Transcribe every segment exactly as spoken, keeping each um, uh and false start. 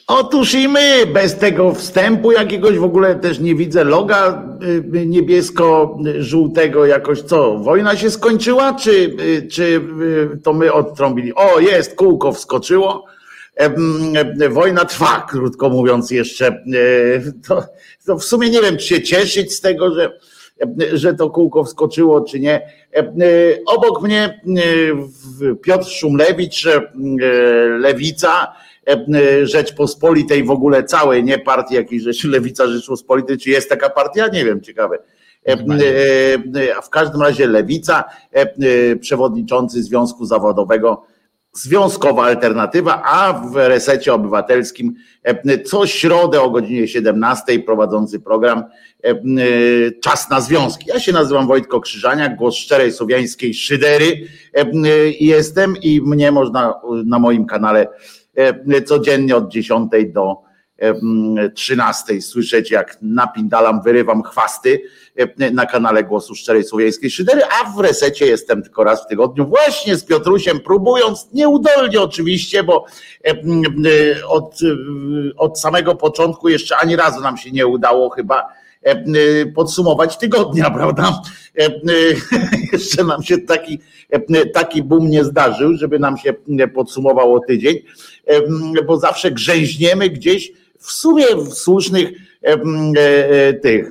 Otóż i my, bez tego wstępu jakiegoś w ogóle też nie widzę loga niebiesko-żółtego jakoś. Co, wojna się skończyła, czy, czy to my odtrąbili? O, jest, kółko wskoczyło. Wojna trwa, krótko mówiąc jeszcze. To, to w sumie nie wiem, czy się cieszyć z tego, że, że to kółko wskoczyło, czy nie. Obok mnie Piotr Szumlewicz, Lewica, Rzeczpospolitej w ogóle całej, nie partii jakiejś Lewica Rzeczpospolitej, czy jest taka partia? Nie wiem, ciekawe. A w każdym razie Lewica, przewodniczący Związku Zawodowego, Związkowa Alternatywa, a w Resecie Obywatelskim co środę o godzinie siedemnastej prowadzący program Czas na Związki. Ja się nazywam Wojtko Krzyżaniak, głos szczerej słowiańskiej szydery jestem i mnie można na moim kanale codziennie od dziesiątej do trzynastej słyszeć, jak napindalam, wyrywam chwasty na kanale Głosu Szczerej Słowiańskiej Szydery, a w Resecie jestem tylko raz w tygodniu właśnie z Piotrusiem, próbując nieudolnie oczywiście, bo od, od samego początku jeszcze ani razu nam się nie udało chyba podsumować tygodnia, prawda? Jeszcze nam się taki, taki boom nie zdarzył, żeby nam się podsumowało tydzień, bo zawsze grzęźniemy gdzieś w sumie w słusznych tych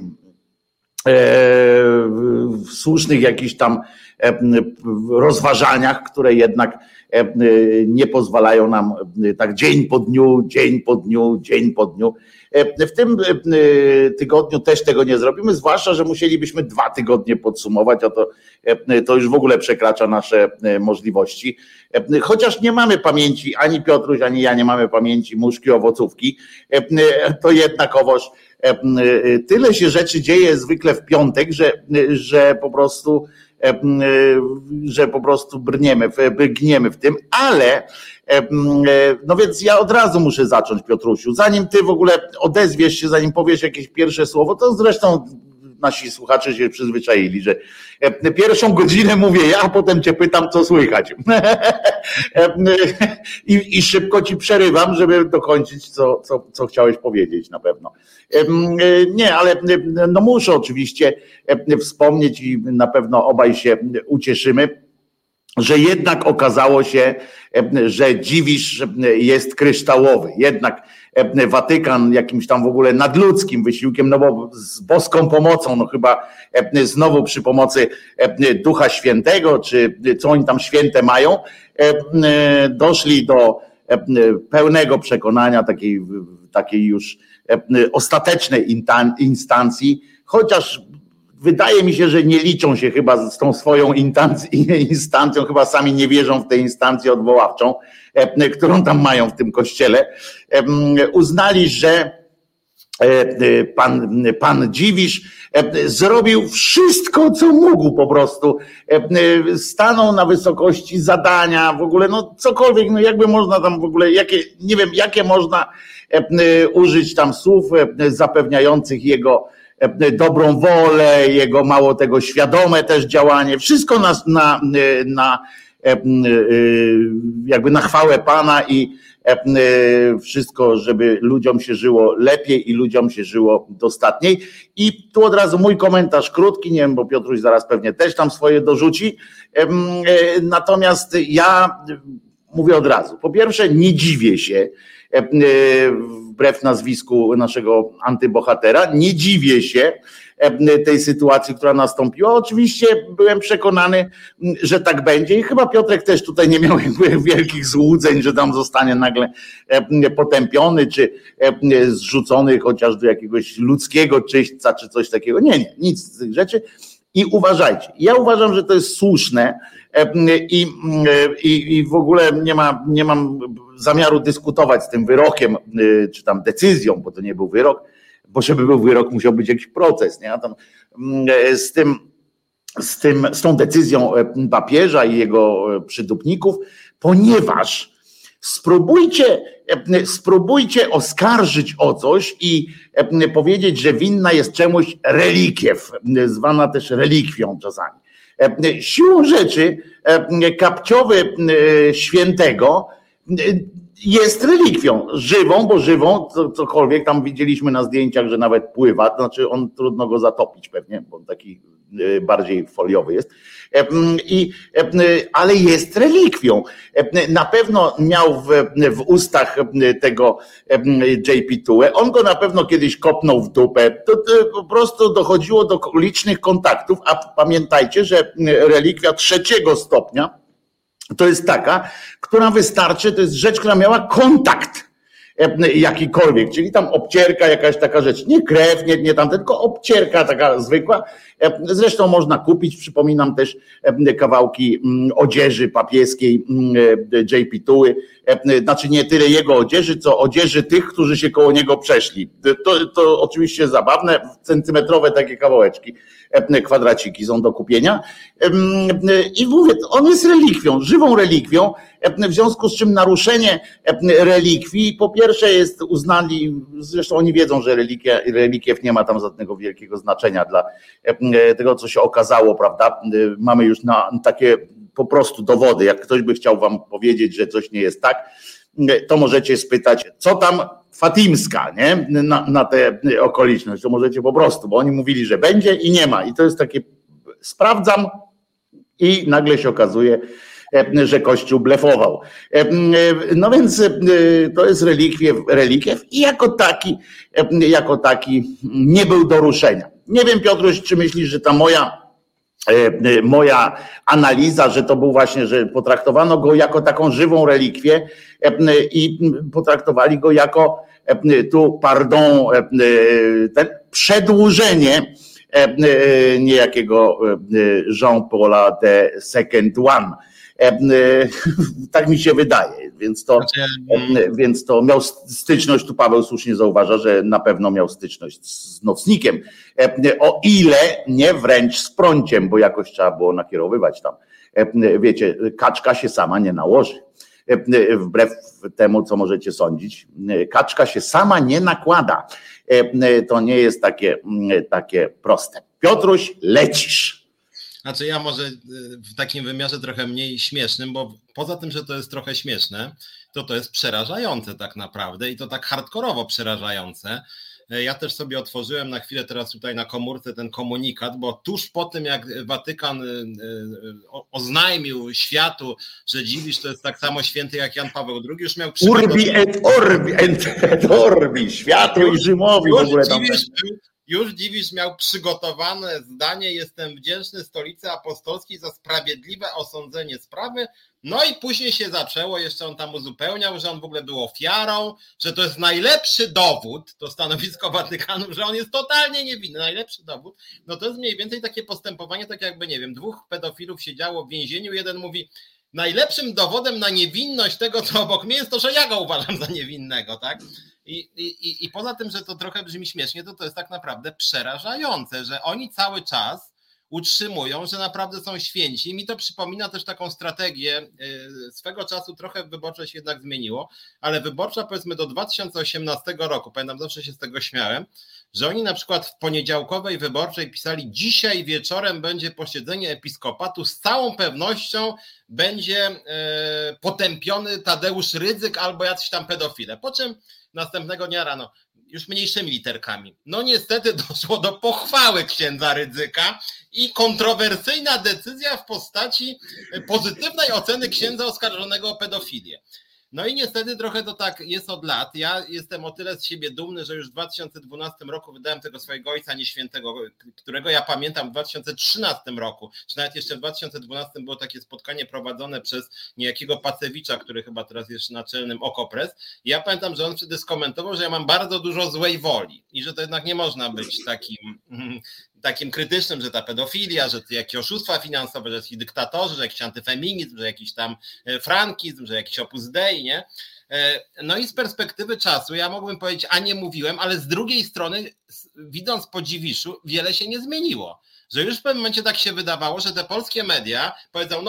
w słusznych jakichś tam rozważaniach, które jednak nie pozwalają nam tak dzień po dniu, dzień po dniu, dzień po dniu. W tym tygodniu też tego nie zrobimy, zwłaszcza, że musielibyśmy dwa tygodnie podsumować, a to, to już w ogóle przekracza nasze możliwości. Chociaż nie mamy pamięci, ani Piotruś, ani ja nie mamy pamięci muszki, owocówki, to jednakowoż tyle się rzeczy dzieje zwykle w piątek, że, że po prostu że po prostu brniemy, gniemy w tym, ale no więc ja od razu muszę zacząć, Piotrusiu, zanim ty w ogóle odezwiesz się, zanim powiesz jakieś pierwsze słowo, to zresztą nasi słuchacze się przyzwyczaili, że pierwszą godzinę mówię ja, a potem cię pytam, co słychać. I, i szybko ci przerywam, żeby dokończyć, co, co, co chciałeś powiedzieć na pewno. Nie, ale no muszę oczywiście wspomnieć i na pewno obaj się ucieszymy, że jednak okazało się, że Dziwisz jest kryształowy. Jednak Watykan jakimś tam w ogóle nadludzkim wysiłkiem, no bo z boską pomocą, no chyba znowu przy pomocy Ducha Świętego, czy co oni tam święte mają, doszli do pełnego przekonania takiej, takiej już ostatecznej instancji, chociaż wydaje mi się, że nie liczą się chyba z tą swoją instancją, chyba sami nie wierzą w tę instancję odwoławczą, którą tam mają w tym kościele. Uznali, że pan, pan Dziwisz zrobił wszystko, co mógł po prostu. Stanął na wysokości zadania, w ogóle no cokolwiek, no jakby można tam w ogóle, jakie, nie wiem, jakie można użyć tam słów zapewniających jego dobrą wolę, jego mało tego świadome też działanie, wszystko na, na, na jakby na chwałę Pana i wszystko, żeby ludziom się żyło lepiej i ludziom się żyło dostatniej. I tu od razu mój komentarz krótki, nie wiem, bo Piotruś zaraz pewnie też tam swoje dorzuci. Natomiast ja mówię od razu, po pierwsze nie dziwię się, wbrew nazwisku naszego antybohatera, nie dziwię się tej sytuacji, która nastąpiła. Oczywiście byłem przekonany, że tak będzie i chyba Piotrek też tutaj nie miał wielkich złudzeń, że tam zostanie nagle potępiony, czy zrzucony chociaż do jakiegoś ludzkiego czyśćca, czy coś takiego. Nie, nie, nic z tych rzeczy. I uważajcie, ja uważam, że to jest słuszne i, i, i w ogóle nie, ma, nie mam zamiaru dyskutować z tym wyrokiem, czy tam decyzją, bo to nie był wyrok, bo żeby był wyrok, musiał być jakiś proces, nie? A tam z tym, z tym, z tą decyzją papieża i jego przydupników, ponieważ spróbujcie, spróbujcie oskarżyć o coś i powiedzieć, że winna jest czemuś relikiew, zwana też relikwią czasami. Siłą rzeczy kapciowy świętego jest relikwią, żywą, bo żywą, co, cokolwiek tam widzieliśmy na zdjęciach, że nawet pływa, to znaczy on trudno go zatopić pewnie, bo on taki bardziej foliowy jest, I, ale jest relikwią. Na pewno miał w, w ustach tego J P Tułę, on go na pewno kiedyś kopnął w dupę, to, to po prostu dochodziło do licznych kontaktów, a pamiętajcie, że relikwia trzeciego stopnia to jest taka, która wystarczy, to jest rzecz, która miała kontakt jakikolwiek, czyli tam obcierka, jakaś taka rzecz, nie krew, nie, nie tam, tylko obcierka taka zwykła. Zresztą można kupić, przypominam też kawałki odzieży papieskiej J P Tuły, znaczy nie tyle jego odzieży, co odzieży tych, którzy się koło niego przeszli. To, to oczywiście zabawne, centymetrowe takie kawałeczki, kwadraciki są do kupienia. I mówię, on jest relikwią, żywą relikwią, w związku z czym naruszenie relikwii, po pierwsze jest uznali, zresztą oni wiedzą, że relikwia, relikiew nie ma tam żadnego wielkiego znaczenia dla tego, co się okazało, prawda? Mamy już na takie po prostu dowody. Jak ktoś by chciał wam powiedzieć, że coś nie jest tak, to możecie spytać, co tam Fatimska, nie? Na, na tę okoliczność, to możecie po prostu, bo oni mówili, że będzie i nie ma. I to jest takie, sprawdzam i nagle się okazuje, że Kościół blefował. No więc to jest relikwie, relikiew i jako taki, jako taki nie był do ruszenia. Nie wiem, Piotruś, czy myślisz, że ta moja, moja analiza, że to był właśnie, że potraktowano go jako taką żywą relikwię i potraktowali go jako tu, pardon, ten przedłużenie niejakiego Jean-Paula the Second One. Tak mi się wydaje, więc to, więc to miał styczność, tu Paweł słusznie zauważa, że na pewno miał styczność z nocnikiem, o ile nie wręcz z prąciem, bo jakoś trzeba było nakierowywać tam. Wiecie, kaczka się sama nie nałoży. Wbrew temu, co możecie sądzić, kaczka się sama nie nakłada. To nie jest takie, takie proste. Piotruś, lecisz. Znaczy ja może w takim wymiarze trochę mniej śmiesznym, bo poza tym, że to jest trochę śmieszne, to to jest przerażające tak naprawdę i to tak hardkorowo przerażające. Ja też sobie otworzyłem na chwilę teraz tutaj na komórce ten komunikat, bo tuż po tym jak Watykan oznajmił światu, że Dziwisz to jest tak samo święty jak Jan Paweł drugi, już miał Urbi et orbi, et orbi, światu i Rzymowi w ogóle tam. Już Dziwisz miał przygotowane zdanie, jestem wdzięczny Stolicy Apostolskiej za sprawiedliwe osądzenie sprawy, no i później się zaczęło, jeszcze on tam uzupełniał, że on w ogóle był ofiarą, że to jest najlepszy dowód, to stanowisko Watykanu, że on jest totalnie niewinny, najlepszy dowód, no to jest mniej więcej takie postępowanie, tak jakby, nie wiem, dwóch pedofilów siedziało w więzieniu, jeden mówi, najlepszym dowodem na niewinność tego, co obok mnie jest to, że ja go uważam za niewinnego, tak? I, i, I poza tym, że to trochę brzmi śmiesznie, to to jest tak naprawdę przerażające, że oni cały czas utrzymują, że naprawdę są święci. Mi to przypomina też taką strategię, swego czasu trochę wyborcze się jednak zmieniło, ale wyborcza powiedzmy do dwa tysiące osiemnastego roku, pamiętam, zawsze się z tego śmiałem, że oni na przykład w poniedziałkowej wyborczej pisali, dzisiaj wieczorem będzie posiedzenie episkopatu, z całą pewnością będzie potępiony Tadeusz Rydzyk albo jacyś tam pedofile, po czym następnego dnia rano, już mniejszymi literkami. No niestety doszło do pochwały księdza Rydzyka i kontrowersyjna decyzja w postaci pozytywnej oceny księdza oskarżonego o pedofilię. No i niestety trochę to tak jest od lat. Ja jestem o tyle z siebie dumny, że już w dwa tysiące dwunastym roku wydałem tego swojego ojca nieświętego, którego ja pamiętam w dwa tysiące trzynastym roku, czy nawet jeszcze w dwa tysiące dwunastym było takie spotkanie prowadzone przez niejakiego Pacewicza, który chyba teraz jest naczelnym Okopres. I ja pamiętam, że on wtedy skomentował, że ja mam bardzo dużo złej woli i że to jednak nie można być takim... takim krytycznym, że ta pedofilia, że jakieś oszustwa finansowe, że jakiś dyktatorzy, że jakiś antyfeminizm, że jakiś tam frankizm, że jakiś opus dei, nie? No i z perspektywy czasu ja mógłbym powiedzieć, a nie mówiłem, ale z drugiej strony widząc po Dziwiszu wiele się nie zmieniło. Że już w pewnym momencie tak się wydawało, że te polskie media powiedzą, no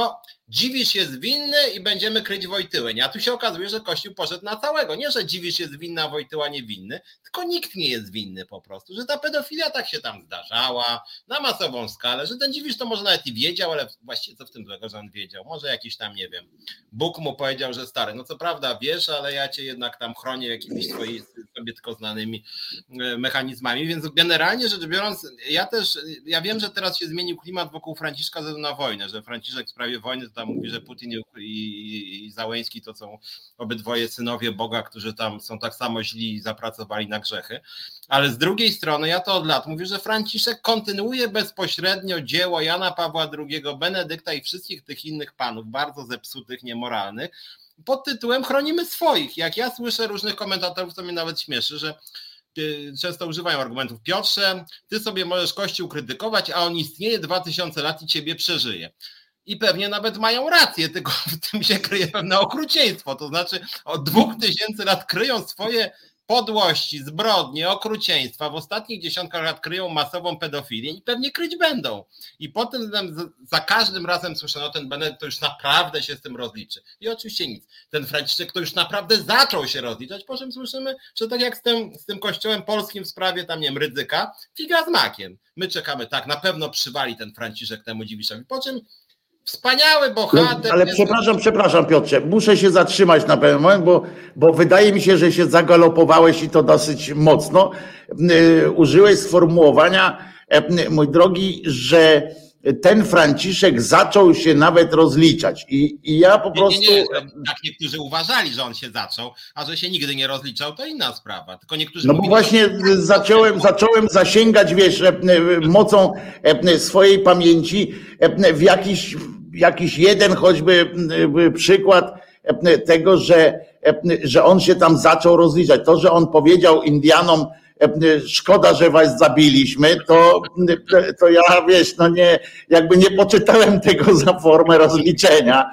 Dziwisz jest winny i będziemy kryć Wojtyłę. A tu się okazuje, że Kościół poszedł na całego. Nie, że Dziwisz jest winna, a Wojtyła niewinny, tylko nikt nie jest winny po prostu. Że ta pedofilia tak się tam zdarzała na masową skalę, że ten Dziwisz to może nawet i wiedział, ale właściwie co w tym złego, że on wiedział. Może jakiś tam, nie wiem, Bóg mu powiedział, że stary, no co prawda wiesz, ale ja cię jednak tam chronię jakimiś swoimi sobie tylko znanymi mechanizmami, więc generalnie rzecz biorąc, ja też, ja wiem, że teraz się zmienił klimat wokół Franciszka ze względu na wojnę, że Franciszek w sprawie wojny to tam mówi, że Putin i, i, i Załęski to są obydwoje synowie Boga, którzy tam są tak samo źli i zapracowali na grzechy, ale z drugiej strony ja to od lat mówię, że Franciszek kontynuuje bezpośrednio dzieło Jana Pawła drugiego, Benedykta i wszystkich tych innych panów, bardzo zepsutych, niemoralnych, pod tytułem chronimy swoich. Jak ja słyszę różnych komentatorów, to mnie nawet śmieszy, że często używają argumentów: Piotrze, ty sobie możesz Kościół krytykować, a on istnieje dwa tysiące lat i ciebie przeżyje. I pewnie nawet mają rację, tylko w tym się kryje pewne okrucieństwo. To znaczy od dwóch tysięcy lat kryją swoje podłości, zbrodnie, okrucieństwa. W ostatnich dziesiątkach lat kryją masową pedofilię i pewnie kryć będą. I potem za każdym razem słyszę, no ten Benedykt to już naprawdę się z tym rozliczy. I oczywiście nic. Ten Franciszek to już naprawdę zaczął się rozliczać, po czym słyszymy, że tak jak z tym, z tym kościołem polskim w sprawie tam, nie wiem, Rydzyka, figa z makiem. My czekamy, tak, na pewno przywali ten Franciszek temu Dziwiszowi. Po czym wspaniały bohater. No, ale jest... przepraszam, przepraszam Piotrze, muszę się zatrzymać na pewien moment, bo, bo wydaje mi się, że się zagalopowałeś i to dosyć mocno. Yy, użyłeś sformułowania, yy, mój drogi, że ten Franciszek zaczął się nawet rozliczać i, i ja po prostu... Nie, nie, nie. Tak niektórzy uważali, że on się zaczął, a że się nigdy nie rozliczał, to inna sprawa. Tylko niektórzy no bo mówili, właśnie że... zacząłem, zacząłem zasięgać, wiesz, mocą swojej pamięci w jakiś, jakiś jeden choćby przykład tego, że, że on się tam zaczął rozliczać. To, że on powiedział Indianom: szkoda, że was zabiliśmy, to, to ja, wiesz, no nie, jakby nie poczytałem tego za formę rozliczenia.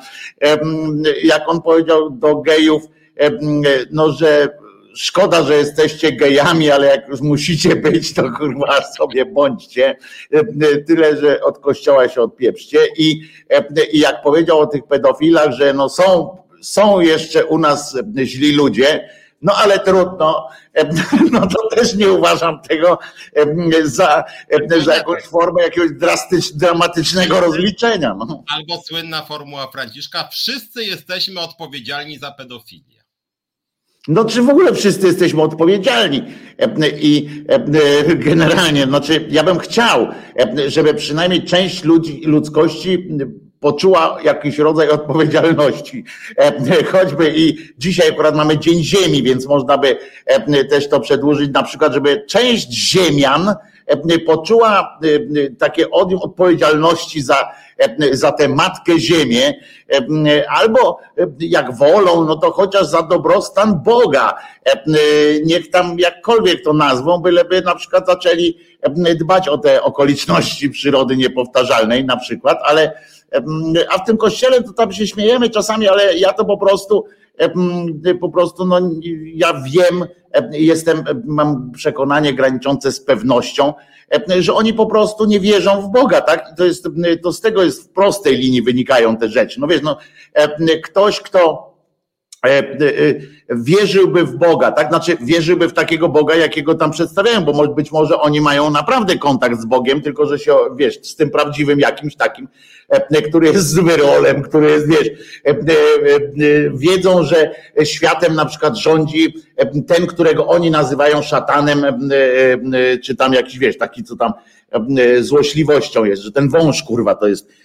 Jak on powiedział do gejów, no, że szkoda, że jesteście gejami, ale jak już musicie być, to kurwa sobie bądźcie. Tyle, że od kościoła się odpieprzcie. I, i jak powiedział o tych pedofilach, że no są, są jeszcze u nas źli ludzie, no ale trudno, no to też nie uważam tego za, za jakąś formę jakiegoś drastycz, dramatycznego rozliczenia. No. Albo słynna formuła Franciszka: wszyscy jesteśmy odpowiedzialni za pedofilię. No czy w ogóle wszyscy jesteśmy odpowiedzialni i generalnie, znaczy ja bym chciał, żeby przynajmniej część ludzi, ludzkości poczuła jakiś rodzaj odpowiedzialności. Choćby i dzisiaj akurat mamy Dzień Ziemi, więc można by też to przedłużyć, na przykład, żeby część ziemian poczuła takie odium odpowiedzialności za, za tę matkę ziemię, albo jak wolą, no to chociaż za dobrostan Boga. Niech tam jakkolwiek to nazwą, byleby na przykład zaczęli dbać o te okoliczności przyrody niepowtarzalnej na przykład, ale a w tym kościele to tam się śmiejemy czasami, ale ja to po prostu po prostu no ja wiem, jestem, mam przekonanie graniczące z pewnością, że oni po prostu nie wierzą w Boga, tak? I to jest, to z tego jest w prostej linii wynikają te rzeczy. No wiesz, no ktoś, kto wierzyłby w Boga, tak? Znaczy wierzyłby w takiego Boga, jakiego tam przedstawiają, bo być może oni mają naprawdę kontakt z Bogiem, tylko że się, wiesz, z tym prawdziwym jakimś takim, który jest z wyrolem, który jest, wiesz, wiedzą, że światem na przykład rządzi ten, którego oni nazywają szatanem, czy tam jakiś, wiesz, taki, co tam złośliwością jest, że ten wąż, kurwa, to jest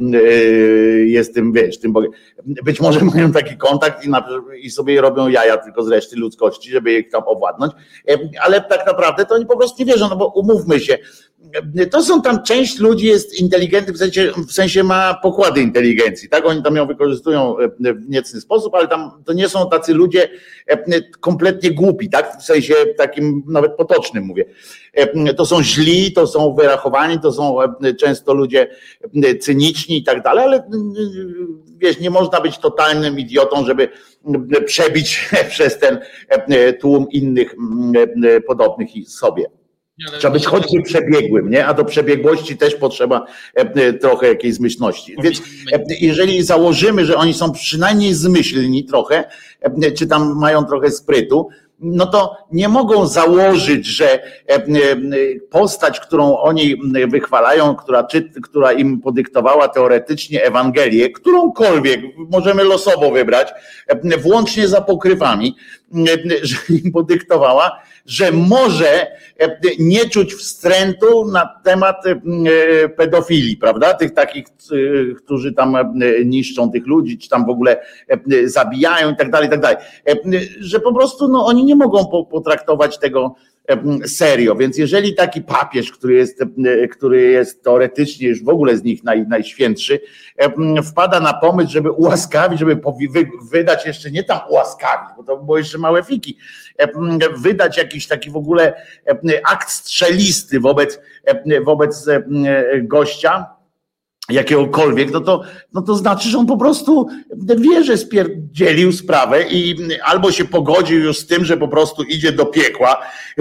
jest tym, wiesz, tym Bogiem. Być może mają taki kontakt i, na, i sobie robią jaja tylko z reszty ludzkości, żeby ich tam owładnąć, ale tak naprawdę to oni po prostu nie wierzą, no bo umówmy się, to są tam, część ludzi jest inteligentnych, w sensie, w sensie ma pokłady inteligencji, tak? Oni tam ją wykorzystują w niecny sposób, ale tam to nie są tacy ludzie kompletnie głupi, tak? W sensie takim nawet potocznym mówię. To są źli, to są wyrachowani, to są często ludzie cyniczni i tak dalej, ale wiesz, nie można być totalnym idiotą, żeby przebić przez ten tłum innych podobnych sobie. Ale trzeba być myślę, choćby że- przebiegłym, nie? A do przebiegłości też potrzeba e, trochę jakiejś zmyślności. Więc e, jeżeli założymy, że oni są przynajmniej zmyślni trochę, e, czy tam mają trochę sprytu, no to nie mogą założyć, że e, e, postać, którą oni wychwalają, która, czy, która im podyktowała teoretycznie Ewangelię, którąkolwiek możemy losowo wybrać, e, włącznie z apokrywami, e, że im podyktowała, że może nie czuć wstrętu na temat pedofilii, prawda? Tych takich, którzy tam niszczą tych ludzi, czy tam w ogóle zabijają i tak dalej, i tak dalej. Że po prostu no, oni nie mogą potraktować tego serio, więc jeżeli taki papież, który jest, który jest teoretycznie już w ogóle z nich naj, najświętszy, wpada na pomysł, żeby ułaskawić, żeby wydać jeszcze nie tam ułaskawić, bo to było jeszcze małe fiki, wydać jakiś taki w ogóle akt strzelisty wobec, wobec gościa, jakiegokolwiek, no to, no to znaczy, że on po prostu wie, że spierdzielił sprawę i albo się pogodził już z tym, że po prostu idzie do piekła,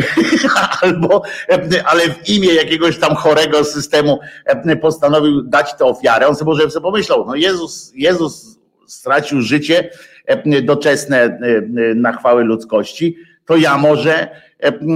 albo, ale w imię jakiegoś tam chorego systemu postanowił dać tę ofiarę. On sobie może sobie pomyślał, no Jezus, Jezus stracił życie doczesne na chwałę ludzkości, to ja może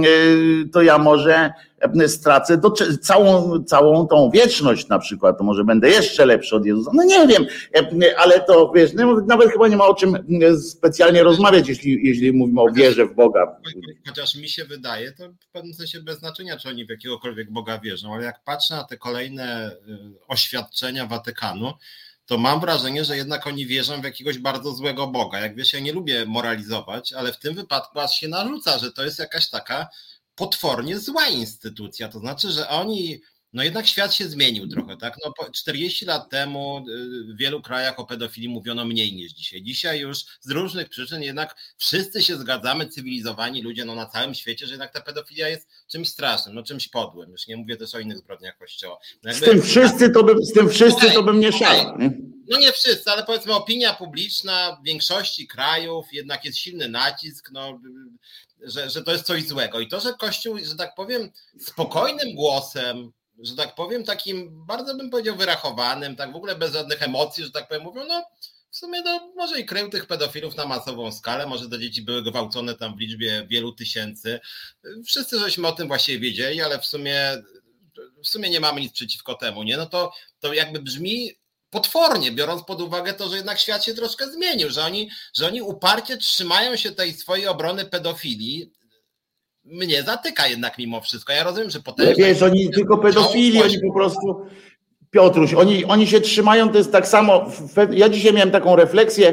to ja może stracę do, całą, całą tą wieczność na przykład, to może będę jeszcze lepszy od Jezusa. No nie wiem, ale to wiesz, nawet chyba nie ma o czym specjalnie rozmawiać, jeśli, jeśli mówimy o wierze w Boga. Chociaż mi się wydaje, to w pewnym sensie bez znaczenia, czy oni w jakiegokolwiek Boga wierzą, ale jak patrzę na te kolejne oświadczenia Watykanu, to mam wrażenie, że jednak oni wierzą w jakiegoś bardzo złego Boga. Jak wiesz, ja nie lubię moralizować, ale w tym wypadku aż się narzuca, że to jest jakaś taka potwornie zła instytucja. To znaczy, że oni, no jednak świat się zmienił trochę, tak? No czterdzieści lat temu w wielu krajach o pedofilii mówiono mniej niż dzisiaj. Dzisiaj już z różnych przyczyn jednak wszyscy się zgadzamy, cywilizowani ludzie no na całym świecie, że jednak ta pedofilia jest czymś strasznym, no czymś podłym. Już nie mówię też o innych zbrodniach Kościoła. No jakby, z tym wszyscy to bym, z tym wszyscy okay, to bym nie szalał. Okay. No nie wszyscy, ale powiedzmy opinia publiczna w większości krajów jednak jest silny nacisk, no, że, że to jest coś złego. I to, że Kościół, że tak powiem, spokojnym głosem, że tak powiem, takim bardzo bym powiedział wyrachowanym, tak w ogóle bez żadnych emocji, że tak powiem, mówią, no w sumie no, może i krył tych pedofilów na masową skalę, może te dzieci były gwałcone tam w liczbie wielu tysięcy. Wszyscy żeśmy o tym właśnie wiedzieli, ale w sumie w sumie nie mamy nic przeciwko temu, nie? No to, to jakby brzmi potwornie, biorąc pod uwagę to, że jednak świat się troszkę zmienił, że oni, że oni uparcie trzymają się tej swojej obrony pedofilii. Mnie zatyka jednak mimo wszystko. Ja rozumiem, że potem... Wiesz, oni tylko pedofili, oni po prostu... Piotruś, oni, oni się trzymają, to jest tak samo, ja dzisiaj miałem taką refleksję,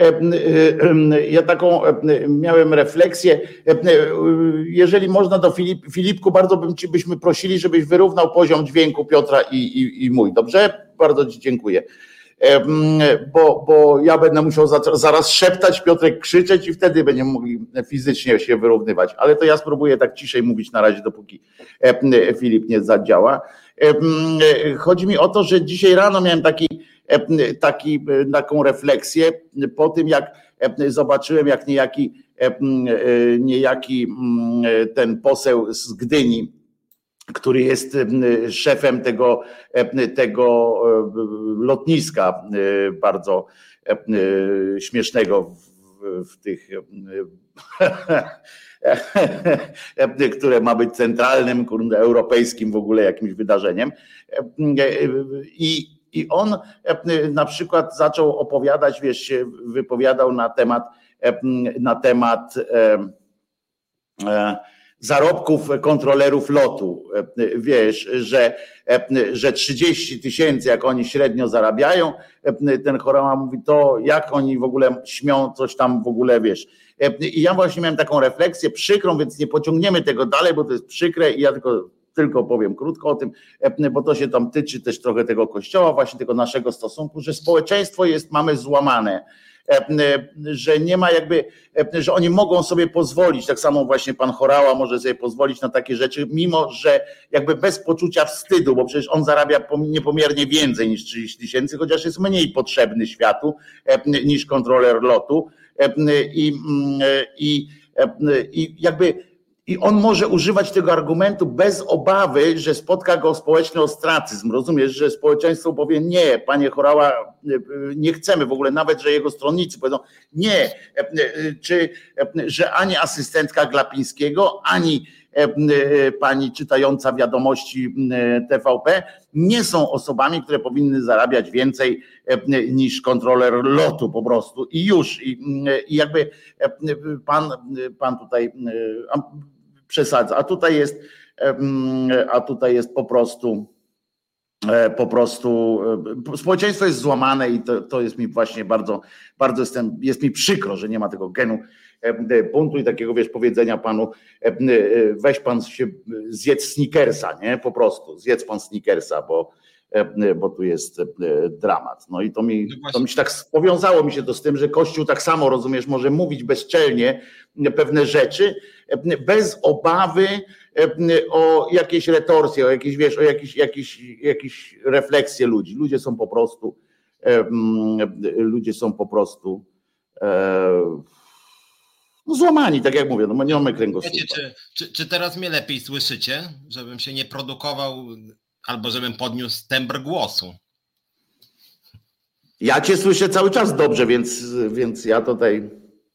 ja taką miałem refleksję, jeżeli można do Filip, Filipku, bardzo bym ci byśmy prosili, żebyś wyrównał poziom dźwięku Piotra i, i, i mój, dobrze? Bardzo ci dziękuję. Bo, bo ja będę musiał zaraz szeptać, Piotrek krzyczeć i wtedy będziemy mogli fizycznie się wyrównywać, ale to ja spróbuję tak ciszej mówić na razie, dopóki Filip nie zadziała. Chodzi mi o to, że dzisiaj rano miałem taki, taki, taką refleksję po tym, jak zobaczyłem, jak niejaki, niejaki ten poseł z Gdyni, który jest szefem tego, tego lotniska bardzo śmiesznego w, w tych które ma być centralnym, kurde, europejskim w ogóle jakimś wydarzeniem. I, I on na przykład zaczął opowiadać, wiesz, się wypowiadał na temat, na temat e, e, zarobków kontrolerów lotu. Wiesz, że, że trzydzieści tysięcy, jak oni średnio zarabiają, ten Chorała mówi, to jak oni w ogóle śmią coś tam w ogóle, wiesz. I ja właśnie miałem taką refleksję przykrą, więc nie pociągniemy tego dalej, bo to jest przykre i ja tylko, tylko powiem krótko o tym, bo to się tam tyczy też trochę tego Kościoła, właśnie tego naszego stosunku, że społeczeństwo jest, mamy złamane, że nie ma jakby, że oni mogą sobie pozwolić, tak samo właśnie pan Chorała może sobie pozwolić na takie rzeczy, mimo że jakby bez poczucia wstydu, bo przecież on zarabia niepomiernie więcej niż trzydzieści tysięcy, chociaż jest mniej potrzebny światu niż kontroler lotu i, i, i jakby I on może używać tego argumentu bez obawy, że spotka go społeczny ostracyzm. Rozumiesz, że społeczeństwo powie nie, panie Horała, nie chcemy w ogóle, nawet że jego stronnicy powiedzą nie, czy że ani asystentka Glapińskiego, ani pani czytająca wiadomości T V P nie są osobami, które powinny zarabiać więcej niż kontroler lotu po prostu. I już. I, i jakby pan, pan tutaj przesadza. A tutaj jest, a tutaj jest po prostu po prostu społeczeństwo jest złamane i to, to jest mi właśnie bardzo, bardzo jestem, jest mi przykro, że nie ma tego genu buntu i takiego, wiesz, powiedzenia panu, weź pan się zjedz Snickersa, nie? Po prostu zjedz pan Snickersa, bo, bo tu jest dramat. No i to mi, to mi się tak powiązało mi się to z tym, że Kościół tak samo, rozumiesz, może mówić bezczelnie pewne rzeczy, bez obawy o jakieś retorsje, o jakieś, wiesz, o jakieś, jakieś, jakieś refleksje ludzi. Ludzie są po prostu ludzie są po prostu no złamani, tak jak mówię, no nie mamy kręgosłupa. Czy, czy, czy teraz mnie lepiej słyszycie, żebym się nie produkował albo żebym podniósł tembr głosu? Ja cię słyszę cały czas dobrze, więc, więc ja tutaj...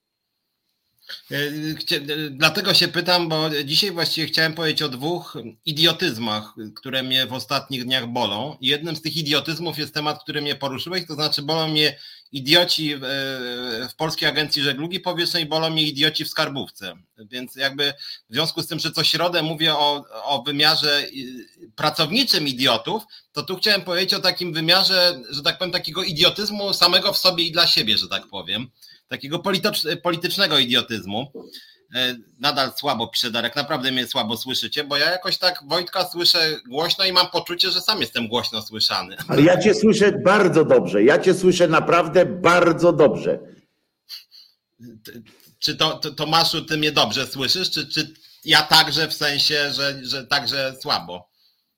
Dlatego się pytam, bo dzisiaj właściwie chciałem powiedzieć o dwóch idiotyzmach, które mnie w ostatnich dniach bolą. Jednym z tych idiotyzmów jest temat, który mnie poruszyłeś, to znaczy bolą mnie idioci w Polskiej Agencji Żeglugi Powietrznej, bolą mnie idioci w skarbówce. Więc jakby w związku z tym, że co środę mówię o, o wymiarze pracowniczym idiotów, to tu chciałem powiedzieć o takim wymiarze, że tak powiem, takiego idiotyzmu samego w sobie i dla siebie, że tak powiem. Takiego politycznego idiotyzmu. Nadal słabo pisze Darek, naprawdę mnie słabo słyszycie, bo ja jakoś tak Wojtka słyszę głośno i mam poczucie, że sam jestem głośno słyszany. Ale ja cię słyszę bardzo dobrze, ja cię słyszę naprawdę bardzo dobrze. Czy to, to Tomaszu, ty mnie dobrze słyszysz, czy, czy ja także w sensie, że, że także słabo?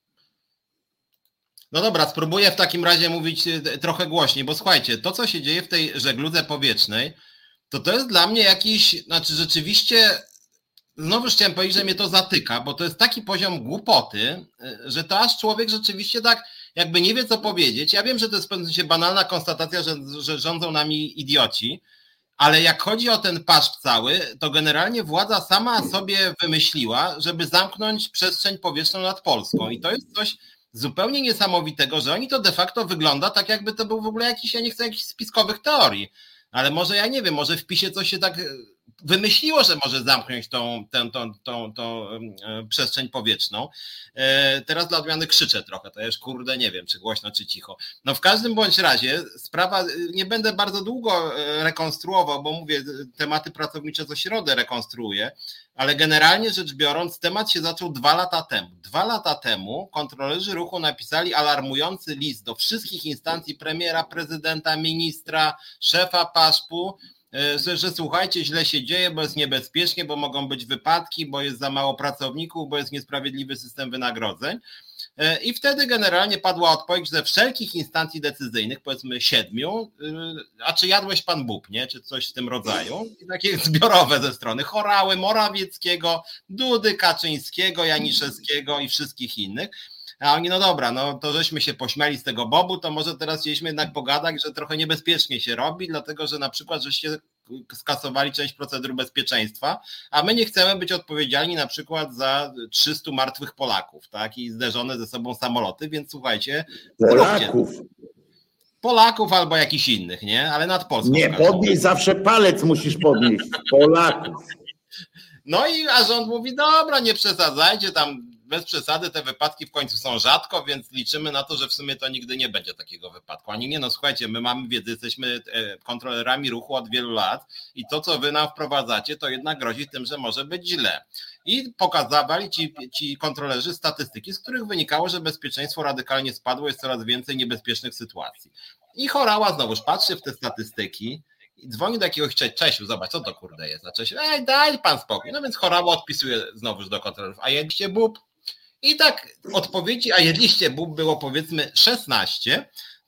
No dobra, spróbuję w takim razie mówić trochę głośniej, bo słuchajcie, to co się dzieje w tej żegludze powietrznej, to to jest dla mnie jakiś, znaczy rzeczywiście, znowuż chciałem powiedzieć, że mnie to zatyka, bo to jest taki poziom głupoty, że to aż człowiek rzeczywiście tak jakby nie wie co powiedzieć. Ja wiem, że to jest w pewnym sensie banalna konstatacja, że, że rządzą nami idioci, ale jak chodzi o ten paszp cały, to generalnie władza sama sobie wymyśliła, żeby zamknąć przestrzeń powietrzną nad Polską i to jest coś zupełnie niesamowitego, że oni to de facto wygląda tak, jakby to był w ogóle jakiś, ja nie chcę jakichś spiskowych teorii, ale może ja nie wiem, może w PiSie coś się tak wymyśliło, że może zamknąć tą, tę, tą, tą, tą przestrzeń powietrzną. Teraz dla odmiany krzyczę trochę, to już kurde nie wiem, czy głośno, czy cicho. No w każdym bądź razie sprawa, nie będę bardzo długo rekonstruował, bo mówię, tematy pracownicze co środę rekonstruuję, ale generalnie rzecz biorąc temat się zaczął dwa lata temu. Dwa lata temu kontrolerzy ruchu napisali alarmujący list do wszystkich instancji premiera, prezydenta, ministra, szefa paszpu, że, że słuchajcie, źle się dzieje, bo jest niebezpiecznie, bo mogą być wypadki, bo jest za mało pracowników, bo jest niesprawiedliwy system wynagrodzeń. I wtedy generalnie padła odpowiedź ze wszelkich instancji decyzyjnych, powiedzmy siedmiu, a czy jadłeś pan bób, nie? Czy coś w tym rodzaju. I takie zbiorowe ze strony Horały, Morawieckiego, Dudy, Kaczyńskiego, Janiszewskiego i wszystkich innych. A oni, no dobra, no to żeśmy się pośmiali z tego bobu, to może teraz chcieliśmy jednak pogadać, że trochę niebezpiecznie się robi, dlatego że na przykład żeście skasowali część procedur bezpieczeństwa, a my nie chcemy być odpowiedzialni na przykład za trzystu martwych Polaków, tak, i zderzone ze sobą samoloty, więc słuchajcie. Polaków. Polaków albo jakichś innych, nie? Ale nad Polską. Nie, podnieś zawsze palec musisz podnieść. Polaków. No i a rząd mówi, dobra, nie przesadzajcie, tam bez przesady te wypadki w końcu są rzadko, więc liczymy na to, że w sumie to nigdy nie będzie takiego wypadku. Ani nie, no słuchajcie, my mamy wiedzę, jesteśmy kontrolerami ruchu od wielu lat i to, co wy nam wprowadzacie, to jednak grozi tym, że może być źle. I pokazywali ci, ci kontrolerzy statystyki, z których wynikało, że bezpieczeństwo radykalnie spadło, jest coraz więcej niebezpiecznych sytuacji. I Horała znowuż patrzy w te statystyki, i dzwoni do jakiegoś Czesiu, zobacz, co to kurde jest na Czesiu, ej, daj pan spokój. No więc Horała odpisuje znowuż do kontrolerów, a jedliście bób? I tak odpowiedzi, a jedliście bób było powiedzmy szesnaście,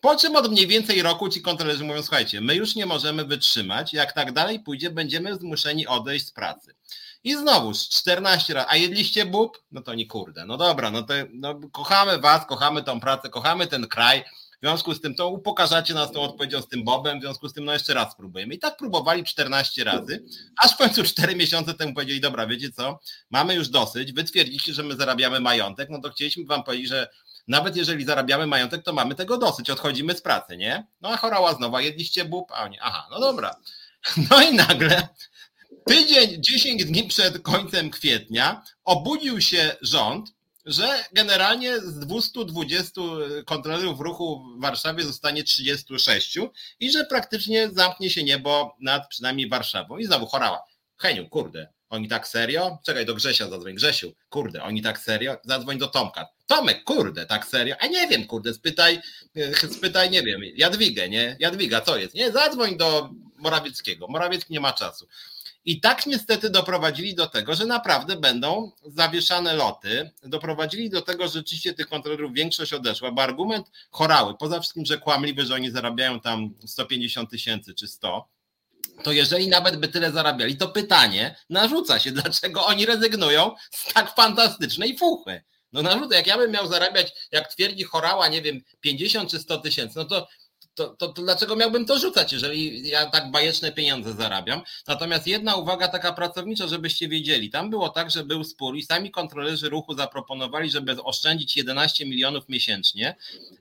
Po czym od mniej więcej roku ci kontrolerzy mówią, słuchajcie, my już nie możemy wytrzymać, jak tak dalej pójdzie, będziemy zmuszeni odejść z pracy. I znowuż czternaście razy, a jedliście bób? No to nie kurde, no dobra, no to no, kochamy was, kochamy tą pracę, kochamy ten kraj, w związku z tym to upokarzacie nas tą odpowiedzią z tym bobem, w związku z tym no jeszcze raz spróbujemy. I tak próbowali czternaście razy, aż w końcu cztery miesiące temu powiedzieli, dobra, wiecie co, mamy już dosyć, wy twierdzicie, że my zarabiamy majątek, no to chcieliśmy wam powiedzieć, że nawet jeżeli zarabiamy majątek, to mamy tego dosyć, odchodzimy z pracy, nie? No a Horała znowu, jedliście bób? A nie, aha, no dobra. No i nagle tydzień, dziesięć dni przed końcem kwietnia obudził się rząd, że generalnie z dwieście dwadzieścia kontrolerów ruchu w Warszawie zostanie trzydzieści sześć i że praktycznie zamknie się niebo nad przynajmniej Warszawą. I znowu Horała. Heniu, kurde, oni tak serio? Czekaj, do Grzesia zadzwoń. Grzesiu, kurde, oni tak serio? Zadzwoń do Tomka. Tomek, kurde, tak serio? A nie wiem, kurde, spytaj, spytaj, nie wiem, Jadwigę, nie? Jadwiga, co jest? Nie, zadzwoń do Morawieckiego. Morawiecki nie ma czasu. I tak niestety doprowadzili do tego, że naprawdę będą zawieszane loty, doprowadzili do tego, że rzeczywiście tych kontrolerów większość odeszła, bo argument Horały, poza wszystkim, że kłamliwy, że oni zarabiają tam sto pięćdziesiąt tysięcy czy sto, to jeżeli nawet by tyle zarabiali, to pytanie narzuca się, dlaczego oni rezygnują z tak fantastycznej fuchy. No narzuca, jak ja bym miał zarabiać, jak twierdzi Horała, nie wiem, pięćdziesiąt czy sto tysięcy, no to To, to, to dlaczego miałbym to rzucać, jeżeli ja tak bajeczne pieniądze zarabiam? Natomiast jedna uwaga taka pracownicza, żebyście wiedzieli. Tam było tak, że był spór i sami kontrolerzy ruchu zaproponowali, żeby oszczędzić jedenaście milionów miesięcznie.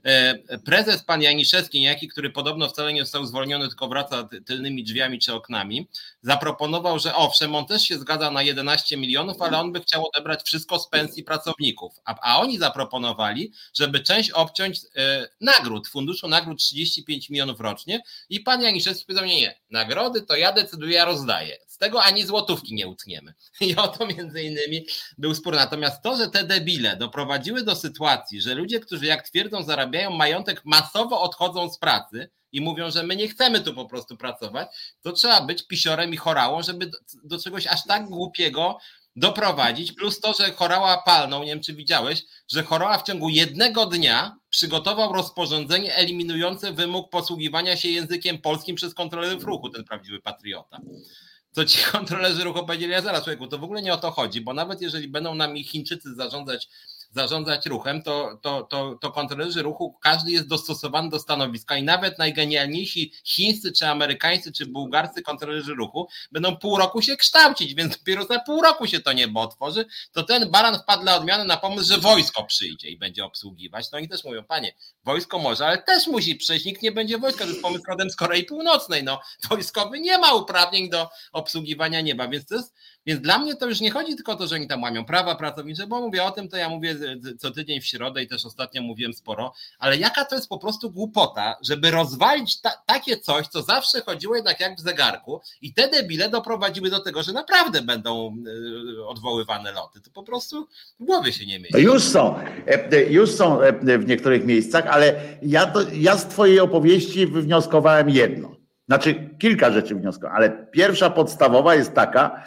Prezes pan Janiszewski, niejaki, który podobno wcale nie został zwolniony, tylko wraca tylnymi drzwiami czy oknami, zaproponował, że owszem, on też się zgadza na jedenaście milionów, ale on by chciał odebrać wszystko z pensji pracowników. A, a oni zaproponowali, żeby część obciąć e, nagród, funduszu nagród trzydzieści pięć milionów rocznie i pan Janiszewski powiedział, nie, nie, nagrody to ja decyduję, ja rozdaję. Z tego ani złotówki nie utniemy. I o to między innymi był spór. Natomiast to, że te debile doprowadziły do sytuacji, że ludzie, którzy jak twierdzą zarabiają majątek, masowo odchodzą z pracy i mówią, że my nie chcemy tu po prostu pracować, to trzeba być pisiorem i Horałą, żeby do, do czegoś aż tak głupiego doprowadzić, plus to, że Horała palnął, nie wiem czy widziałeś, że Horała w ciągu jednego dnia przygotował rozporządzenie eliminujące wymóg posługiwania się językiem polskim przez kontrolerów ruchu, ten prawdziwy patriota. Co ci kontrolerzy ruchu powiedzieli, ja zaraz człowieku, to w ogóle nie o to chodzi, bo nawet jeżeli będą nami Chińczycy zarządzać zarządzać ruchem, to, to, to, to kontrolerzy ruchu, każdy jest dostosowany do stanowiska i nawet najgenialniejsi chińscy, czy amerykańscy, czy bułgarscy kontrolerzy ruchu będą pół roku się kształcić, więc dopiero za pół roku się to niebo otworzy, to ten baran wpadł dla odmiany na pomysł, że wojsko przyjdzie i będzie obsługiwać. No oni też mówią, panie, wojsko może, ale też musi przyjść, nikt nie będzie wojska, to jest pomysł rodem z Korei Północnej, no wojskowy nie ma uprawnień do obsługiwania nieba, więc to jest Więc dla mnie to już nie chodzi tylko o to, że oni tam łamią prawa pracownicze, bo mówię o tym, to ja mówię co tydzień w środę i też ostatnio mówiłem sporo, ale jaka to jest po prostu głupota, żeby rozwalić ta, takie coś, co zawsze chodziło jednak jak w zegarku i te debile doprowadziły do tego, że naprawdę będą odwoływane loty. To po prostu w głowie się nie mieści. Już są, już są w niektórych miejscach, ale ja, to, ja z twojej opowieści wywnioskowałem jedno. Znaczy kilka rzeczy wnioskowałem, ale pierwsza podstawowa jest taka,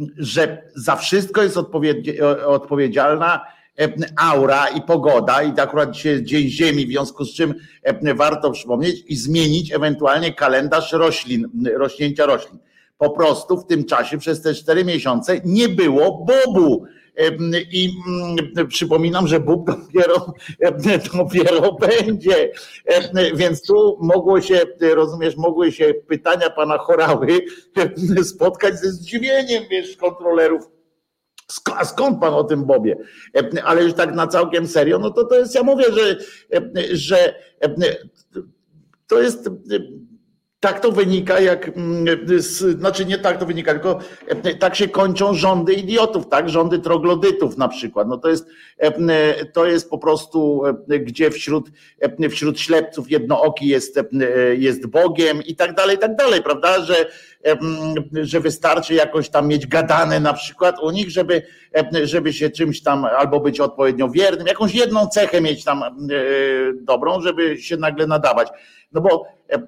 że za wszystko jest odpowiedzialna aura i pogoda i akurat dzisiaj jest Dzień Ziemi, w związku z czym warto przypomnieć i zmienić ewentualnie kalendarz roślin, rośnięcia roślin. Po prostu w tym czasie przez te cztery miesiące nie było bobu. I przypominam, że Bóg dopiero, dopiero będzie. Więc tu mogło się, rozumiesz, mogły się pytania pana Horały spotkać ze zdziwieniem, wiesz, kontrolerów. A skąd pan o tym Bobie? Ale już tak na całkiem serio, no to to jest, ja mówię, że, że to jest... Tak to wynika, jak, znaczy nie tak to wynika, tylko tak się kończą rządy idiotów, tak? Rządy troglodytów na przykład. No to jest, to jest po prostu, gdzie wśród, wśród ślepców jednooki jest, jest Bogiem i tak dalej, i tak dalej, prawda? Że, że wystarczy jakoś tam mieć gadane na przykład u nich, żeby, żeby się czymś tam albo być odpowiednio wiernym, jakąś jedną cechę mieć tam dobrą, żeby się nagle nadawać. No bo,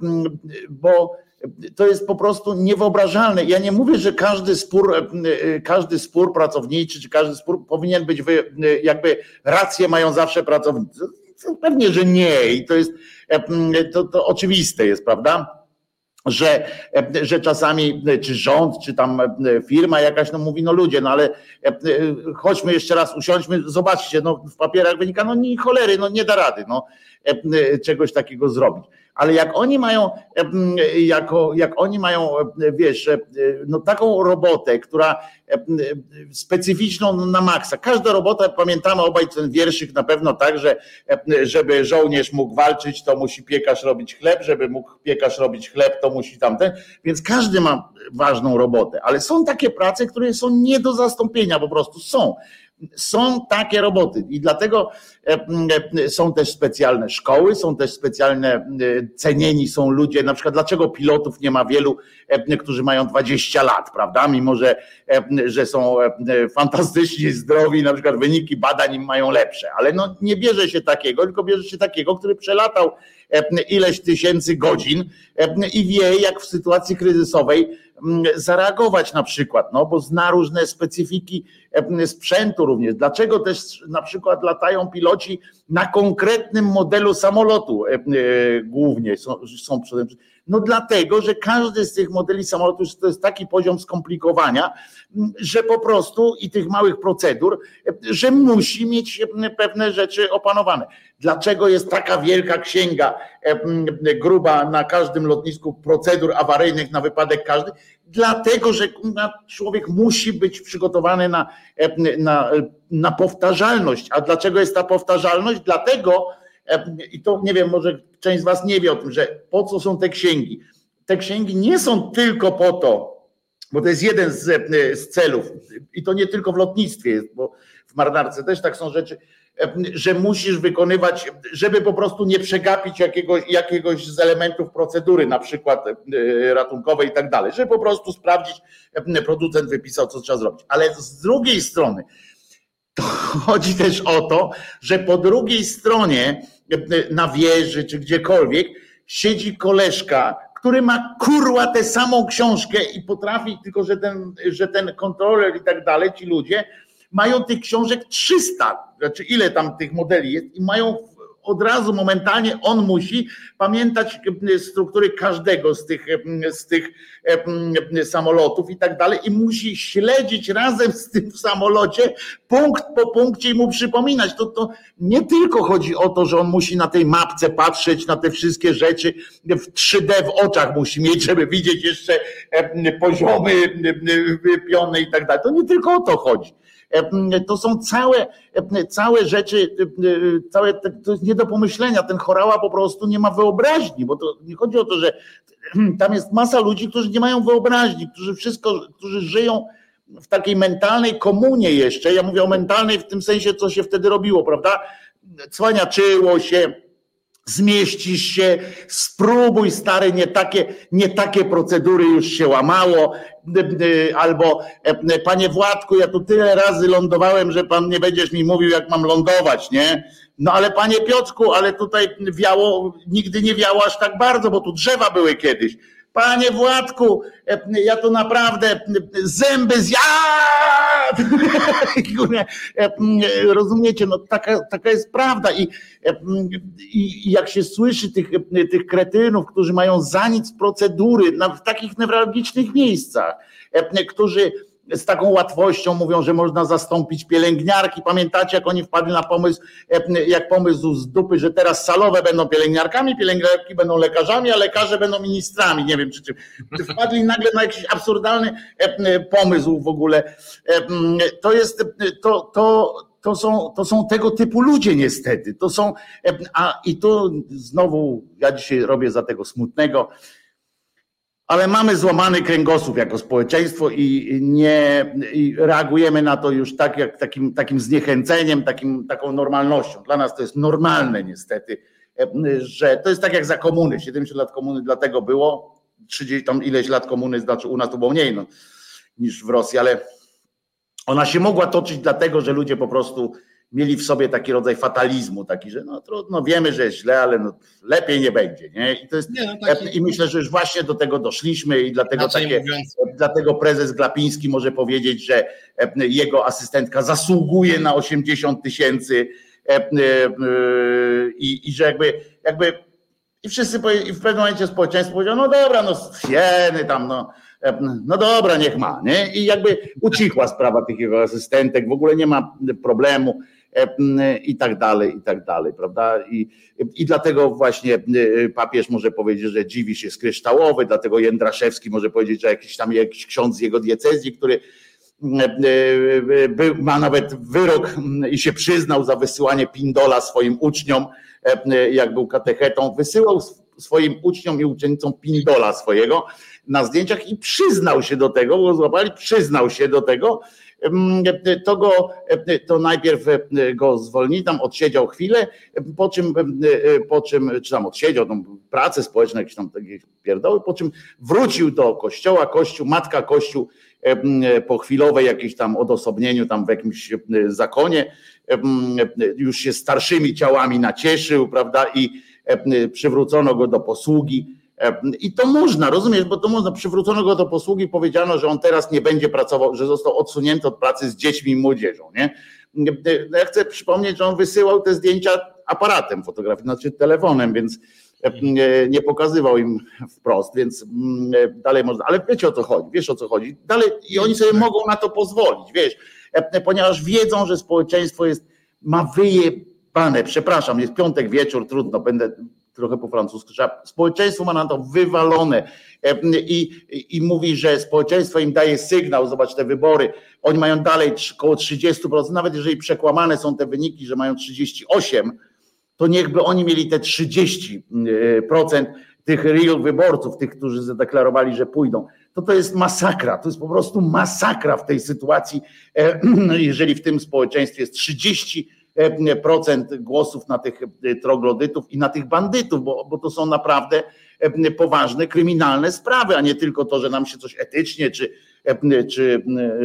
bo to jest po prostu niewyobrażalne. Ja nie mówię, że każdy spór, każdy spór pracowniczy, czy każdy spór powinien być, jakby rację mają zawsze pracownicy. Pewnie, że nie. I to jest, to, to oczywiste jest, prawda? Że, że czasami czy rząd, czy tam firma jakaś no mówi, no ludzie, no ale chodźmy jeszcze raz, usiądźmy, zobaczcie, no w papierach wynika, no nie cholery, no nie da rady, no czegoś takiego zrobić. Ale jak oni mają, jako, jak oni mają, wiesz, no taką robotę, która specyficzną na maksa. Każda robota, pamiętamy obaj ten wierszyk na pewno tak, że żeby żołnierz mógł walczyć, to musi piekarz robić chleb, żeby mógł piekarz robić chleb, to musi tamten. Więc każdy ma ważną robotę, ale są takie prace, które są nie do zastąpienia, po prostu są. Są takie roboty i dlatego są też specjalne szkoły, są też specjalne, cenieni są ludzie, na przykład dlaczego pilotów nie ma wielu, którzy mają dwadzieścia lat, prawda, mimo że, że są fantastycznie zdrowi, na przykład wyniki badań im mają lepsze, ale no nie bierze się takiego, tylko bierze się takiego, który przelatał ileś tysięcy godzin i wie, jak w sytuacji kryzysowej zareagować na przykład, no bo zna różne specyfiki sprzętu również. Dlaczego też na przykład latają piloci na konkretnym modelu samolotu głównie są, są przede wszystkim. No dlatego, że każdy z tych modeli samolotów to jest taki poziom skomplikowania, że po prostu i tych małych procedur, że musi mieć pewne rzeczy opanowane. Dlaczego jest taka wielka księga gruba na każdym lotnisku procedur awaryjnych na wypadek każdy? Dlatego, że człowiek musi być przygotowany na, na, na powtarzalność. A dlaczego jest ta powtarzalność? Dlatego, i to nie wiem, może część z was nie wie o tym, że po co są te księgi. Te księgi nie są tylko po to, bo to jest jeden z, z celów i to nie tylko w lotnictwie jest, bo w marynarce też tak są rzeczy, że musisz wykonywać, żeby po prostu nie przegapić jakiegoś, jakiegoś z elementów procedury, na przykład ratunkowej i tak dalej, żeby po prostu sprawdzić, producent wypisał, co trzeba zrobić. Ale z drugiej strony to chodzi też o to, że po drugiej stronie na wieży czy gdziekolwiek siedzi koleżka, który ma kurwa tę samą książkę i potrafi, tylko że ten, że ten kontroler i tak dalej, ci ludzie mają tych książek trzysta, znaczy ile tam tych modeli jest i mają od razu momentalnie, on musi pamiętać struktury każdego z tych, z tych samolotów i tak dalej i musi śledzić razem z tym w samolocie punkt po punkcie i mu przypominać. To, to nie tylko chodzi o to, że on musi na tej mapce patrzeć na te wszystkie rzeczy, w trzy D w oczach musi mieć, żeby widzieć jeszcze poziomy, piony i tak dalej. To nie tylko o to chodzi. To są całe, całe rzeczy, całe, to jest nie do pomyślenia. Ten Horała po prostu nie ma wyobraźni, bo to nie chodzi o to, że tam jest masa ludzi, którzy nie mają wyobraźni, którzy wszystko, którzy żyją w takiej mentalnej komunie jeszcze. Ja mówię o mentalnej w tym sensie, co się wtedy robiło, prawda? Cwaniaczyło się, zmieścisz się, spróbuj stary, nie takie, nie takie procedury już się łamało, albo panie Władku, ja tu tyle razy lądowałem, że pan nie będziesz mi mówił, jak mam lądować, nie? No ale panie Piotrku, ale tutaj wiało, nigdy nie wiało aż tak bardzo, bo tu drzewa były kiedyś. Panie Władku, ja tu naprawdę zęby zjadł. Rozumiecie, no taka, taka jest prawda. I, i jak się słyszy tych, tych kretynów, którzy mają za nic procedury na, w takich newralgicznych miejscach, którzy z taką łatwością mówią, że można zastąpić pielęgniarki. Pamiętacie, jak oni wpadli na pomysł, jak pomysł z dupy, że teraz salowe będą pielęgniarkami, pielęgniarki będą lekarzami, a lekarze będą ministrami. Nie wiem, czy, czy wpadli nagle na jakiś absurdalny pomysł w ogóle. To jest, to, to, to są, to są tego typu ludzie niestety. To są, a i tu znowu ja dzisiaj robię za tego smutnego, ale mamy złamany kręgosłup jako społeczeństwo i nie i reagujemy na to już tak jak takim, takim zniechęceniem, takim, taką normalnością. Dla nas to jest normalne niestety, że to jest tak jak za komuny. siedemdziesiąt lat komuny dlatego było, trzydzieści tam ileś lat komuny, znaczy u nas to było mniej no, niż w Rosji, ale ona się mogła toczyć dlatego, że ludzie po prostu mieli w sobie taki rodzaj fatalizmu, taki, że no trudno, wiemy, że jest źle, ale no, lepiej nie będzie. Nie? I, to jest, nie, no taki... I myślę, że już właśnie do tego doszliśmy i dlatego, takie, dlatego prezes Glapiński może powiedzieć, że jego asystentka zasługuje na osiemdziesiąt tysięcy i, i że jakby, jakby I wszyscy i w pewnym momencie społeczeństwo powiedziało, no dobra, no sieny tam, no, no dobra, niech ma, nie? I jakby ucichła sprawa tych jego asystentek, w ogóle nie ma problemu i tak dalej, i tak dalej, prawda? I, i dlatego właśnie papież może powiedzieć, że Dziwisz jest kryształowy, dlatego Jędraszewski może powiedzieć, że jakiś tam jakiś ksiądz z jego diecezji, który był, ma nawet wyrok i się przyznał za wysyłanie pindola swoim uczniom, jak był katechetą, wysyłał swoim uczniom i uczennicom pindola swojego na zdjęciach i przyznał się do tego, bo złapali, przyznał się do tego, to go, to najpierw go zwolnili, tam odsiedział chwilę, po czym, po czym czy tam odsiedział, tam prace społeczne, jakieś tam takie pierdoły, po czym wrócił do kościoła, kościół, matka kościół po chwilowej jakiejś tam odosobnieniu tam w jakimś zakonie, już się starszymi ciałami nacieszył, prawda, i przywrócono go do posługi. I to można, rozumiesz, bo to można, przywrócono go do posługi, powiedziano, że on teraz nie będzie pracował, że został odsunięty od pracy z dziećmi i młodzieżą, nie? Ja chcę przypomnieć, że on wysyłał te zdjęcia aparatem fotograficznym, znaczy telefonem, więc nie, nie pokazywał im wprost, więc dalej można, ale wiecie o co chodzi, wiesz o co chodzi, dalej i oni sobie mogą na to pozwolić, wiesz, ponieważ wiedzą, że społeczeństwo jest, ma wyjebane, przepraszam, jest piątek wieczór, trudno, będę trochę po francusku, społeczeństwo ma na to wywalone i, i, i mówi, że społeczeństwo im daje sygnał, zobacz te wybory, oni mają dalej około trzydzieści procent, nawet jeżeli przekłamane są te wyniki, że mają trzydzieści osiem procent, to niechby oni mieli te trzydzieści procent tych real wyborców, tych, którzy zadeklarowali, że pójdą. To to jest masakra, to jest po prostu masakra w tej sytuacji, jeżeli w tym społeczeństwie jest trzydzieści procent głosów na tych troglodytów i na tych bandytów, bo, bo to są naprawdę poważne, kryminalne sprawy, a nie tylko to, że nam się coś etycznie czy, czy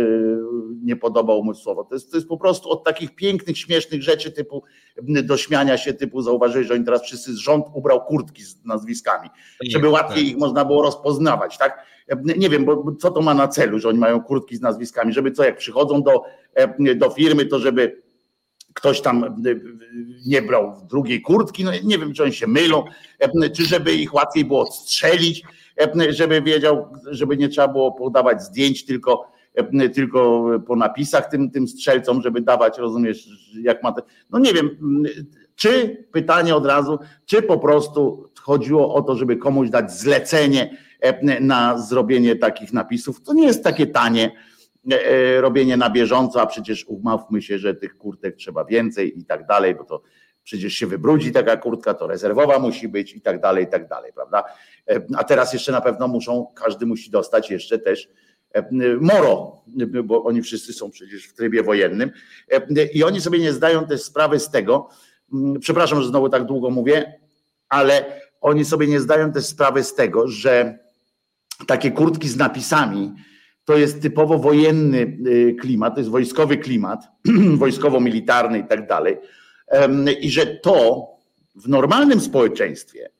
nie podoba umysłowo. To jest, to jest po prostu od takich pięknych, śmiesznych rzeczy typu do śmiania się, typu zauważyli, że oni teraz wszyscy rząd ubrał kurtki z nazwiskami, żeby łatwiej ich można było rozpoznawać, tak? Nie wiem, bo co to ma na celu, że oni mają kurtki z nazwiskami, żeby co, jak przychodzą do, do firmy, to żeby ktoś tam nie brał drugiej kurtki, no nie wiem, czy oni się mylą, czy żeby ich łatwiej było odstrzelić, żeby wiedział, żeby nie trzeba było podawać zdjęć tylko, tylko po napisach tym, tym strzelcom, żeby dawać, rozumiesz, jak ma te, no nie wiem, czy pytanie od razu, czy po prostu chodziło o to, żeby komuś dać zlecenie na zrobienie takich napisów, to nie jest takie tanie, robienie na bieżąco, a przecież umówmy się, że tych kurtek trzeba więcej i tak dalej, bo to przecież się wybrudzi taka kurtka, to rezerwowa musi być i tak dalej, i tak dalej, prawda? A teraz jeszcze na pewno muszą, każdy musi dostać jeszcze też moro, bo oni wszyscy są przecież w trybie wojennym i oni sobie nie zdają też sprawy z tego, przepraszam, że znowu tak długo mówię, ale oni sobie nie zdają też sprawy z tego, że takie kurtki z napisami to jest typowo wojenny klimat, to jest wojskowy klimat, wojskowo-militarny i tak dalej. I że to w normalnym społeczeństwie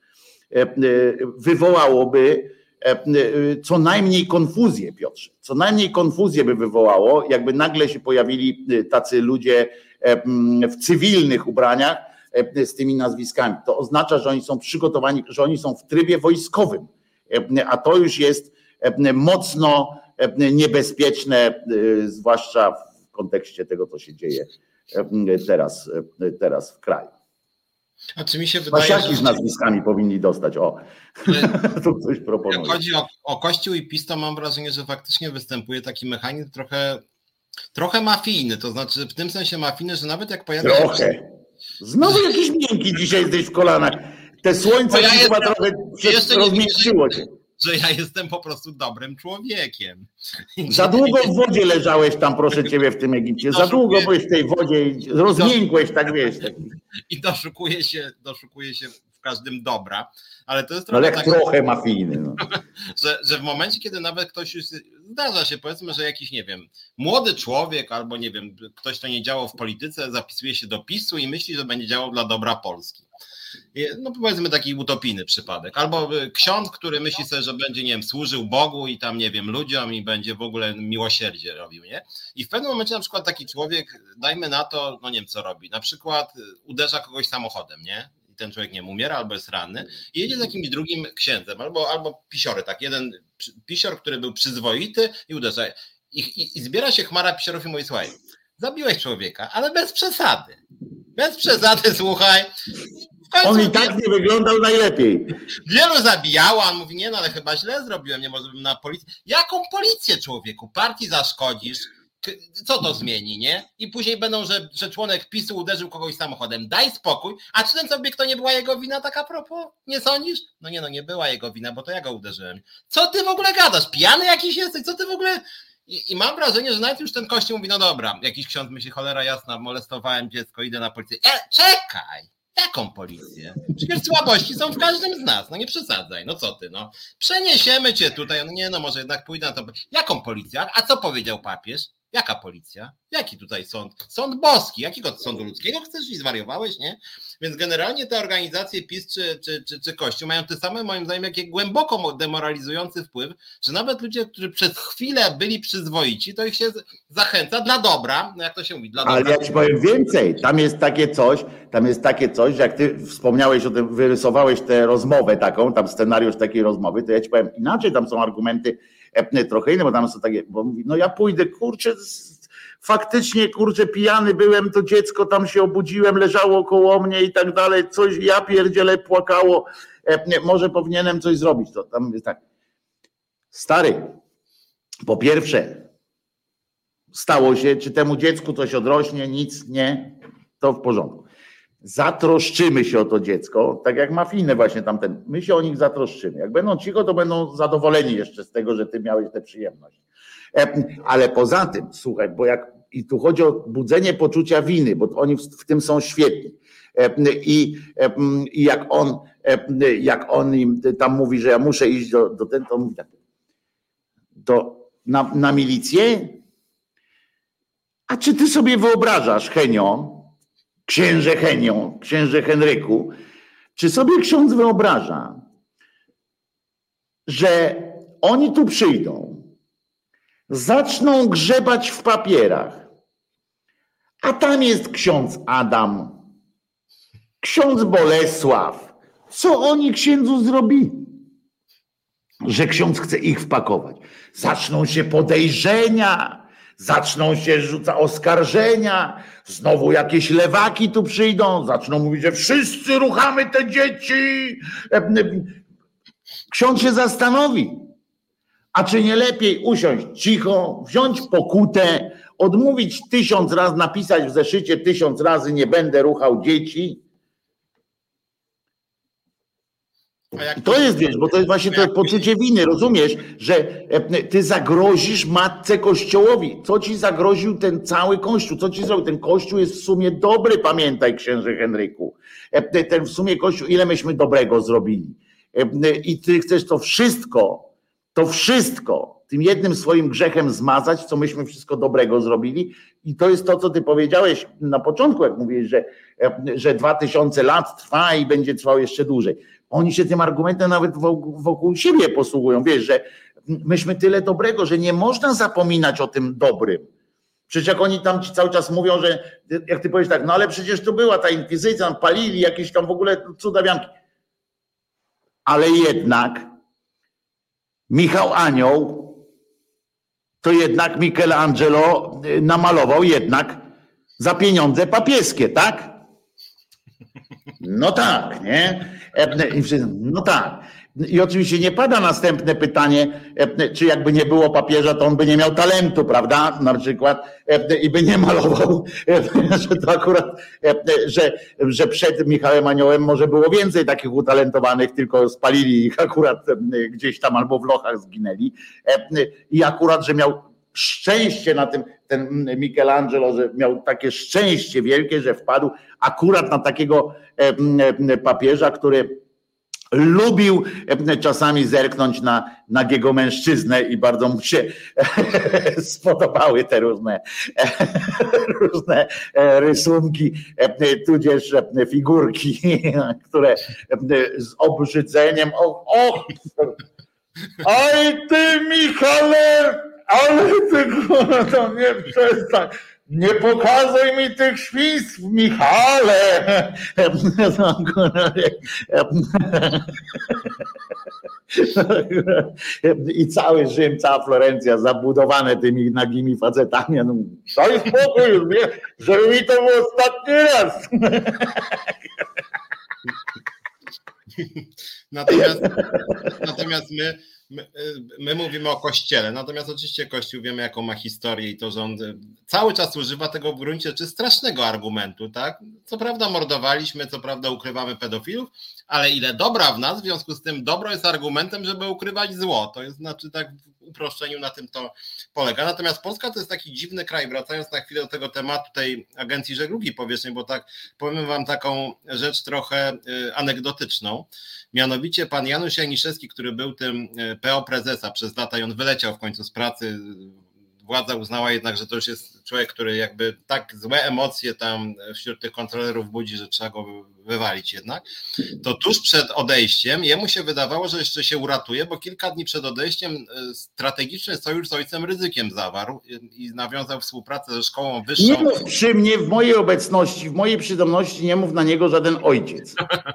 wywołałoby co najmniej konfuzję, Piotrze. Co najmniej konfuzję by wywołało, jakby nagle się pojawili tacy ludzie w cywilnych ubraniach z tymi nazwiskami. To oznacza, że oni są przygotowani, że oni są w trybie wojskowym, a to już jest mocno niebezpieczne, zwłaszcza w kontekście tego, co się dzieje teraz, teraz w kraju. A czy mi się wydaje, Pasiaki z nazwiskami powinni dostać, o, tu ktoś proponuje. Jak chodzi o, o Kościół i PiS, to mam wrażenie, że faktycznie występuje taki mechanizm trochę, trochę mafijny, to znaczy w tym sensie mafijny, że nawet jak pojawia trochę. się... Trochę. Znowu jakiś miękki dzisiaj jesteś w kolanach. Te słońce ja chyba jestem, trochę rozmiękczyło się. Że ja jestem po prostu dobrym człowiekiem. Za długo w wodzie leżałeś tam, proszę ciebie, w tym Egipcie. Za długo byłeś w tej wodzie i rozmiękłeś, tak wiesz. Tak. I doszukuję się, doszukuję się w każdym dobra, ale to jest trochę, trochę tak, trochę mafijny. No. że, że w momencie, kiedy nawet ktoś już zdarza się, powiedzmy, że jakiś, nie wiem, młody człowiek albo nie wiem, ktoś, kto nie działał w polityce, zapisuje się do PiSu i myśli, że będzie działał dla dobra Polski. No powiedzmy taki utopijny przypadek. Albo ksiądz, który myśli sobie, że będzie, nie wiem, służył Bogu i tam, nie wiem, ludziom i będzie w ogóle miłosierdzie robił, nie? I w pewnym momencie na przykład taki człowiek, dajmy na to, no nie wiem co robi, na przykład uderza kogoś samochodem, nie? I ten człowiek nie umiera, albo jest ranny i jedzie z jakimś drugim księdzem, albo, albo pisiory, tak, jeden pisior, który był przyzwoity i uderza. I, i, i zbiera się chmara pisiorów i mówi, słuchaj, zabiłeś człowieka, ale bez przesady. Bez przesady, słuchaj. On i tak nie wyglądał najlepiej. Wielu zabijało, a on mówi, nie no, ale chyba źle zrobiłem, nie może bym na policję. Jaką policję, człowieku? Partii zaszkodzisz, co to zmieni, nie? I później będą, że, że członek PiSu uderzył kogoś samochodem. Daj spokój. A czy ten sobie to nie była jego wina, tak a propos? Nie sądzisz? No nie no, nie była jego wina, bo to ja go uderzyłem. Co ty w ogóle gadasz? Pijany jakiś jesteś? Co ty w ogóle... I, I mam wrażenie, że nawet już ten kościół mówi, no dobra, jakiś ksiądz myśli, cholera jasna, molestowałem dziecko, idę na policję. E, czekaj! Jaką policję? Przecież słabości są w każdym z nas, no nie przesadzaj, no co ty, no. Przeniesiemy cię tutaj, no nie no, może jednak pójdę na to. Jaką policję? A co powiedział papież? Jaka policja? Jaki tutaj sąd? Sąd boski. Jakiego sądu ludzkiego chcesz i zwariowałeś, nie? Więc generalnie te organizacje PiS czy, czy, czy, czy Kościół mają te same, moim zdaniem, jakie głęboko demoralizujący wpływ, że nawet ludzie, którzy przez chwilę byli przyzwoici, to ich się zachęca dla dobra, no jak to się mówi, dla dobra. Ale ja ci powiem więcej, tam jest takie coś, tam jest takie coś, że jak ty wspomniałeś o tym, wyrysowałeś tę rozmowę taką, tam scenariusz takiej rozmowy, to ja ci powiem inaczej, tam są argumenty trochę inne, bo tam są takie, bo mówi, no ja pójdę, kurczę, faktycznie, kurczę, pijany byłem, to dziecko tam się obudziłem, leżało koło mnie i tak dalej, coś, ja pierdzielę, płakało, może powinienem coś zrobić. To tam jest tak, stary, po pierwsze, stało się, czy temu dziecku coś odrośnie, nic, nie, to w porządku. Zatroszczymy się o to dziecko, tak jak mafijne właśnie tamten, my się o nich zatroszczymy. Jak będą cicho, to będą zadowoleni jeszcze z tego, że ty miałeś tę przyjemność. Ale poza tym, słuchaj, bo jak, i tu chodzi o budzenie poczucia winy, bo oni w, w tym są świetni. I, i jak on, jak on im tam mówi, że ja muszę iść do, do ten, to mówi tak, do, na, na milicję? A czy ty sobie wyobrażasz, Henio, księże Henio, księże Henryku, czy sobie ksiądz wyobraża, że oni tu przyjdą, zaczną grzebać w papierach, a tam jest ksiądz Adam, ksiądz Bolesław. Co oni księdzu zrobili, że ksiądz chce ich wpakować? Zaczną się podejrzenia, zaczną się rzucać oskarżenia, znowu jakieś lewaki tu przyjdą, zaczną mówić, że wszyscy ruchamy te dzieci. Ksiądz się zastanowi, a czy nie lepiej usiąść cicho, wziąć pokutę, odmówić tysiąc razy, napisać w zeszycie tysiąc razy nie będę ruchał dzieci. I to jest, wiesz, bo to jest właśnie to poczucie winy, rozumiesz, że ty zagrozisz matce Kościołowi. Co ci zagroził ten cały Kościół? Co ci zrobił? Ten Kościół jest w sumie dobry, pamiętaj, księże Henryku. Ten w sumie Kościół, ile myśmy dobrego zrobili. I ty chcesz to wszystko, to wszystko tym jednym swoim grzechem zmazać, co myśmy wszystko dobrego zrobili. I to jest to, co ty powiedziałeś na początku, jak mówiłeś, że, że dwa tysiące lat trwa i będzie trwał jeszcze dłużej. Oni się tym argumentem nawet wokół, wokół siebie posługują. Wiesz, że myśmy tyle dobrego, że nie można zapominać o tym dobrym. Przecież jak oni tam ci cały czas mówią, że jak ty powiesz tak, no ale przecież to była ta inkwizycja, tam palili jakieś tam w ogóle cudawianki. Ale jednak Michał Anioł to jednak Michelangelo namalował jednak za pieniądze papieskie, tak? No tak, nie? No tak. I oczywiście nie pada następne pytanie, czy jakby nie było papieża, to on by nie miał talentu, prawda? Na przykład i by nie malował, że to akurat, że, że przed Michałem Aniołem może było więcej takich utalentowanych, tylko spalili ich akurat gdzieś tam albo w lochach zginęli. I akurat, że miał szczęście na tym, ten Michelangelo, że miał takie szczęście wielkie, że wpadł akurat na takiego papieża, który lubił czasami zerknąć na nagiego mężczyznę i bardzo mu się spodobały te różne, różne rysunki, tudzież figurki, które z obrzydzeniem, o, o, oj ty Michale, ale ty to nie przestań, nie pokazuj mi tych świstw, Michale. I cały Rzym, cała Florencja zabudowane tymi nagimi facetami. No, daj spokój już, żeby mi to był ostatni raz. Natomiast, natomiast my, my, my mówimy o Kościele, natomiast oczywiście Kościół wiemy jaką ma historię i to, że on cały czas używa tego w gruncie rzeczy strasznego argumentu, tak? Co prawda mordowaliśmy, co prawda ukrywamy pedofilów, ale ile dobra w nas, w związku z tym dobro jest argumentem, żeby ukrywać zło. To jest znaczy tak w uproszczeniu na tym to polega. Natomiast Polska to jest taki dziwny kraj, wracając na chwilę do tego tematu tej Agencji Żeglugi Powietrznej, bo tak powiem wam taką rzecz trochę anegdotyczną. Mianowicie pan Janusz Janiszewski, który był tym P O prezesa przez lata i on wyleciał w końcu z pracy, władza uznała jednak, że to już jest człowiek, który jakby tak złe emocje tam wśród tych kontrolerów budzi, że trzeba go wywalić jednak, to tuż przed odejściem jemu się wydawało, że jeszcze się uratuje, bo kilka dni przed odejściem strategiczny sojusz z ojcem Rydzykiem zawarł i nawiązał współpracę ze szkołą wyższą. Nie mów przy mnie, w mojej obecności, w mojej przytomności, nie mów na niego żaden ojciec.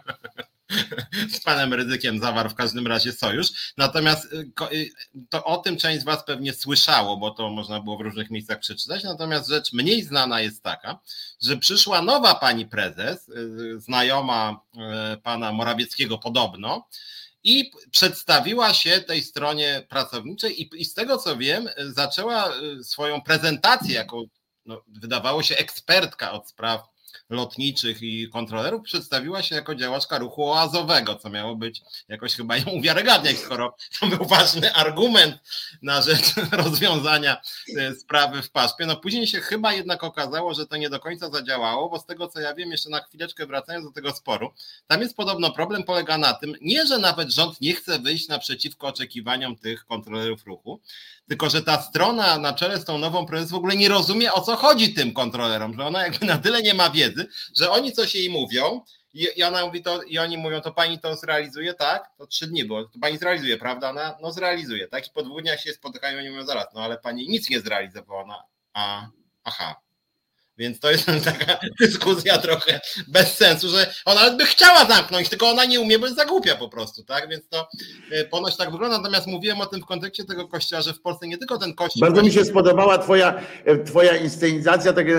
Z panem Rydzykiem zawarł w każdym razie sojusz, natomiast to o tym część z was pewnie słyszało, bo to można było w różnych miejscach przeczytać, natomiast rzecz mniej znana jest taka, że przyszła nowa pani prezes, znajoma pana Morawieckiego podobno, i przedstawiła się tej stronie pracowniczej i, i z tego co wiem zaczęła swoją prezentację jako, no, wydawało się, ekspertka od spraw lotniczych i kontrolerów, przedstawiła się jako działaczka ruchu oazowego, co miało być jakoś chyba ją uwiarygadniać, skoro to był ważny argument na rzecz rozwiązania sprawy w Paszpie. No później się chyba jednak okazało, że to nie do końca zadziałało, bo z tego co ja wiem, jeszcze na chwileczkę wracając do tego sporu, tam jest podobno problem polega na tym, nie, że nawet rząd nie chce wyjść naprzeciwko oczekiwaniom tych kontrolerów ruchu, tylko że ta strona na czele z tą nową prezes w ogóle nie rozumie, o co chodzi tym kontrolerom, że ona jakby na tyle nie ma wiedzy, że oni coś jej mówią i, i ona mówi to, i oni mówią, to pani to zrealizuje, tak? To trzy dni było, to pani zrealizuje, prawda? Ona, no zrealizuje, tak? I po dwóch dniach się spotykają i oni mówią, zaraz, no ale pani nic nie zrealizowała, ona, a, aha. Więc to jest taka dyskusja trochę bez sensu, że ona nawet by chciała zamknąć, tylko ona nie umie, bo jest za głupia po prostu, tak? Więc to ponoć tak wygląda. Natomiast mówiłem o tym w kontekście tego kościoła, że w Polsce nie tylko ten kościół... Bardzo mi się spodobała twoja, twoja inscenizacja, takie...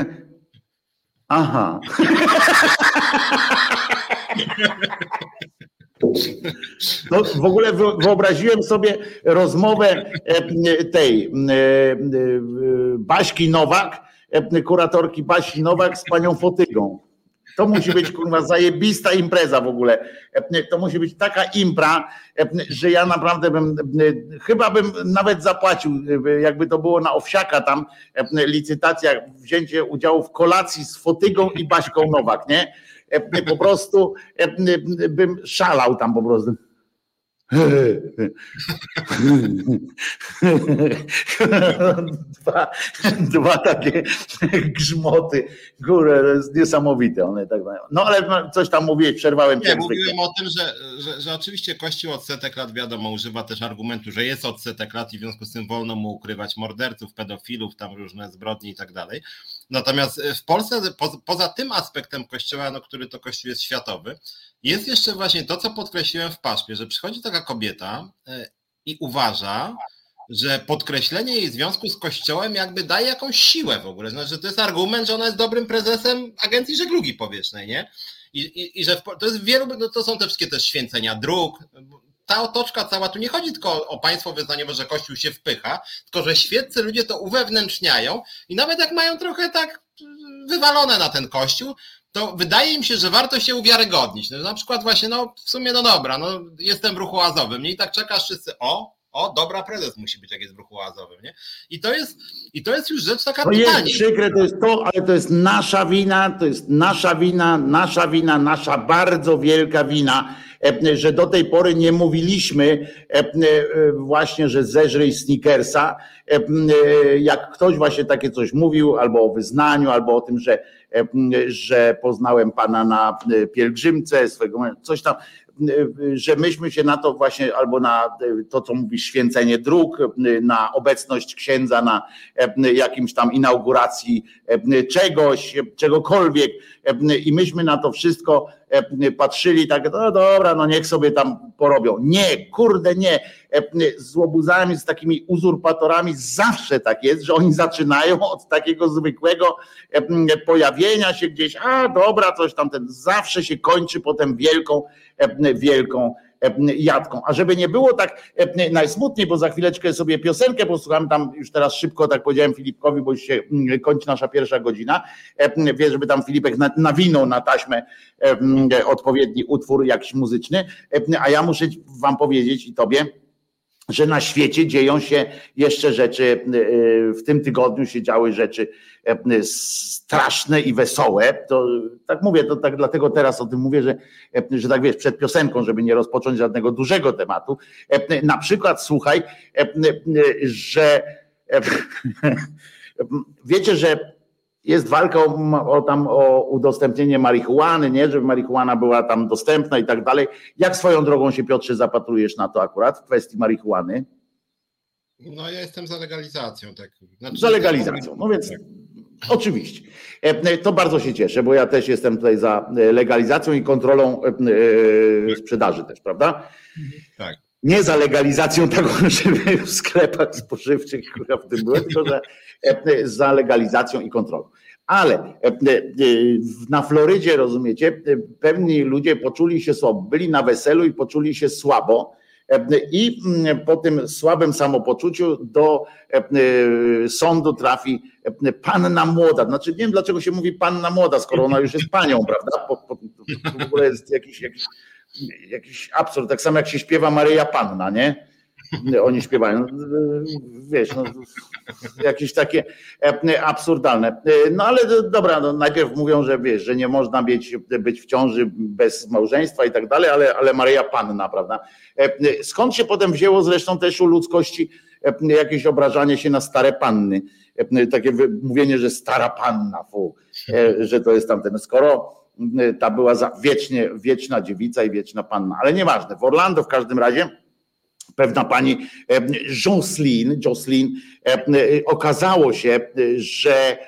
Aha. No, w ogóle wyobraziłem sobie rozmowę tej Baśki Nowak, kuratorki Basi Nowak z panią Fotygą. To musi być kurwa zajebista impreza w ogóle. To musi być taka impra, że ja naprawdę bym, chyba bym nawet zapłacił, jakby to było na Owsiaka tam licytacja, wzięcie udziału w kolacji z Fotygą i Baśką Nowak, nie? Po prostu bym szalał tam po prostu. Dwa, dwa takie grzmoty, górę, to jest niesamowite. One tak mają. No ale coś tam mówiłeś, przerwałem cię. Nie, mówiłem o tym, że, że, że oczywiście Kościół od setek lat, wiadomo, używa też argumentu, że jest od setek lat i w związku z tym wolno mu ukrywać morderców, pedofilów, tam różne zbrodnie i tak dalej. Natomiast w Polsce po, poza tym aspektem Kościoła, no, który to Kościół jest światowy, jest jeszcze właśnie to, co podkreśliłem w Paszpie, że przychodzi taka kobieta i uważa, że podkreślenie jej związku z Kościołem jakby daje jakąś siłę w ogóle. Znaczy, że to jest argument, że ona jest dobrym prezesem Agencji Żeglugi Powietrznej, nie? I, i, i że w, to jest wielu, no to są te wszystkie też święcenia dróg. Ta otoczka cała, tu nie chodzi tylko o państwo wyznaniowe, że Kościół się wpycha, tylko że świeccy ludzie to uwewnętrzniają i nawet jak mają trochę tak wywalone na ten Kościół, to wydaje im się, że warto się uwiarygodnić. No, na przykład właśnie, no w sumie, no dobra, no jestem w ruchu oazowym, nie? I tak czekasz wszyscy, o, o, dobra prezes musi być, jak jest w ruchu oazowym, nie? I to jest, i to jest już rzecz taka to totalnie... jest przykre, to jest to, ale to jest nasza wina, to jest nasza wina, nasza wina, nasza bardzo wielka wina, że do tej pory nie mówiliśmy właśnie, że zeżryj Snickersa, jak ktoś właśnie takie coś mówił, albo o wyznaniu, albo o tym, że, że poznałem Pana na pielgrzymce, swojego, coś tam, że myśmy się na to właśnie, albo na to, co mówi święcenie dróg, na obecność księdza na jakimś tam inauguracji czegoś, czegokolwiek i myśmy na to wszystko patrzyli tak, no dobra, no niech sobie tam porobią. Nie, kurde nie. Z łobuzami, z takimi uzurpatorami zawsze tak jest, że oni zaczynają od takiego zwykłego pojawienia się gdzieś, a dobra, coś tam, ten zawsze się kończy potem wielką, wielką jadką. A żeby nie było tak najsmutniej, bo za chwileczkę sobie piosenkę posłucham, tam już teraz szybko tak powiedziałem Filipkowi, bo już się kończy nasza pierwsza godzina, wie, żeby tam Filipek nawinął na taśmę odpowiedni utwór jakiś muzyczny, a ja muszę wam powiedzieć i tobie, że na świecie dzieją się jeszcze rzeczy, w tym tygodniu się działy rzeczy straszne i wesołe. To tak mówię, to tak dlatego teraz o tym mówię, że, że tak wiesz, przed piosenką, żeby nie rozpocząć żadnego dużego tematu. Na przykład słuchaj, że wiecie, że jest walka o, o, tam, o udostępnienie marihuany, nie, żeby marihuana była tam dostępna i tak dalej. Jak swoją drogą się, Piotrze, zapatrujesz na to akurat w kwestii marihuany? No ja jestem za legalizacją. Tak. Znaczy, za legalizacją, no więc tak. Oczywiście. To bardzo się cieszę, bo ja też jestem tutaj za legalizacją i kontrolą sprzedaży też, prawda? Tak. Nie za legalizacją tego, żeby w sklepach spożywczych w tym było, tylko że za legalizacją i kontrolą. Ale na Florydzie, rozumiecie, pewni ludzie poczuli się słabo, byli na weselu i poczuli się słabo i po tym słabym samopoczuciu do sądu trafi panna młoda. Znaczy nie wiem, dlaczego się mówi panna młoda, skoro ona już jest panią, prawda? Po, po, to w ogóle jest jakiś, jakiś, jakiś absurd. Tak samo jak się śpiewa Maryja Panna, nie? Oni śpiewają, wiesz, no, jakieś takie absurdalne. No ale dobra, no, najpierw mówią, że wiesz, że nie można być, być w ciąży bez małżeństwa i tak dalej, ale, ale Maryja Panna, prawda? Skąd się potem wzięło zresztą też u ludzkości jakieś obrażanie się na stare panny? Takie mówienie, że stara panna, fu, że to jest tamten. Skoro ta była za wiecznie, wieczna dziewica i wieczna panna, ale nieważne. W Orlando w każdym razie pewna pani Jocelyn, Jocelyn okazało się, że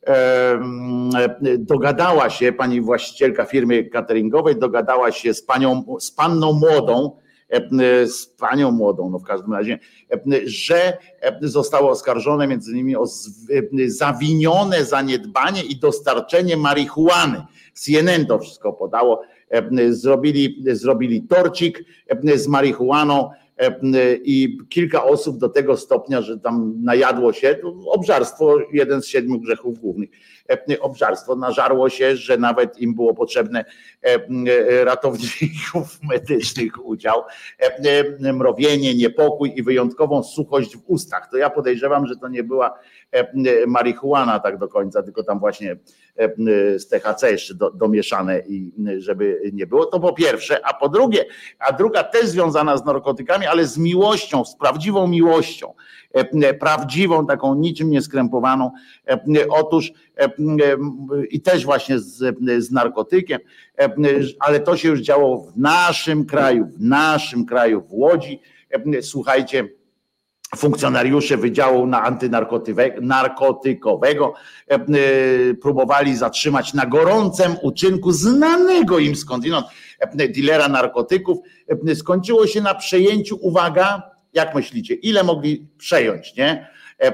dogadała się, pani właścicielka firmy cateringowej dogadała się z panią, z panną młodą, z panią młodą, no w każdym razie, że zostało oskarżone między innymi o zawinione zaniedbanie i dostarczenie marihuany. C N N to wszystko podało. Zrobili, zrobili torcik z marihuaną i kilka osób do tego stopnia, że tam najadło się, obżarstwo, jeden z siedmiu grzechów głównych, obżarstwo, nażarło się, że nawet im było potrzebne ratowników medycznych udział, mrowienie, niepokój i wyjątkową suchość w ustach. To ja podejrzewam, że to nie była marihuana tak do końca, tylko tam właśnie z T H C jeszcze do, domieszane i żeby nie było, to po pierwsze, a po drugie, a druga też związana z narkotykami, ale z miłością, z prawdziwą miłością, prawdziwą, taką niczym nieskrępowaną. Otóż i też właśnie z, z narkotykiem, ale to się już działo w naszym kraju, w naszym kraju, w Łodzi. Słuchajcie, funkcjonariusze Wydziału na Antynarkotykowego próbowali zatrzymać na gorącym uczynku znanego im skądinąd dilera narkotyków. Skończyło się na przejęciu, uwaga, jak myślicie, ile mogli przejąć, nie?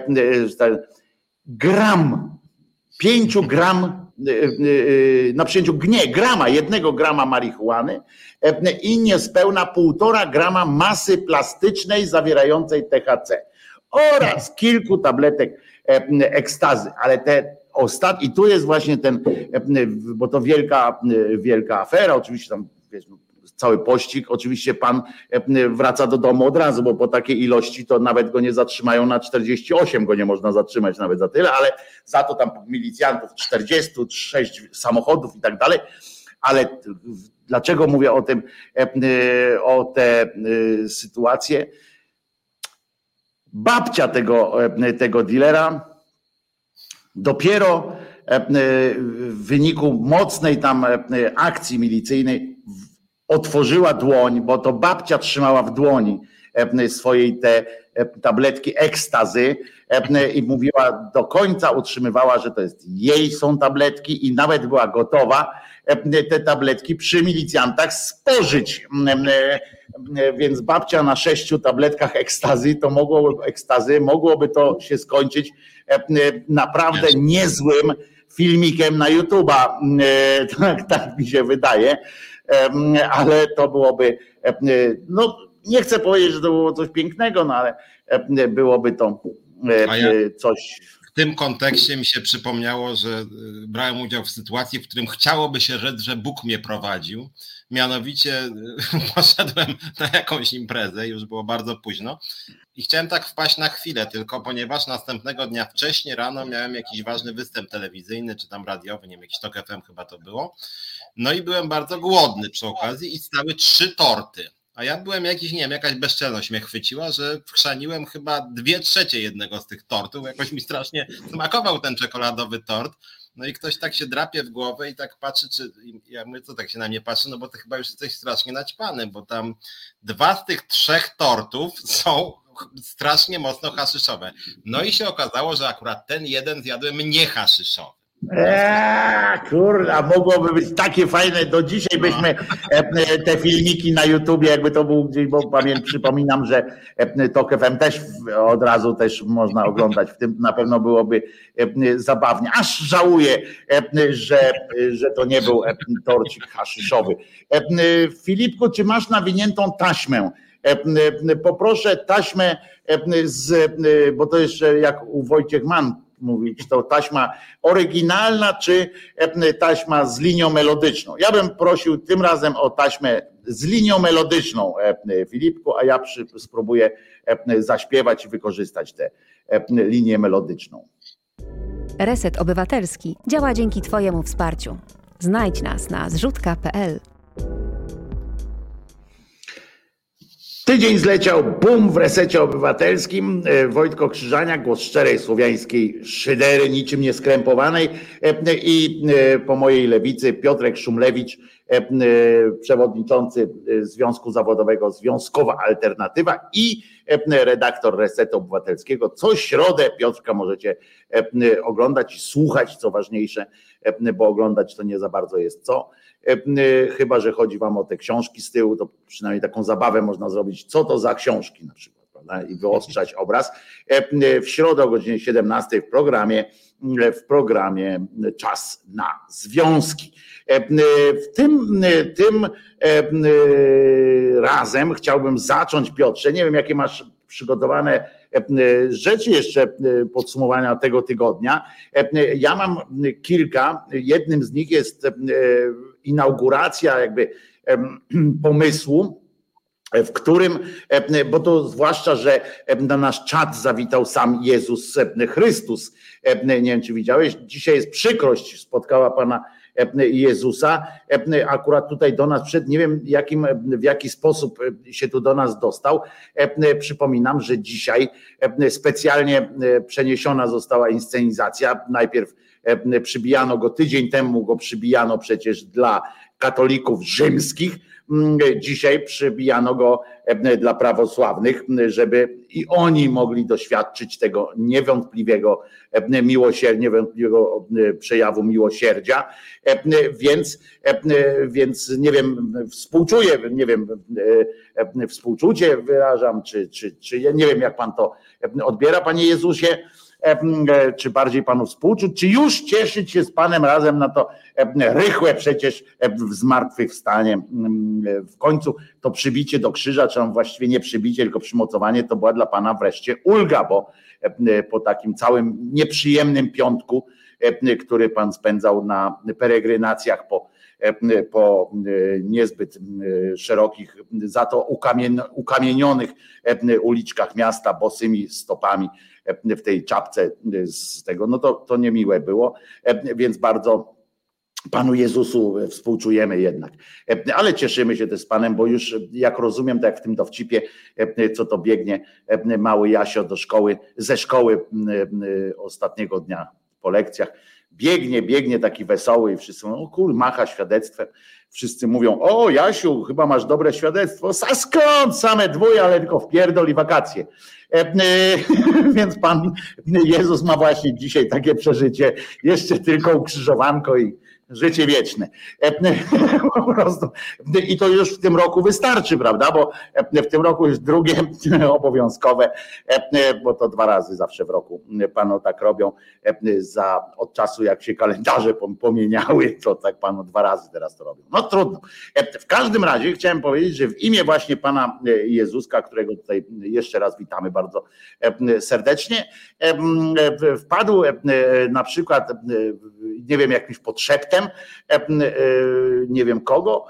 Gram, pięciu gram, na przyjęciu, nie, grama, jednego grama marihuany i niespełna półtora grama masy plastycznej zawierającej T H C oraz kilku tabletek ekstazy, ale te ostatnie, i tu jest właśnie ten, bo to wielka, wielka afera, oczywiście tam wiesz, cały pościg, oczywiście pan wraca do domu od razu, bo po takiej ilości to nawet go nie zatrzymają na czterdzieści osiem, go nie można zatrzymać nawet za tyle, ale za to tam milicjantów czterdzieści sześć samochodów i tak dalej. Ale dlaczego mówię o tym, o tę sytuację? Babcia tego, tego dealera dopiero w wyniku mocnej tam akcji milicyjnej otworzyła dłoń, bo to babcia trzymała w dłoni swojej te tabletki ekstazy i mówiła, do końca utrzymywała, że to jest jej są tabletki i nawet była gotowa te tabletki przy milicjantach spożyć. Więc babcia na sześciu tabletkach ekstazy, to mogłoby, ekstazy, mogłoby to się skończyć naprawdę niezłym filmikiem na YouTube'a. Tak, tak mi się wydaje, ale to byłoby, no nie chcę powiedzieć, że to było coś pięknego, no ale byłoby to coś. W tym kontekście mi się przypomniało, że brałem udział w sytuacji, w którym chciałoby się rzec, że Bóg mnie prowadził. Mianowicie poszedłem na jakąś imprezę, już było bardzo późno i chciałem tak wpaść na chwilę tylko, ponieważ następnego dnia wcześnie rano miałem jakiś ważny występ telewizyjny, czy tam radiowy, nie wiem, jakiś Tok F M chyba to było. No i byłem bardzo głodny przy okazji i stały trzy torty. A ja byłem jakiś, nie wiem, jakaś bezczelność mnie chwyciła, że wchrzaniłem chyba dwie trzecie jednego z tych tortów. Jakoś mi strasznie smakował ten czekoladowy tort. No i ktoś tak się drapie w głowę i tak patrzy, czy ja mówię, co tak się na mnie patrzy, no bo ty chyba już jesteś strasznie naćpany, bo tam dwa z tych trzech tortów są strasznie mocno haszyszowe. No i się okazało, że akurat ten jeden zjadłem niehaszyszowy. Eee, kurwa, mogłoby być takie fajne, do dzisiaj byśmy te filmiki na YouTubie, jakby to był gdzieś, bo pamiętam, przypominam, że Tok F M też od razu też można oglądać, w tym na pewno byłoby zabawnie. Aż żałuję, że, że to nie był torcik haszyszowy. Filipku, czy masz nawiniętą taśmę? Poproszę taśmę z, bo to jeszcze jak u Wojciech Mann mówił, czy to taśma oryginalna, czy taśma z linią melodyczną. Ja bym prosił tym razem o taśmę z linią melodyczną, Filipku, a ja przy, spróbuję zaśpiewać i wykorzystać tę linię melodyczną. Reset Obywatelski działa dzięki Twojemu wsparciu. Znajdź nas na zrzutka kropka pe el. Tydzień zleciał, bum w Resecie Obywatelskim. Wojtko Krzyżaniak, głos szczerej słowiańskiej szydery, niczym nieskrępowanej, i po mojej lewicy Piotrek Szumlewicz, przewodniczący Związku Zawodowego Związkowa Alternatywa i redaktor Resetu Obywatelskiego. Co środę Piotrka możecie oglądać i słuchać, co ważniejsze, bo oglądać to nie za bardzo jest co. Chyba że chodzi wam o te książki z tyłu, to przynajmniej taką zabawę można zrobić, co to za książki na przykład, prawda? I wyostrzać obraz. W środę o godzinie siedemnastej w programie, w programie Czas na Związki. W tym, tym razem chciałbym zacząć, Piotrze, nie wiem jakie masz przygotowane rzeczy jeszcze podsumowania tego tygodnia. Ja mam kilka, jednym z nich jest inauguracja jakby pomysłu, w którym, bo to zwłaszcza, że na nasz czat zawitał sam Jezus Chrystus. Nie wiem, czy widziałeś, dzisiaj jest przykrość, spotkała Pana Jezusa, akurat tutaj do nas przed, nie wiem jakim, w jaki sposób się tu do nas dostał. Przypominam, że dzisiaj specjalnie przeniesiona została inscenizacja. Najpierw przybijano go, tydzień temu go przybijano przecież dla katolików rzymskich, dzisiaj przybijano go dla prawosławnych, żeby i oni mogli doświadczyć tego niewątpliwego miłosierdzia, niewątpliwego przejawu miłosierdzia, więc, więc nie wiem, współczuję, nie wiem, współczucie wyrażam, czy, czy, czy ja nie wiem, jak pan to odbiera, Panie Jezusie, czy bardziej panu współczuć, czy już cieszyć się z Panem razem na to rychłe przecież zmartwychwstanie. W końcu to przybicie do krzyża, czy on właściwie nie przybicie, tylko przymocowanie, to była dla Pana wreszcie ulga, bo po takim całym nieprzyjemnym piątku, który Pan spędzał na peregrinacjach po, po niezbyt szerokich, za to ukamienionych uliczkach miasta bosymi stopami, w tej czapce z tego, no to, to niemiłe było, więc bardzo Panu Jezusu współczujemy jednak, ale cieszymy się też z Panem, bo już jak rozumiem, tak jak w tym dowcipie, co to biegnie mały Jasio do szkoły, ze szkoły ostatniego dnia po lekcjach, biegnie, biegnie taki wesoły i wszyscy mówią, o kur, macha świadectwem, wszyscy mówią, o Jasiu, chyba masz dobre świadectwo, a skąd, same dwoje, ale tylko wpierdol i wakacje. Więc Pan Jezus ma właśnie dzisiaj takie przeżycie, jeszcze tylko ukrzyżowanko i życie wieczne. Po prostu. I to już w tym roku wystarczy, prawda? Bo w tym roku jest drugie obowiązkowe, bo to dwa razy zawsze w roku Panu tak robią. Za, od czasu jak się kalendarze pomieniały, to tak Panu dwa razy teraz to robią. No trudno. W każdym razie chciałem powiedzieć, że w imię właśnie Pana Jezuska, którego tutaj jeszcze raz witamy bardzo serdecznie, wpadł na przykład, nie wiem, jakimś podszeptem, nie wiem kogo,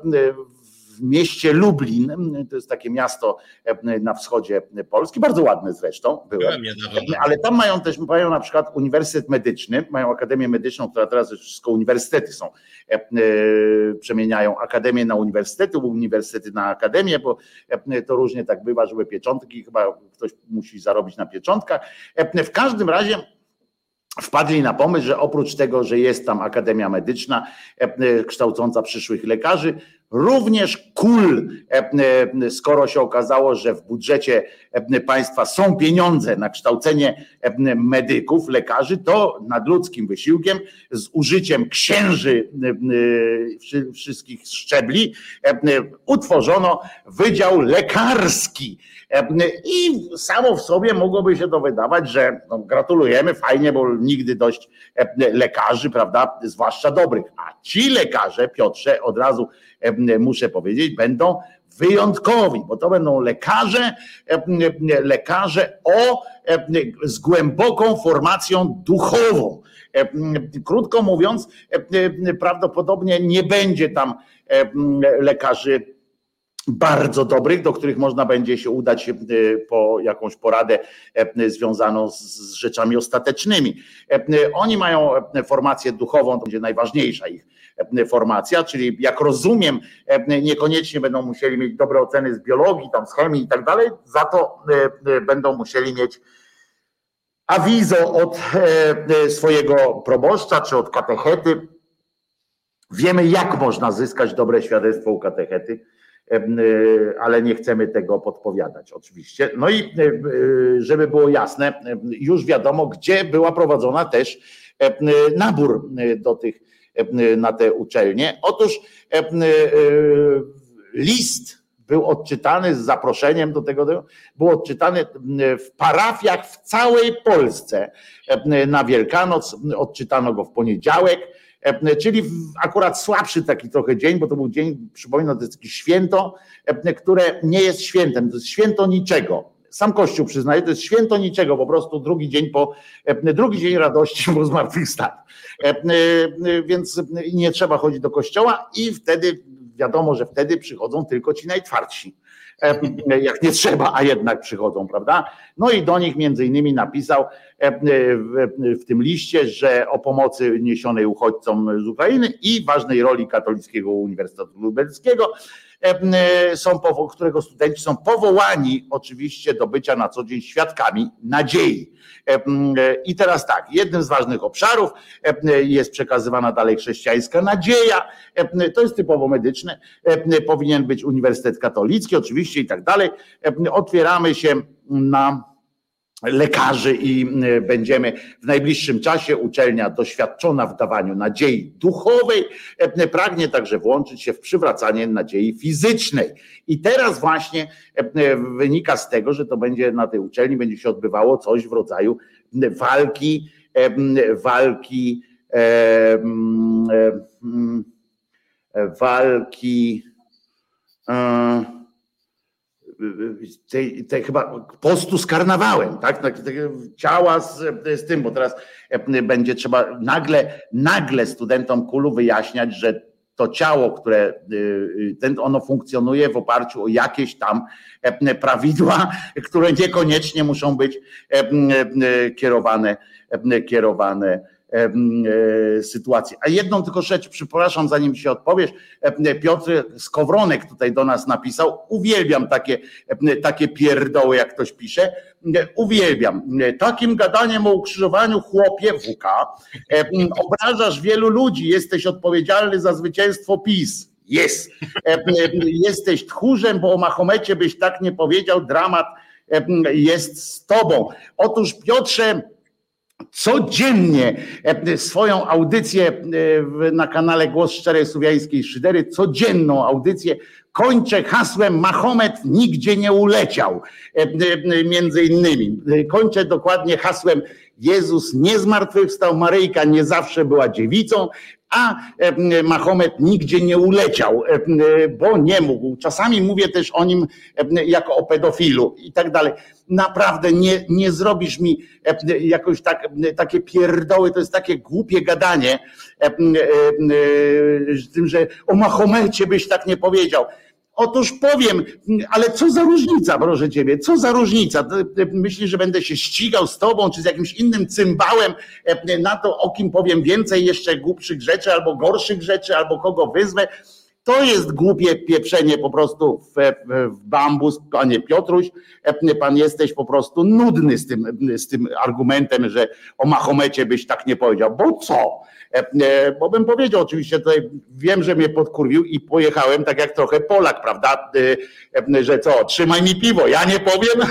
w mieście Lublin, to jest takie miasto na wschodzie Polski, bardzo ładne zresztą, byłem, ale tam mają też, mają na przykład Uniwersytet Medyczny, mają Akademię Medyczną, która teraz już wszystko uniwersytety są, przemieniają akademię na uniwersytety, uniwersytety na akademię, bo to różnie tak bywa, żeby pieczątki, chyba ktoś musi zarobić na pieczątkach. W każdym razie wpadli na pomysł, że oprócz tego, że jest tam Akademia Medyczna kształcąca przyszłych lekarzy, również KUL, skoro się okazało, że w budżecie państwa są pieniądze na kształcenie medyków, lekarzy, to nadludzkim wysiłkiem, z użyciem księży wszystkich szczebli, utworzono Wydział Lekarski. I samo w sobie mogłoby się to wydawać, że no, gratulujemy, fajnie, bo nigdy dość lekarzy, prawda, zwłaszcza dobrych. A ci lekarze, Piotrze, od razu muszę powiedzieć, będą wyjątkowi, bo to będą lekarze, lekarze o, z głęboką formacją duchową. Krótko mówiąc, prawdopodobnie nie będzie tam lekarzy bardzo dobrych, do których można będzie się udać po jakąś poradę związaną z rzeczami ostatecznymi. Oni mają formację duchową, to będzie najważniejsza ich formacja, czyli jak rozumiem, niekoniecznie będą musieli mieć dobre oceny z biologii, tam z chemii i tak dalej, za to będą musieli mieć awizo od swojego proboszcza czy od katechety. Wiemy, jak można zyskać dobre świadectwo u katechety, ale nie chcemy tego podpowiadać oczywiście. No i żeby było jasne, już wiadomo, gdzie była prowadzona też nabór do tych, na te uczelnie. Otóż list był odczytany z zaproszeniem do tego, był odczytany w parafiach w całej Polsce na Wielkanoc, odczytano go w poniedziałek, czyli akurat słabszy taki trochę dzień, bo to był dzień, przypominam, to jest takie święto, które nie jest świętem, to jest święto niczego. Sam Kościół przyznaje, to jest święto niczego, po prostu drugi dzień po, drugi dzień radości po zmartwychwstaniu. Więc nie trzeba chodzić do kościoła i wtedy wiadomo, że wtedy przychodzą tylko ci najtwardsi. Jak nie trzeba, a jednak przychodzą, prawda? No i do nich między innymi napisał w tym liście, że o pomocy niesionej uchodźcom z Ukrainy i ważnej roli Katolickiego Uniwersytetu Lubelskiego, są, którego studenci są powołani oczywiście do bycia na co dzień świadkami nadziei. I teraz tak, jednym z ważnych obszarów jest przekazywana dalej chrześcijańska nadzieja, to jest typowo medyczne, powinien być Uniwersytet Katolicki oczywiście i tak dalej. Otwieramy się na lekarzy i będziemy w najbliższym czasie, uczelnia doświadczona w dawaniu nadziei duchowej pragnie także włączyć się w przywracanie nadziei fizycznej. I teraz właśnie wynika z tego, że to będzie na tej uczelni będzie się odbywało coś w rodzaju walki, walki, walki, Tej, tej chyba postu z karnawałem, tak? Ciała z, z tym, bo teraz będzie trzeba nagle, nagle studentom KUL-u wyjaśniać, że to ciało, które ten, ono funkcjonuje w oparciu o jakieś tam prawidła, które niekoniecznie muszą być kierowane, kierowane sytuację. A jedną tylko rzecz, przepraszam, zanim się odpowiesz, Piotr Skowronek tutaj do nas napisał, uwielbiam takie, takie pierdoły, jak ktoś pisze, uwielbiam. Takim gadaniem o ukrzyżowaniu, chłopie, W K, obrażasz wielu ludzi, jesteś odpowiedzialny za zwycięstwo PiS. Jest. Jesteś tchórzem, bo o Mahomecie byś tak nie powiedział, dramat jest z tobą. Otóż Piotrze, codziennie swoją audycję na kanale Głos Szczerej Słowiańskiej Szydery, codzienną audycję kończę hasłem Mahomet nigdzie nie uleciał, między innymi. Kończę dokładnie hasłem Jezus nie zmartwychwstał, Maryjka nie zawsze była dziewicą, a Mahomet nigdzie nie uleciał, bo nie mógł. Czasami mówię też o nim jako o pedofilu i tak dalej. Naprawdę nie, nie zrobisz mi jakoś tak, takie pierdoły, to jest takie głupie gadanie, z tym, że o Mahomecie byś tak nie powiedział. Otóż powiem, ale co za różnica, proszę ciebie, co za różnica? Myślisz, że będę się ścigał z tobą, czy z jakimś innym cymbałem na to, o kim powiem więcej jeszcze głupszych rzeczy, albo gorszych rzeczy, albo kogo wyzwę? To jest głupie pieprzenie po prostu w, w bambus, panie Piotruś. Pan jesteś po prostu nudny z tym, z tym argumentem, że o Mahomecie byś tak nie powiedział. Bo co? Bo bym powiedział, oczywiście tutaj wiem, że mnie podkurwił i pojechałem tak jak trochę Polak, prawda? Że co, trzymaj mi piwo, ja nie powiem,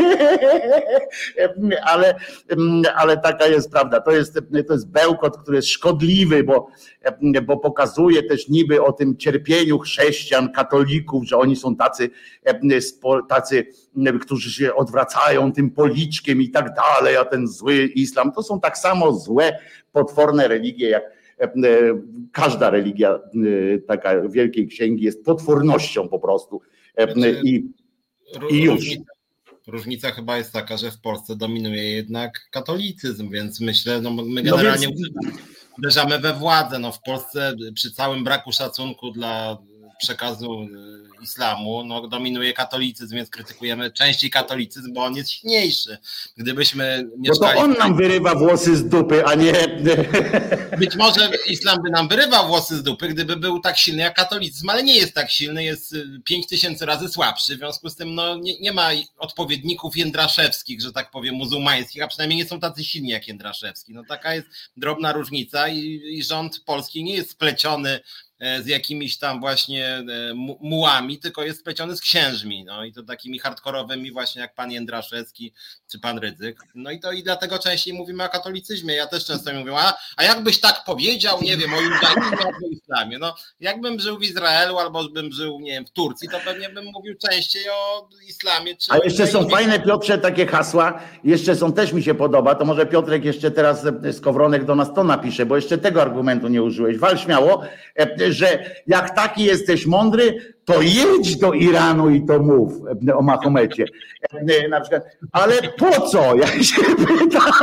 ale, ale taka jest prawda. To jest, to jest bełkot, który jest szkodliwy, bo, bo pokazuje też niby o tym cierpieniu chrześcijan, katolików, że oni są tacy, tacy, którzy się odwracają tym policzkiem i tak dalej, a ten zły islam, to są tak samo złe, potworne religie, jak każda religia taka Wielkiej Księgi jest potwornością po prostu. I, i już. Różnica chyba jest taka, że w Polsce dominuje jednak katolicyzm, więc myślę, no my generalnie no więc... uderzamy we władzę. No w Polsce przy całym braku szacunku dla przekazu islamu, no dominuje katolicyzm, więc krytykujemy częściej katolicyzm, bo on jest silniejszy. Gdybyśmy mieszkali... Bo to on nam wyrywa włosy z dupy, a nie... Być może islam by nam wyrywał włosy z dupy, gdyby był tak silny jak katolicyzm, ale nie jest tak silny, jest pięć tysięcy razy słabszy, w związku z tym no, nie, nie ma odpowiedników jędraszewskich, że tak powiem, muzułmańskich, a przynajmniej nie są tacy silni jak Jędraszewski. No taka jest drobna różnica i, i rząd polski nie jest spleciony z jakimiś tam właśnie mułami, tylko jest spleciony z księżmi, no i to takimi hardkorowymi właśnie jak pan Jędraszewski czy pan Rydzyk. No i to i dlatego częściej mówimy o katolicyzmie. Ja też często mówię, a, a jakbyś tak powiedział, nie wiem, o judaizmie albo islamie. No jakbym żył w Izraelu albo bym żył, nie wiem, w Turcji, to pewnie bym mówił częściej o islamie. Czy a jeszcze są fajne, Piotrze, takie hasła, jeszcze są, też mi się podoba, to może Piotrek jeszcze teraz Skowronek do nas to napisze, bo jeszcze tego argumentu nie użyłeś. Wal śmiało, że jak taki jesteś mądry, to jedź do Iranu i to mów o Mahomecie. Na przykład, ale po co? Ja się pytam.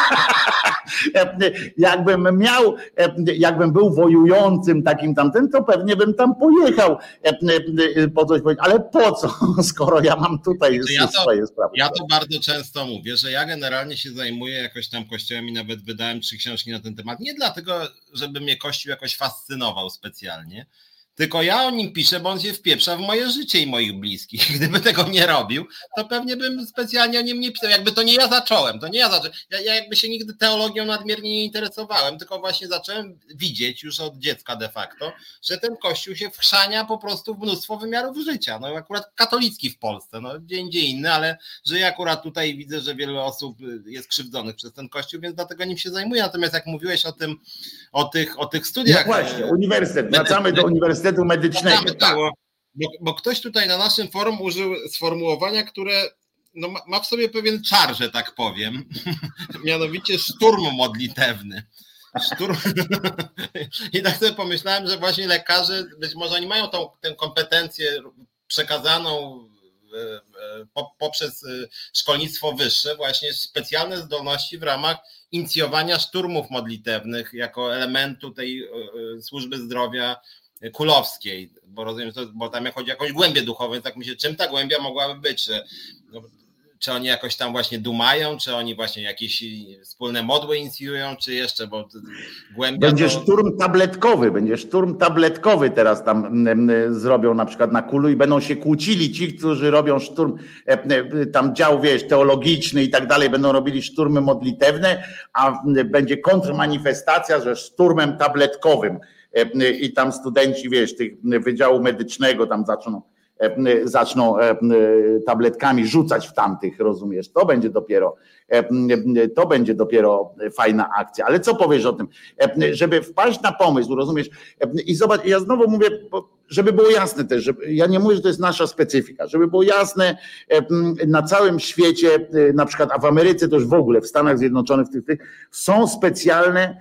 Jakbym miał, jakbym był wojującym takim tamten, to pewnie bym tam pojechał po coś powiedzieć, ale po co, skoro ja mam tutaj ja to, swoje sprawy. Ja to bardzo często mówię, że ja generalnie się zajmuję jakoś tam kościołem i nawet wydałem trzy książki na ten temat. Nie dlatego, żeby mnie kościół jakoś fascynował specjalnie, tylko ja o nim piszę, bo on się wpieprza w moje życie i moich bliskich. Gdyby tego nie robił, to pewnie bym specjalnie o nim nie pisał. Jakby to nie ja zacząłem, to nie ja zacząłem. Ja, ja jakby się nigdy teologią nadmiernie nie interesowałem, tylko właśnie zacząłem widzieć już od dziecka de facto, że ten kościół się wchrzania po prostu w mnóstwo wymiarów życia. No akurat katolicki w Polsce, no gdzie indziej inny, ale że ja akurat tutaj widzę, że wiele osób jest krzywdzonych przez ten kościół, więc dlatego nim się zajmuję. Natomiast jak mówiłeś o tym, o tych, o tych studiach... No właśnie, uniwersytet, wracamy do uniwersytetu medycznego. Tak. Bo, bo ktoś tutaj na naszym forum użył sformułowania, które no, ma, ma w sobie pewien czar, że tak powiem, mianowicie szturm modlitewny. Szturm. I tak sobie pomyślałem, że właśnie lekarze, być może oni mają tą tę kompetencję przekazaną poprzez szkolnictwo wyższe, właśnie specjalne zdolności w ramach inicjowania szturmów modlitewnych jako elementu tej służby zdrowia kulowskiej, bo rozumiem, że to, bo tam chodzi o jakąś głębię duchową, więc tak myślę, czym ta głębia mogłaby być, że no, czy oni jakoś tam właśnie dumają, czy oni właśnie jakieś wspólne modły inicjują, czy jeszcze, bo głębia Będzie to... szturm tabletkowy, będzie szturm tabletkowy teraz tam m, m, zrobią na przykład na Kulu i będą się kłócili ci, którzy robią szturm, e, e, tam dział, wiesz, teologiczny i tak dalej, będą robili szturmy modlitewne, a m, będzie kontrmanifestacja, że szturmem tabletkowym e, e, i tam studenci, wiesz, tych Wydziału Medycznego tam zaczną zaczną tabletkami rzucać w tamtych, rozumiesz? To będzie dopiero, to będzie dopiero fajna akcja. Ale co powiesz o tym? Żeby wpaść na pomysł, rozumiesz? I zobacz, ja znowu mówię, żeby było jasne też, że ja nie mówię, że to jest nasza specyfika, żeby było jasne na całym świecie, na przykład, a w Ameryce to już w ogóle, w Stanach Zjednoczonych, w tych, tych są specjalne,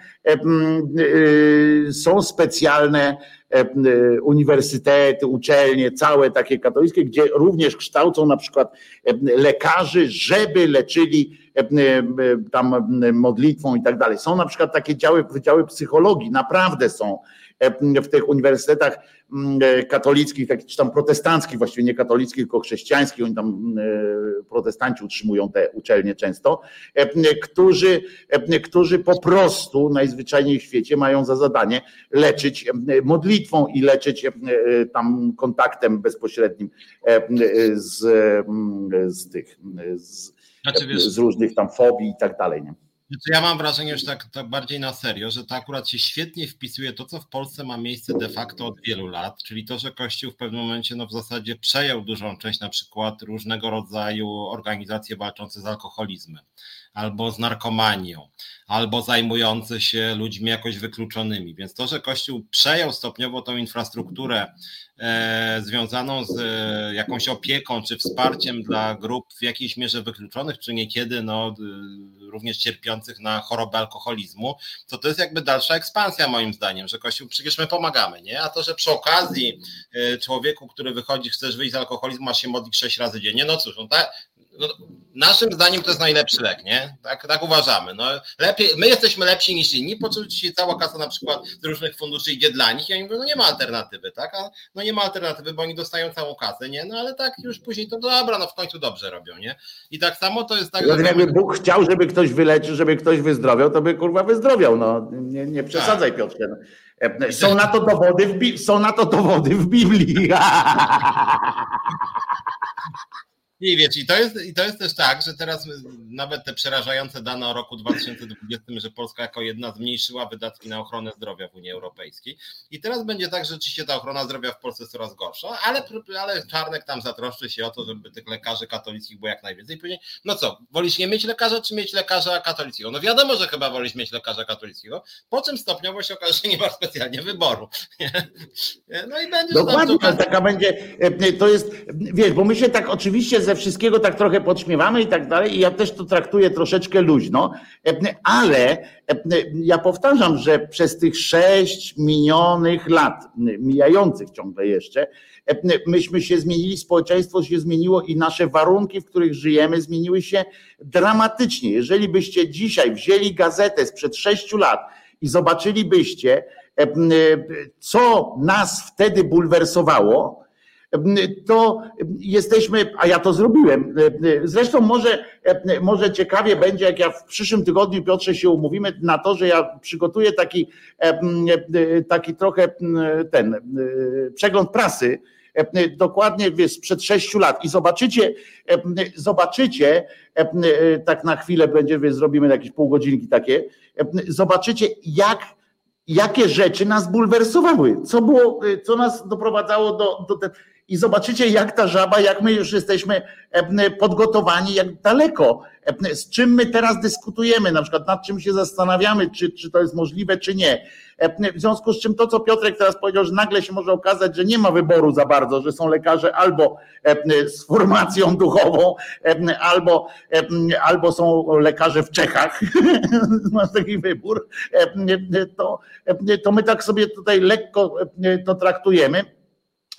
są specjalne uniwersytety, uczelnie, całe takie katolickie, gdzie również kształcą na przykład lekarzy, żeby leczyli tam modlitwą i tak dalej. Są na przykład takie działy, wydziały psychologii, naprawdę są w tych uniwersytetach katolickich, czy tam protestanckich, właściwie nie katolickich, tylko chrześcijańskich, oni tam protestanci utrzymują te uczelnie często, którzy, którzy po prostu najzwyczajniej w świecie mają za zadanie leczyć modlitwą i leczyć tam kontaktem bezpośrednim z, z tych, z, Znaczy, wiesz, z różnych tam fobii i tak dalej, nie? Ja mam wrażenie, że tak, tak bardziej na serio, że to akurat się świetnie wpisuje to, co w Polsce ma miejsce de facto od wielu lat, czyli to, że Kościół w pewnym momencie no w zasadzie przejął dużą część na przykład różnego rodzaju organizacje walczące z alkoholizmem, albo z narkomanią, albo zajmujące się ludźmi jakoś wykluczonymi. Więc to, że Kościół przejął stopniowo tą infrastrukturę e, związaną z e, jakąś opieką czy wsparciem dla grup w jakiejś mierze wykluczonych, czy niekiedy no, e, również cierpiących na chorobę alkoholizmu, to to jest jakby dalsza ekspansja moim zdaniem, że Kościół, przecież my pomagamy, nie? A to, że przy okazji e, człowieku, który wychodzi, chcesz wyjść z alkoholizmu, ma się modlić sześć razy dziennie, no cóż, no tak. No, naszym zdaniem to jest najlepszy lek, nie? Tak, tak uważamy. No, lepiej, my jesteśmy lepsi niż inni, po czym dzisiaj cała kasa na przykład z różnych funduszy idzie dla nich i oni mówią, no nie ma alternatywy, tak? A no nie ma alternatywy, bo oni dostają całą kasę, nie? No ale tak już później to dobra, no w końcu dobrze robią, nie? I tak samo to jest tak, że... Jakby mamy... Bóg chciał, żeby ktoś wyleczył, żeby ktoś wyzdrowiał, to by kurwa wyzdrowiał, no. Nie, nie przesadzaj, tak. Piotrze. No. Są na to dowody w, Bi- są na to dowody w Biblii. I wiesz, i to, jest, i to jest też tak, że teraz nawet te przerażające dane o roku dwa tysiące dwudziestym, że Polska jako jedna zmniejszyła wydatki na ochronę zdrowia w Unii Europejskiej. I teraz będzie tak, że rzeczywiście ta ochrona zdrowia w Polsce jest coraz gorsza, ale, ale Czarnek tam zatroszczy się o to, żeby tych lekarzy katolickich było jak najwięcej. Później, no co, wolisz nie mieć lekarza, czy mieć lekarza katolickiego? No wiadomo, że chyba wolisz mieć lekarza katolickiego, po czym stopniowo się okaże, że nie masz specjalnie wyboru. No i będzie... Dokładnie, tam, to... taka będzie, to jest, wiesz, bo my się tak oczywiście ze wszystkiego tak trochę podśmiewamy i tak dalej i ja też to traktuję troszeczkę luźno, ale ja powtarzam, że przez tych sześć minionych lat, mijających ciągle jeszcze, myśmy się zmienili, społeczeństwo się zmieniło i nasze warunki, w których żyjemy, zmieniły się dramatycznie. Jeżeli byście dzisiaj wzięli gazetę sprzed sześciu lat i zobaczylibyście, co nas wtedy bulwersowało, to jesteśmy, a ja to zrobiłem. Zresztą może, może ciekawie będzie, jak ja w przyszłym tygodniu, Piotrze, się umówimy na to, że ja przygotuję taki, taki trochę ten przegląd prasy, dokładnie wiesz, sprzed sześciu lat i zobaczycie, zobaczycie, tak na chwilę będzie, wiesz, zrobimy jakieś pół godzinki takie, zobaczycie jak jakie rzeczy nas bulwersowały, co było, co nas doprowadzało do, do te... I zobaczycie, jak ta żaba, jak my już jesteśmy podgotowani, jak daleko, z czym my teraz dyskutujemy, na przykład nad czym się zastanawiamy, czy, czy to jest możliwe, czy nie. W związku z czym to, co Piotrek teraz powiedział, że nagle się może okazać, że nie ma wyboru za bardzo, że są lekarze albo z formacją duchową, albo, albo są lekarze w Czechach, masz taki wybór, to, to my tak sobie tutaj lekko to traktujemy.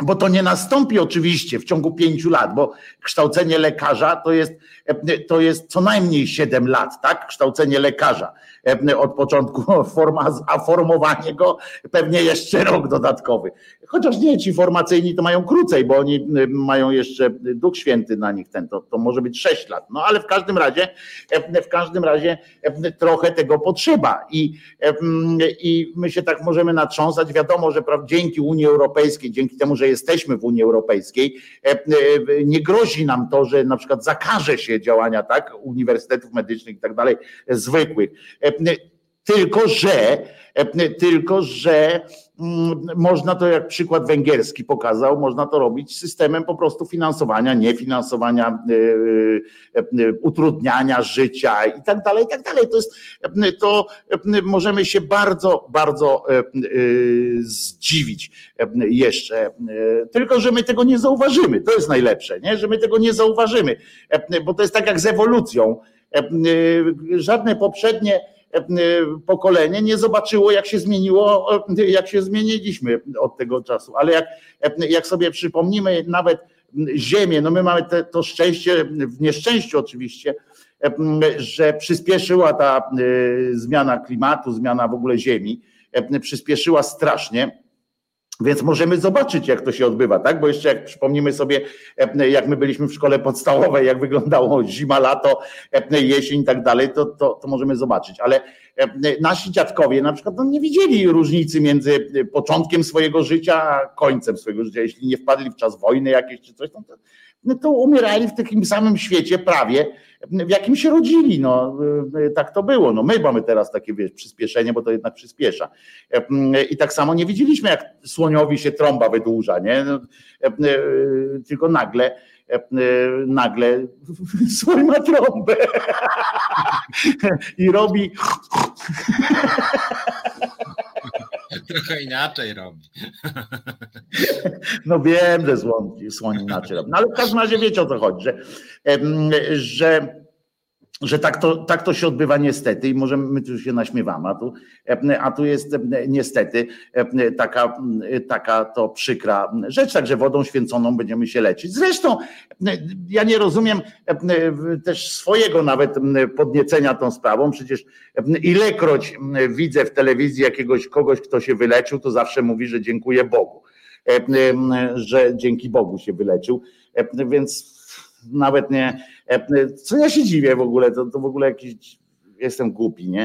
bo to nie nastąpi oczywiście w ciągu pięciu lat, bo kształcenie lekarza to jest, to jest co najmniej siedem lat, tak? Kształcenie lekarza od początku, forma, a formowanie go pewnie jeszcze rok dodatkowy. Chociaż nie, ci formacyjni to mają krócej, bo oni mają jeszcze Duch Święty na nich, ten, to, to może być sześć lat. No ale w każdym razie, w każdym razie trochę tego potrzeba i, i my się tak możemy natrząsać. Wiadomo, że dzięki Unii Europejskiej, dzięki temu, że jesteśmy w Unii Europejskiej, nie grozi nam to, że na przykład zakaże się działania tak uniwersytetów medycznych i tak dalej, zwykłych. Tylko, że tylko, że można to, jak przykład węgierski pokazał, można to robić systemem po prostu finansowania, niefinansowania, utrudniania życia i tak dalej, i tak dalej. To jest, to możemy się bardzo, bardzo zdziwić jeszcze. Tylko, że my tego nie zauważymy. To jest najlepsze, nie? Że my tego nie zauważymy, bo to jest tak jak z ewolucją. Żadne poprzednie pokolenie nie zobaczyło, jak się zmieniło, jak się zmieniliśmy od tego czasu. Ale jak, jak sobie przypomnimy nawet Ziemię, no my mamy te, to szczęście, w nieszczęściu oczywiście, że przyspieszyła ta zmiana klimatu, zmiana w ogóle Ziemi, przyspieszyła strasznie. Więc możemy zobaczyć, jak to się odbywa, tak? Bo jeszcze jak przypomnimy sobie, jak my byliśmy w szkole podstawowej, jak wyglądało zima, lato, jesień i tak dalej, to, to, to możemy zobaczyć. Ale nasi dziadkowie na przykład no, nie widzieli różnicy między początkiem swojego życia a końcem swojego życia. Jeśli nie wpadli w czas wojny jakiejś czy coś, no to, no to umierali w takim samym świecie prawie, w jakim się rodzili. No, tak to było. No, my mamy teraz takie, wiesz, przyspieszenie, bo to jednak przyspiesza. I tak samo nie widzieliśmy, jak słoniowi się trąba wydłuża, nie? Tylko nagle nagle słoń ma trąbę i robi trochę inaczej robi. No wiem, że słoń, słoń inaczej robi. No ale w każdym razie wiecie, o co chodzi, że, że że tak to, tak to się odbywa niestety i możemy, my tu się naśmiewamy, a tu, a tu jest niestety taka, taka to przykra rzecz, także wodą święconą będziemy się leczyć. Zresztą ja nie rozumiem też swojego nawet podniecenia tą sprawą, przecież ilekroć widzę w telewizji jakiegoś kogoś, kto się wyleczył, to zawsze mówi, że dziękuję Bogu, że dzięki Bogu się wyleczył, więc nawet nie, co ja się dziwię w ogóle, to, to w ogóle jakiś, jestem głupi, nie?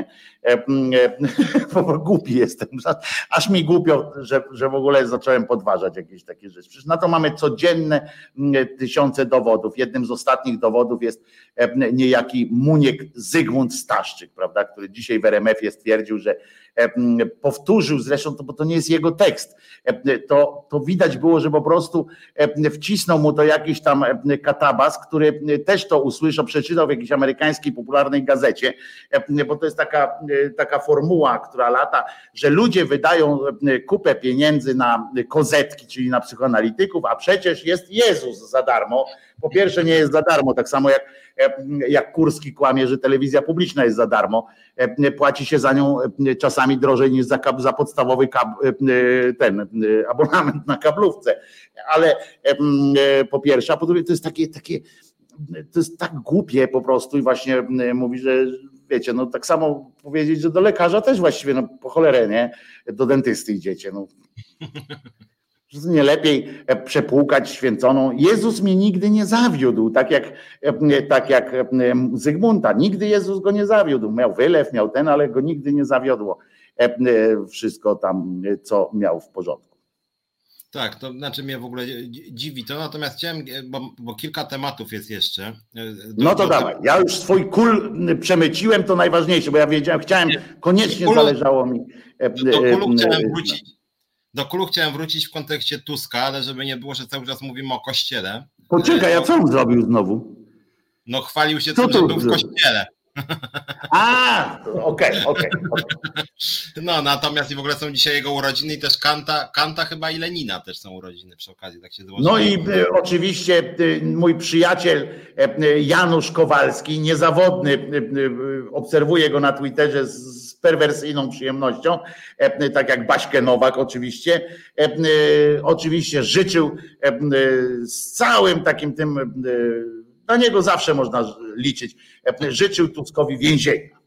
Głupi jestem, aż mi głupio, że, że w ogóle zacząłem podważać jakieś takie rzeczy. Przecież na to mamy codzienne tysiące dowodów. Jednym z ostatnich dowodów jest niejaki Muniek Zygmunt Staszczyk, prawda, który dzisiaj w R M F-ie stwierdził, że powtórzył zresztą, to, bo to nie jest jego tekst, to, to widać było, że po prostu wcisnął mu to jakiś tam katabas, który też to usłyszał, przeczytał w jakiejś amerykańskiej popularnej gazecie, bo to jest taka, taka formuła, która lata, że ludzie wydają kupę pieniędzy na kozetki, czyli na psychoanalityków, a przecież jest Jezus za darmo. Po pierwsze nie jest za darmo, tak samo jak, jak Kurski kłamie, że telewizja publiczna jest za darmo. Płaci się za nią czasami drożej niż za, za podstawowy kab, ten abonament na kablówce. Ale po pierwsze, a po drugie to jest takie, takie to jest tak głupie po prostu i właśnie mówi, że wiecie, no tak samo powiedzieć, że do lekarza też właściwie, no po cholerę, nie? Do dentysty idziecie, no. Nie lepiej przepłukać święconą. Jezus mnie nigdy nie zawiódł, tak jak, tak jak Zygmunta. Nigdy Jezus go nie zawiódł. Miał wylew, miał ten, ale go nigdy nie zawiodło wszystko tam, co miał w porządku. Tak, to znaczy mnie w ogóle dziwi to, natomiast chciałem, bo, bo kilka tematów jest jeszcze. Do, no to do dawaj, ja już swój kul przemyciłem, to najważniejsze, bo ja wiedziałem, chciałem, koniecznie kulu, zależało mi. Do kulu chciałem wrócić. Do kulu chciałem wrócić w kontekście Tuska, ale żeby nie było, że cały czas mówimy o kościele. Poczekaj, a co on zrobił znowu? No chwalił się tym, że był w kościele. A, okej, okej. No, natomiast i w ogóle są dzisiaj jego urodziny i też Kanta, Kanta chyba i Lenina też są urodziny przy okazji, tak się złożyło. No i y, oczywiście y, mój przyjaciel y, Janusz Kowalski, niezawodny, y, y, obserwuję go na Twitterze z, z perwersyjną przyjemnością, y, tak jak Baśkę Nowak oczywiście, y, y, oczywiście życzył y, z całym takim tym, y, na niego zawsze można liczyć, y, życzył Tuskowi więzienia.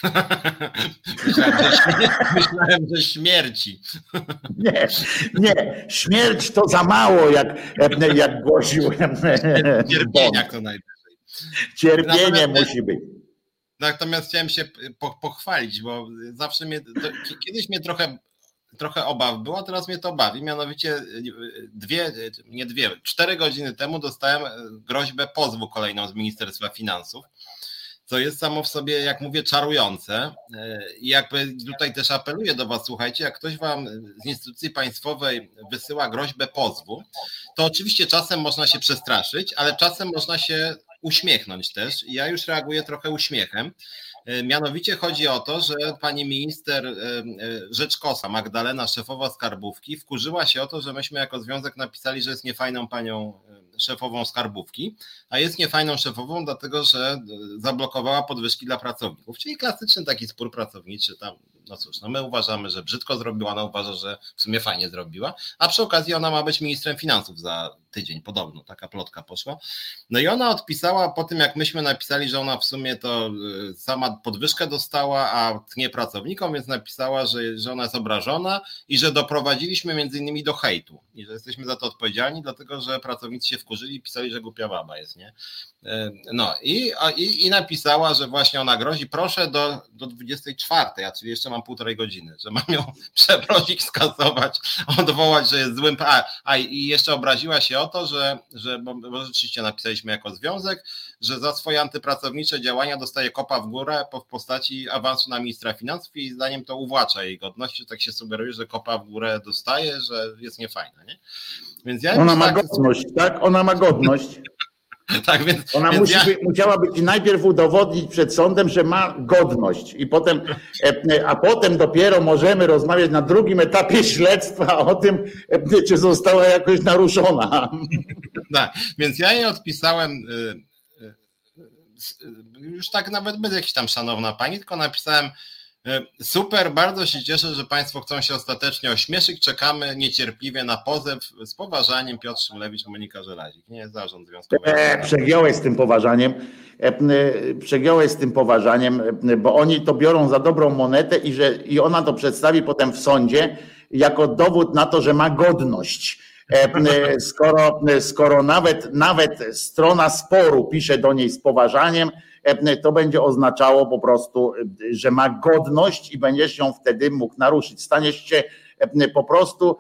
myślałem, że, myślałem, że śmierci. Nie, nie, śmierć to za mało, jak, jak głosił. Cierpienia to najwyżej. Cierpienie Natomiast, musi być. Natomiast chciałem się pochwalić, bo zawsze mnie, to, kiedyś mnie trochę, trochę obaw było, a teraz mnie to bawi. Mianowicie dwie, nie dwie, cztery godziny temu dostałem groźbę pozwu kolejną z Ministerstwa Finansów. Co jest samo w sobie, jak mówię, czarujące. I jakby tutaj też apeluję do was, słuchajcie, jak ktoś wam z instytucji państwowej wysyła groźbę pozwu, to oczywiście czasem można się przestraszyć, ale czasem można się uśmiechnąć też. I ja już reaguję trochę uśmiechem. Mianowicie chodzi o to, że pani minister Rzeczkosa, Magdalena, szefowa skarbówki, wkurzyła się o to, że myśmy jako związek napisali, że jest niefajną panią szefową skarbówki, a jest niefajną szefową dlatego, że zablokowała podwyżki dla pracowników, czyli klasyczny taki spór pracowniczy tam, no cóż, no my uważamy, że brzydko zrobiła, ona uważa, że w sumie fajnie zrobiła, a przy okazji ona ma być ministrem finansów za tydzień, podobno, taka plotka poszła. No i ona odpisała po tym, jak myśmy napisali, że ona w sumie to sama podwyżkę dostała, a tnie pracownikom, więc napisała, że, że ona jest obrażona i że doprowadziliśmy między innymi do hejtu i że jesteśmy za to odpowiedzialni, dlatego, że pracownicy się wkurzyli i pisali, że głupia baba jest, nie? No i, i, i napisała, że właśnie ona grozi, proszę do, do dwudziestej czwartej, a czyli jeszcze mam półtorej godziny, że mam ją przeprosić, skasować, odwołać, że jest złym, a, a i jeszcze obraziła się o to, że, że bo, bo rzeczywiście napisaliśmy jako związek, że za swoje antypracownicze działania dostaje kopa w górę w postaci awansu na ministra finansów i zdaniem to uwłacza jej godności, że tak się sugeruje, że kopa w górę dostaje, że jest niefajna, nie? Więc ja Ona ma tak... godność, tak? Ona ma godność. Tak, więc, Ona więc musi ja... by, musiałaby ci najpierw udowodnić przed sądem, że ma godność i potem, a potem dopiero możemy rozmawiać na drugim etapie śledztwa o tym, czy została jakoś naruszona. Tak, więc ja jej odpisałem już tak nawet bez jakiejś tam szanowna pani, tylko napisałem super, bardzo się cieszę, że państwo chcą się ostatecznie ośmieszyć, czekamy niecierpliwie na pozew, z poważaniem Piotr Szymlewicz, Monika Żelazik, nie zarząd związkowy. E, przegiąłeś z tym poważaniem, e, przegiąłeś z tym poważaniem, bo oni to biorą za dobrą monetę i, że, i ona to przedstawi potem w sądzie jako dowód na to, że ma godność. E, skoro, skoro nawet, nawet strona sporu pisze do niej z poważaniem, to będzie oznaczało po prostu, że ma godność i będziesz ją wtedy mógł naruszyć. Staniesz się po prostu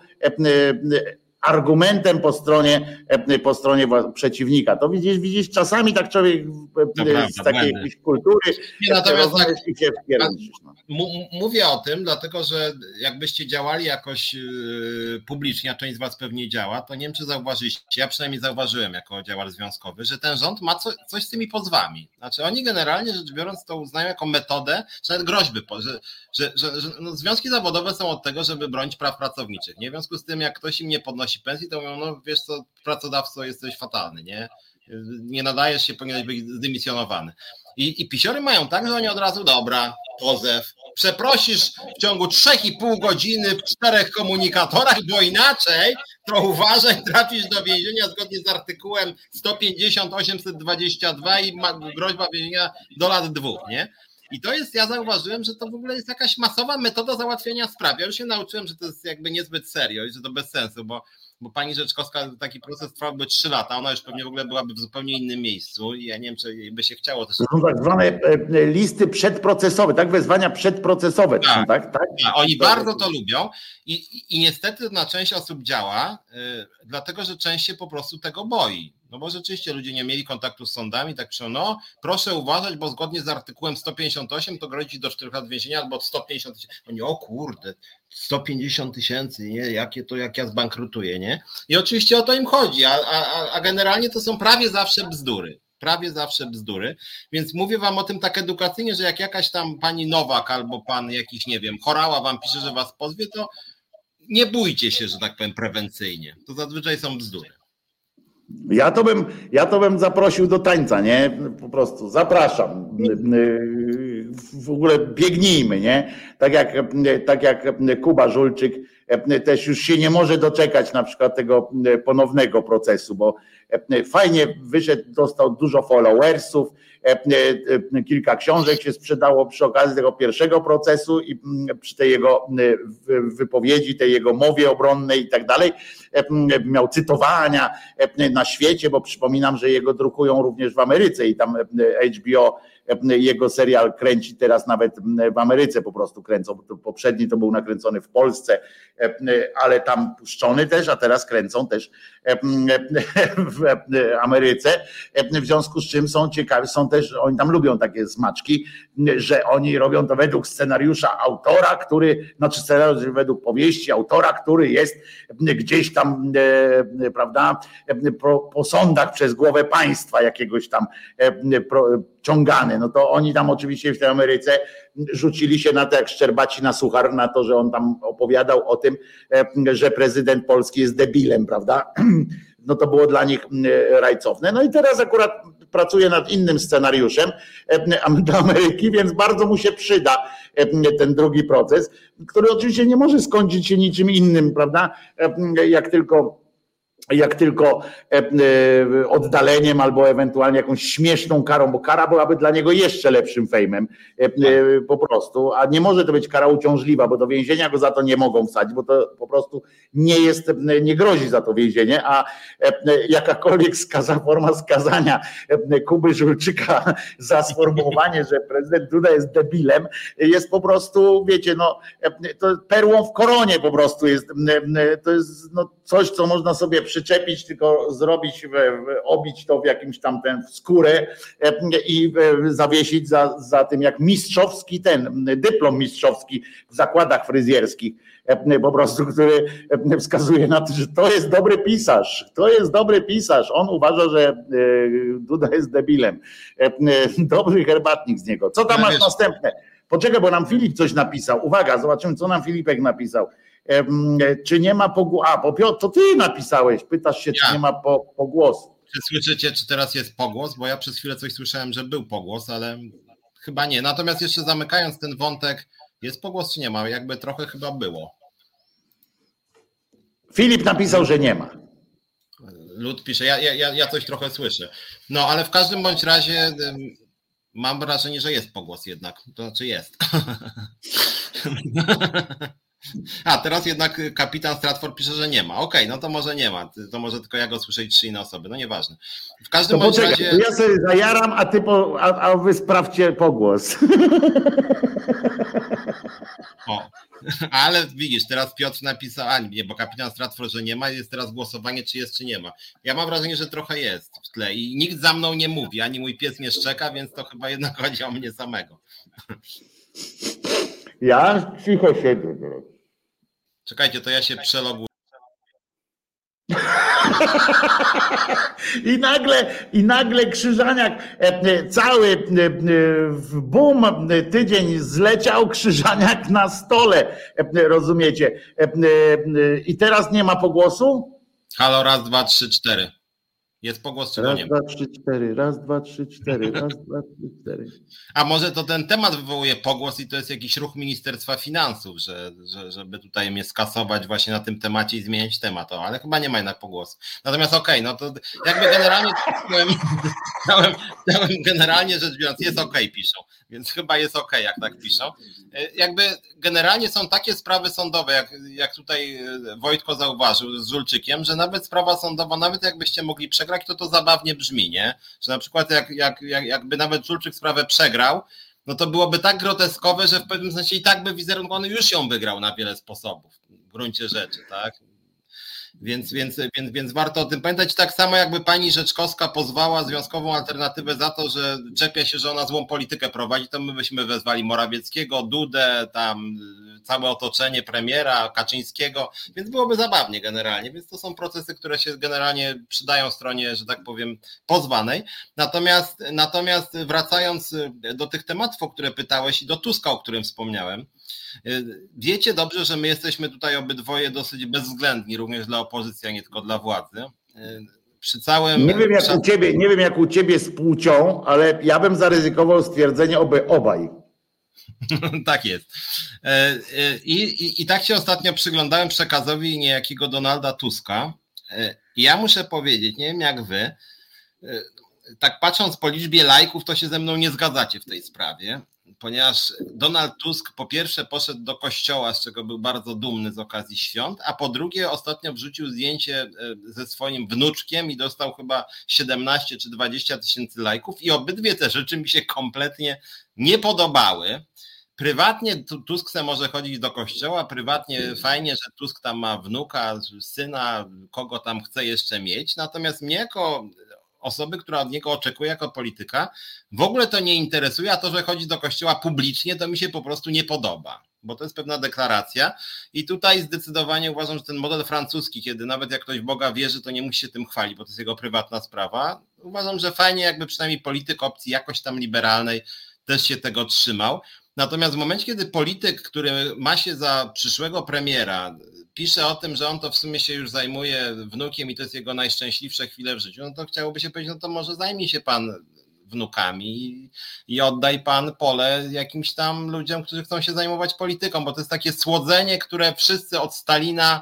argumentem po stronie, po stronie przeciwnika. To widzisz, widzisz, czasami tak człowiek Dobra, z takiej jakiejś kultury nie, natomiast tak, się wpierdzisz, no. Mówię o tym, dlatego że jakbyście działali jakoś publicznie, a część z was pewnie działa, to nie wiem, czy zauważyliście, ja przynajmniej zauważyłem jako działacz związkowy, że ten rząd ma co, coś z tymi pozwami. Znaczy oni generalnie rzecz biorąc to uznają jako metodę, czy nawet groźby, że, że, że, że no, związki zawodowe są od tego, żeby bronić praw pracowniczych. Nie? W związku z tym, jak ktoś im nie podnosi pensji, to mówią, no wiesz co, pracodawco, jesteś fatalny, nie? Nie nadajesz się, powinieneś być zdymisjonowany. I, I pisiory mają tak, że oni od razu, dobra, pozew, przeprosisz w ciągu trzech i pół godziny w czterech komunikatorach, bo inaczej to uważaj, trafisz do więzienia zgodnie z artykułem sto pięćdziesiąt osiemset dwadzieścia dwa i ma groźba więzienia do lat dwóch, nie? I to jest, ja zauważyłem, że to w ogóle jest jakaś masowa metoda załatwiania spraw. Ja już się nauczyłem, że to jest jakby niezbyt serio i że to bez sensu, bo bo pani Rzeczkowska, taki proces trwałby trzy lata, ona już pewnie w ogóle byłaby w zupełnie innym miejscu i ja nie wiem, czy by się chciało też... To są tak zwane listy przedprocesowe, tak? Wezwania przedprocesowe. Tak, są, tak? tak? tak oni to bardzo to lubią i, i, i niestety na część osób działa, yy, dlatego, że część się po prostu tego boi. No bo rzeczywiście ludzie nie mieli kontaktu z sądami, tak piszą, no proszę uważać, bo zgodnie z artykułem sto pięćdziesiąt osiem to grozi do czterech lat więzienia albo od sto pięćdziesiąt tysięcy. Oni, o kurde, sto pięćdziesiąt tysięcy, nie? Jakie to, jak ja zbankrutuję, nie? I oczywiście o to im chodzi, a, a, a generalnie to są prawie zawsze bzdury. prawie zawsze bzdury, więc mówię wam o tym tak edukacyjnie, że jak jakaś tam pani Nowak albo pan jakiś, nie wiem, Horała wam pisze, że was pozwie, to nie bójcie się, że tak powiem, prewencyjnie. To zazwyczaj są bzdury. Ja to bym, ja to bym zaprosił do tańca, nie? Po prostu zapraszam. W ogóle biegnijmy, nie? Tak jak, tak jak Kuba Żulczyk też już się nie może doczekać na przykład tego ponownego procesu, bo fajnie wyszedł, dostał dużo followersów, kilka książek się sprzedało przy okazji tego pierwszego procesu i przy tej jego wypowiedzi, tej jego mowie obronnej i tak dalej. Miał cytowania na świecie, bo przypominam, że jego drukują również w Ameryce i tam H B O jego serial kręci teraz nawet w Ameryce, po prostu kręcą. Poprzedni to był nakręcony w Polsce, ale tam puszczony też, a teraz kręcą też w Ameryce. W związku z czym są ciekawi, są też, oni tam lubią takie smaczki, że oni robią to według scenariusza autora, który, znaczy scenariusz według powieści autora, który jest gdzieś tam, prawda, po, po sądach przez głowę państwa jakiegoś tam ciągany. No to oni tam oczywiście w tej Ameryce rzucili się na to jak szczerbaci na suchar, na to, że on tam opowiadał o tym, że prezydent Polski jest debilem, prawda? No to było dla nich rajcowne. No i teraz akurat pracuje nad innym scenariuszem dla Ameryki, więc bardzo mu się przyda ten drugi proces, który oczywiście nie może skończyć się niczym innym, prawda? Jak tylko jak tylko oddaleniem albo ewentualnie jakąś śmieszną karą, bo kara byłaby dla niego jeszcze lepszym fejmem po prostu, a nie może to być kara uciążliwa, bo do więzienia go za to nie mogą wsadzić, bo to po prostu nie jest, nie grozi za to więzienie, a jakakolwiek skaza, forma skazania Kuby Żulczyka za sformułowanie, że prezydent Duda jest debilem, jest po prostu, wiecie, no to perłą w koronie po prostu jest, to jest no, coś, co można sobie przyczepić, tylko zrobić, obić to w jakimś tam ten w skórę i zawiesić za, za tym jak mistrzowski ten dyplom mistrzowski w zakładach fryzjerskich, po prostu, który wskazuje na to, że to jest dobry pisarz, to jest dobry pisarz. On uważa, że Duda jest debilem. Dobry herbatnik z niego. Co tam masz następne? Poczekaj, bo nam Filip coś napisał. Uwaga, zobaczymy, co nam Filipek napisał. Czy nie ma pogłosu? A, bo Piotr, to ty napisałeś. Pytasz się, czy ja. nie ma po, pogłosu. Czy słyszycie, czy teraz jest pogłos? Bo ja przez chwilę coś słyszałem, że był pogłos, ale chyba nie. Natomiast jeszcze zamykając ten wątek, jest pogłos czy nie ma? Jakby trochę chyba było. Filip napisał, że nie ma. Lud pisze, ja, ja, ja coś trochę słyszę. No, ale w każdym bądź razie mam wrażenie, że jest pogłos jednak. To znaczy jest. A, teraz jednak kapitan Stratford pisze, że nie ma. Okej, okay, no to może nie ma. To może tylko ja go słyszę i trzy inne osoby. No nieważne. W każdym to razie... Ja sobie zajaram, a ty po, a, a wy sprawdźcie pogłos. O, ale widzisz, teraz Piotr napisał, a nie, bo kapitan Stratford, że nie ma, jest teraz głosowanie, czy jest, czy nie ma. Ja mam wrażenie, że trochę jest w tle i nikt za mną nie mówi, ani mój pies nie szczeka, więc to chyba jednak chodzi o mnie samego. Ja cicho siedzę. Czekajcie, to ja się przeloguję. I nagle, i nagle Krzyżaniak, cały boom, tydzień zleciał Krzyżaniak na stole, rozumiecie? I teraz nie ma pogłosu? Halo, raz, dwa, trzy, cztery. Jest pogłos, czy raz, nie? Raz, dwa, trzy, cztery, raz, dwa, trzy, cztery, raz, dwa, trzy, cztery. A może to ten temat wywołuje pogłos i to jest jakiś ruch Ministerstwa Finansów, że, że, żeby tutaj mnie skasować właśnie na tym temacie i zmieniać temat, o, ale chyba nie ma jednak pogłosu. Natomiast okej, okay, no to jakby generalnie dałem, dałem, dałem generalnie rzecz biorąc, jest okej, okay, piszą, więc chyba jest okej, okay, jak tak piszą. Jakby generalnie są takie sprawy sądowe, jak, jak tutaj Wojtko zauważył z Żulczykiem, że nawet sprawa sądowa, nawet jakbyście mogli przegrać, to to zabawnie brzmi, nie? Że na przykład jak, jak, jak, jakby nawet Żulczyk sprawę przegrał, no to byłoby tak groteskowe, że w pewnym sensie i tak by wizerunkowany już ją wygrał na wiele sposobów w gruncie rzeczy, tak? Więc, więc, więc, więc warto o tym pamiętać. Tak samo jakby pani Rzeczkowska pozwała Związkową Alternatywę za to, że czepia się, że ona złą politykę prowadzi, to my byśmy wezwali Morawieckiego, Dudę, tam całe otoczenie premiera, Kaczyńskiego, więc byłoby zabawnie generalnie. Więc to są procesy, które się generalnie przydają stronie, że tak powiem, pozwanej. Natomiast, natomiast wracając do tych tematów, o które pytałeś i do Tuska, o którym wspomniałem, wiecie dobrze, że my jesteśmy tutaj obydwoje dosyć bezwzględni, również dla opozycji, a nie tylko dla władzy. Przy całym... Nie wiem jak u ciebie, nie wiem jak u ciebie z płcią, ale ja bym zaryzykował stwierdzenie oby obaj. Tak jest. I, i, I tak się ostatnio przyglądałem przekazowi niejakiego Donalda Tuska. I ja muszę powiedzieć, nie wiem jak wy, tak patrząc po liczbie lajków, to się ze mną nie zgadzacie w tej sprawie, ponieważ Donald Tusk po pierwsze poszedł do kościoła, z czego był bardzo dumny z okazji świąt, a po drugie ostatnio wrzucił zdjęcie ze swoim wnuczkiem i dostał chyba siedemnaście czy dwadzieścia tysięcy lajków i obydwie te rzeczy mi się kompletnie nie podobały. Prywatnie Tusk se może chodzić do kościoła, prywatnie fajnie, że Tusk tam ma wnuka, syna, kogo tam chce jeszcze mieć, natomiast mnie jako osoby, która od niego oczekuje jako polityka, w ogóle to nie interesuje, a to, że chodzi do kościoła publicznie, to mi się po prostu nie podoba, bo to jest pewna deklaracja i tutaj zdecydowanie uważam, że ten model francuski, kiedy nawet jak ktoś w Boga wierzy, to nie musi się tym chwalić, bo to jest jego prywatna sprawa, uważam, że fajnie jakby przynajmniej polityk opcji jakoś tam liberalnej też się tego trzymał. Natomiast w momencie, kiedy polityk, który ma się za przyszłego premiera, pisze o tym, że on to w sumie się już zajmuje wnukiem i to jest jego najszczęśliwsze chwile w życiu, no to chciałoby się powiedzieć, no to może zajmij się pan wnukami i, i oddaj pan pole jakimś tam ludziom, którzy chcą się zajmować polityką, bo to jest takie słodzenie, które wszyscy od Stalina,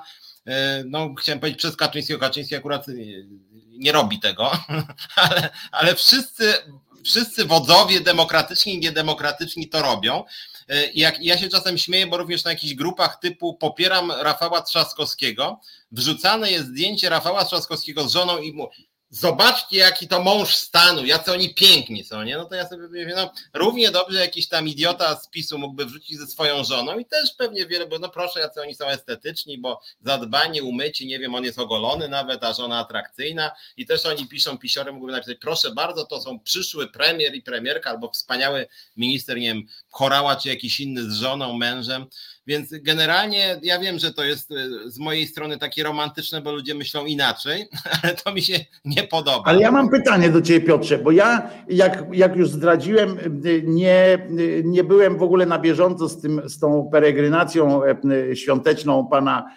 no chciałem powiedzieć przez Kaczyńskiego, Kaczyński akurat nie robi tego, ale, ale wszyscy... Wszyscy wodzowie demokratyczni i niedemokratyczni to robią. I jak, ja się czasem śmieję, bo również na jakichś grupach typu popieram Rafała Trzaskowskiego, wrzucane jest zdjęcie Rafała Trzaskowskiego z żoną i mu zobaczcie jaki to mąż stanu, jacy oni piękni są, nie? No to ja sobie mówię, no równie dobrze jakiś tam idiota z PiSu mógłby wrzucić ze swoją żoną i też pewnie wiele, bo no proszę, jacy oni są estetyczni, bo zadbani, umyci, nie wiem, on jest ogolony nawet, a żona atrakcyjna i też oni piszą, pisiory mógłby napisać, proszę bardzo, to są przyszły premier i premierka albo wspaniały minister, nie wiem, Chorała czy jakiś inny z żoną, mężem. Więc generalnie ja wiem, że to jest z mojej strony takie romantyczne, bo ludzie myślą inaczej, ale to mi się nie podoba. Ale ja mam pytanie do ciebie, Piotrze, bo ja, jak, jak już zdradziłem, nie, nie byłem w ogóle na bieżąco z, tym, z tą peregrinacją świąteczną pana,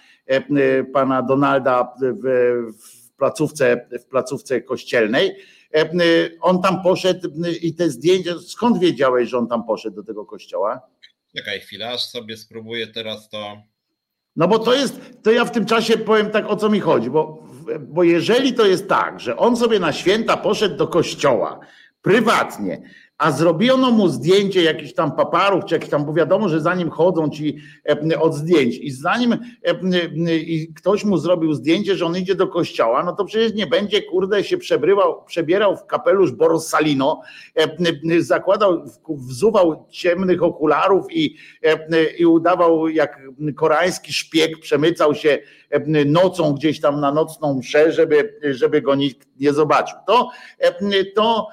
pana Donalda w, w, placówce, w placówce kościelnej. On tam poszedł i te zdjęcia, skąd wiedziałeś, że on tam poszedł do tego kościoła? Czekaj chwilę, aż sobie spróbuję teraz to... No bo to jest, to ja w tym czasie powiem tak, o co mi chodzi, bo, bo jeżeli to jest tak, że on sobie na święta poszedł do kościoła prywatnie, a zrobiono mu zdjęcie jakichś tam paparów, czy jakiś tam, bo wiadomo, że za nim chodzą ci od zdjęć i zanim i ktoś mu zrobił zdjęcie, że on idzie do kościoła, no to przecież nie będzie, kurde, się przebrywał, przebierał w kapelusz Borsalino, zakładał, wzuwał ciemnych okularów i, i udawał jak koreański szpieg, przemycał się nocą gdzieś tam na nocną mszę, żeby, żeby go nikt nie zobaczył. To, to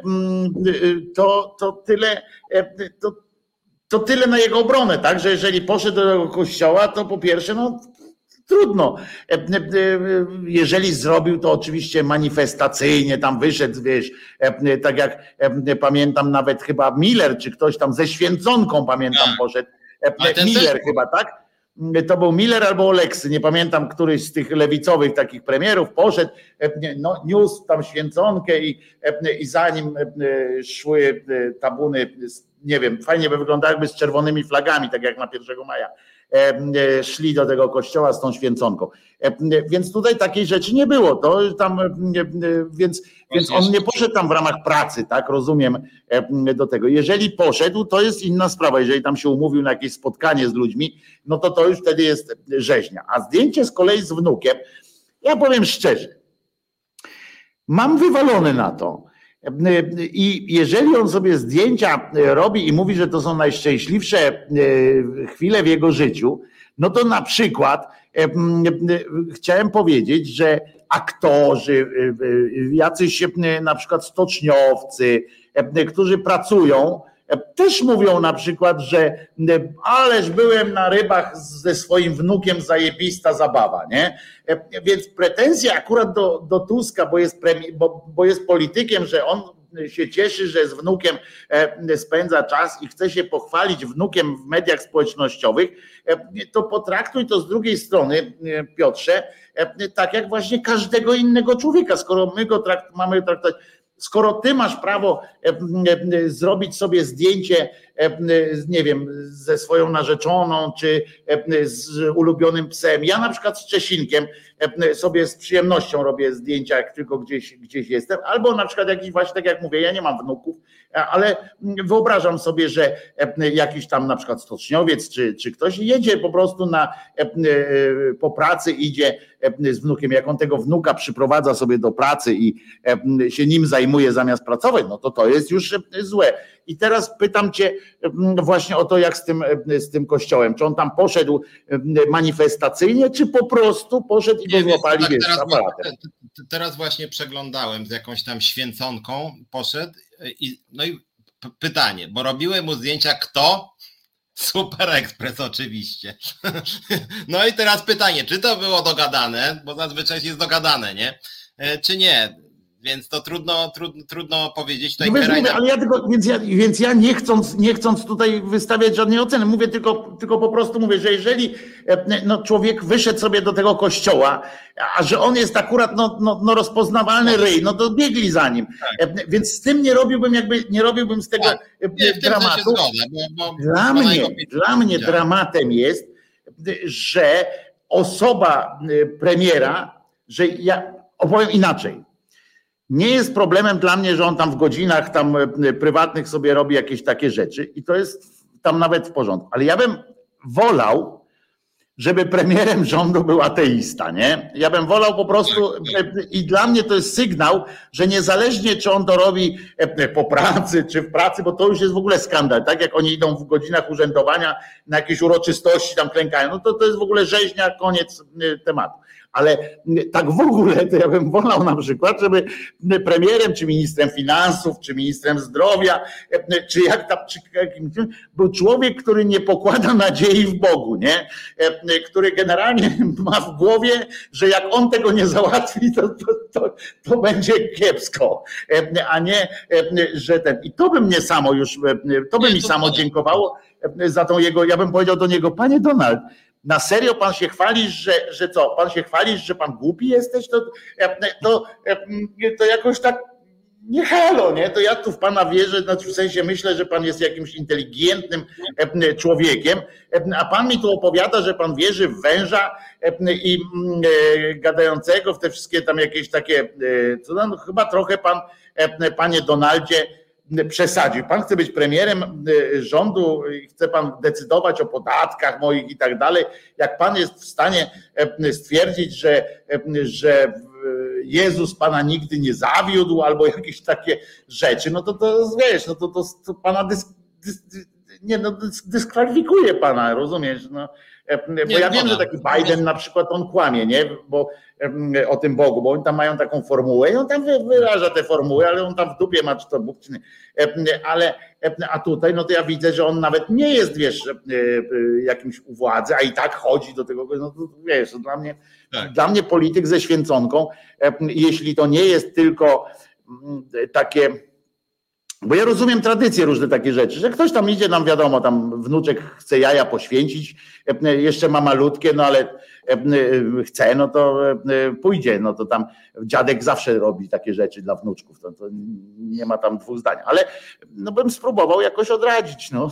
To, to, tyle, to, to tyle na jego obronę, tak? Że jeżeli poszedł do tego kościoła, to po pierwsze, no trudno. Jeżeli zrobił to oczywiście manifestacyjnie, tam wyszedł, wiesz, tak jak pamiętam nawet chyba Miller, czy ktoś tam ze święconką, pamiętam, poszedł. Miller chyba, tak? To był Miller albo Oleksy, nie pamiętam, któryś z tych lewicowych takich premierów poszedł, no, niósł tam święconkę i, i za nim szły tabuny, nie wiem, fajnie by wyglądało jakby z czerwonymi flagami, tak jak na pierwszego maja, szli do tego kościoła z tą święconką. Więc tutaj takiej rzeczy nie było. To tam, więc, więc on nie poszedł tam w ramach pracy, tak, rozumiem, do tego. Jeżeli poszedł, to jest inna sprawa. Jeżeli tam się umówił na jakieś spotkanie z ludźmi, no to to już wtedy jest rzeźnia. A zdjęcie z kolei z wnukiem, ja powiem szczerze, mam wywalone na to. I jeżeli on sobie zdjęcia robi i mówi, że to są najszczęśliwsze chwile w jego życiu, No to na przykład e, chciałem powiedzieć, że aktorzy, jacyś na przykład stoczniowcy, którzy pracują, też mówią na przykład, że ależ byłem na rybach ze swoim wnukiem, zajebista zabawa, nie? Więc pretensje akurat do, do Tuska, bo jest, premi- bo, bo jest politykiem, że on się cieszy, że z wnukiem spędza czas i chce się pochwalić wnukiem w mediach społecznościowych, to potraktuj to z drugiej strony, Piotrze, tak jak właśnie każdego innego człowieka, skoro my go trakt- mamy traktować. Skoro ty masz prawo zrobić sobie zdjęcie, nie wiem, ze swoją narzeczoną, czy z ulubionym psem. Ja na przykład z Czesinkiem sobie z przyjemnością robię zdjęcia, jak tylko gdzieś, gdzieś jestem. Albo na przykład jakiś właśnie, tak jak mówię, ja nie mam wnuków, ale wyobrażam sobie, że jakiś tam na przykład stoczniowiec, czy, czy ktoś jedzie po prostu na, po pracy, idzie z wnukiem. Jak on tego wnuka przyprowadza sobie do pracy i się nim zajmuje zamiast pracować, no to to jest już złe. I teraz pytam cię właśnie o to, jak z tym, z tym kościołem. Czy on tam poszedł manifestacyjnie, czy po prostu poszedł i go złapali, tak, wiesz, teraz, aparatem? Teraz właśnie przeglądałem z jakąś tam święconką, poszedł i no i pytanie, bo robiły mu zdjęcia kto? Super Express oczywiście. No i teraz pytanie, czy to było dogadane, bo zazwyczaj jest dogadane, nie? Czy nie? Więc to trudno, trudno, trudno powiedzieć. No wiesz, mówię, ale ja tylko, więc ja, więc ja nie chcąc, nie chcąc tutaj wystawiać żadnej oceny, mówię tylko, tylko po prostu mówię, że jeżeli no, człowiek wyszedł sobie do tego kościoła, a że on jest akurat no, no, no rozpoznawalny ryj, no to biegli za nim. Tak. Więc z tym nie robiłbym jakby, nie robiłbym z tego tak. nie, dramatu. Zgoda, bo, bo dla mnie, dla mnie dramatem jest, że osoba premiera, że ja opowiem inaczej. Nie jest problemem dla mnie, że on tam w godzinach tam prywatnych sobie robi jakieś takie rzeczy i to jest tam nawet w porządku. Ale ja bym wolał, żeby premierem rządu był ateista, nie? Ja bym wolał po prostu i dla mnie to jest sygnał, że niezależnie czy on to robi po pracy, czy w pracy, bo to już jest w ogóle skandal, tak jak oni idą w godzinach urzędowania na jakieś uroczystości tam klękają, no to to jest w ogóle rzeźnia, koniec tematu. Ale tak w ogóle to ja bym wolał na przykład, żeby premierem, czy ministrem finansów, czy ministrem zdrowia, czy jak tam, czy jakim, był człowiek, który nie pokłada nadziei w Bogu, nie? Który generalnie ma w głowie, że jak on tego nie załatwi, to, to, to, to będzie kiepsko, a nie, że ten. I to by mnie samo już, to by mi samo dziękowało za tą jego, ja bym powiedział do niego, panie Donald, na serio pan się chwalisz, że, że co? Pan się chwalisz, że pan głupi jesteś? To, to, to jakoś tak nie halo, nie? To ja tu w pana wierzę, znaczy w sensie myślę, że pan jest jakimś inteligentnym człowiekiem, a pan mi tu opowiada, że pan wierzy w węża i gadającego w te wszystkie tam jakieś takie, co no, chyba trochę pan, panie Donaldzie, przesadził. Pan chce być premierem rządu, chce pan decydować o podatkach moich i tak dalej. Jak pan jest w stanie stwierdzić, że, że Jezus pana nigdy nie zawiódł albo jakieś takie rzeczy, no to to wiesz, no to, to, to pana dys, dys, nie, no, dyskwalifikuje pana, rozumiesz? No. Bo nie, ja wiem, że taki Biden na przykład on kłamie, nie? Bo o tym Bogu, bo oni tam mają taką formułę i on tam wyraża tę formułę, ale on tam w dupie ma, czy to Bóg, czy nie. Ale, a tutaj, no to ja widzę, że on nawet nie jest, wiesz, jakimś u władzy, a i tak chodzi do tego, no to wiesz, to dla mnie, tak. Dla mnie polityk ze święconką, jeśli to nie jest tylko takie. Bo ja rozumiem tradycje, różne takie rzeczy, że ktoś tam idzie, nam wiadomo, tam wnuczek chce jaja poświęcić, jeszcze ma malutkie, no ale chce, no to pójdzie, no to tam dziadek zawsze robi takie rzeczy dla wnuczków, to, to nie ma tam dwóch zdań, ale no bym spróbował jakoś odradzić, no.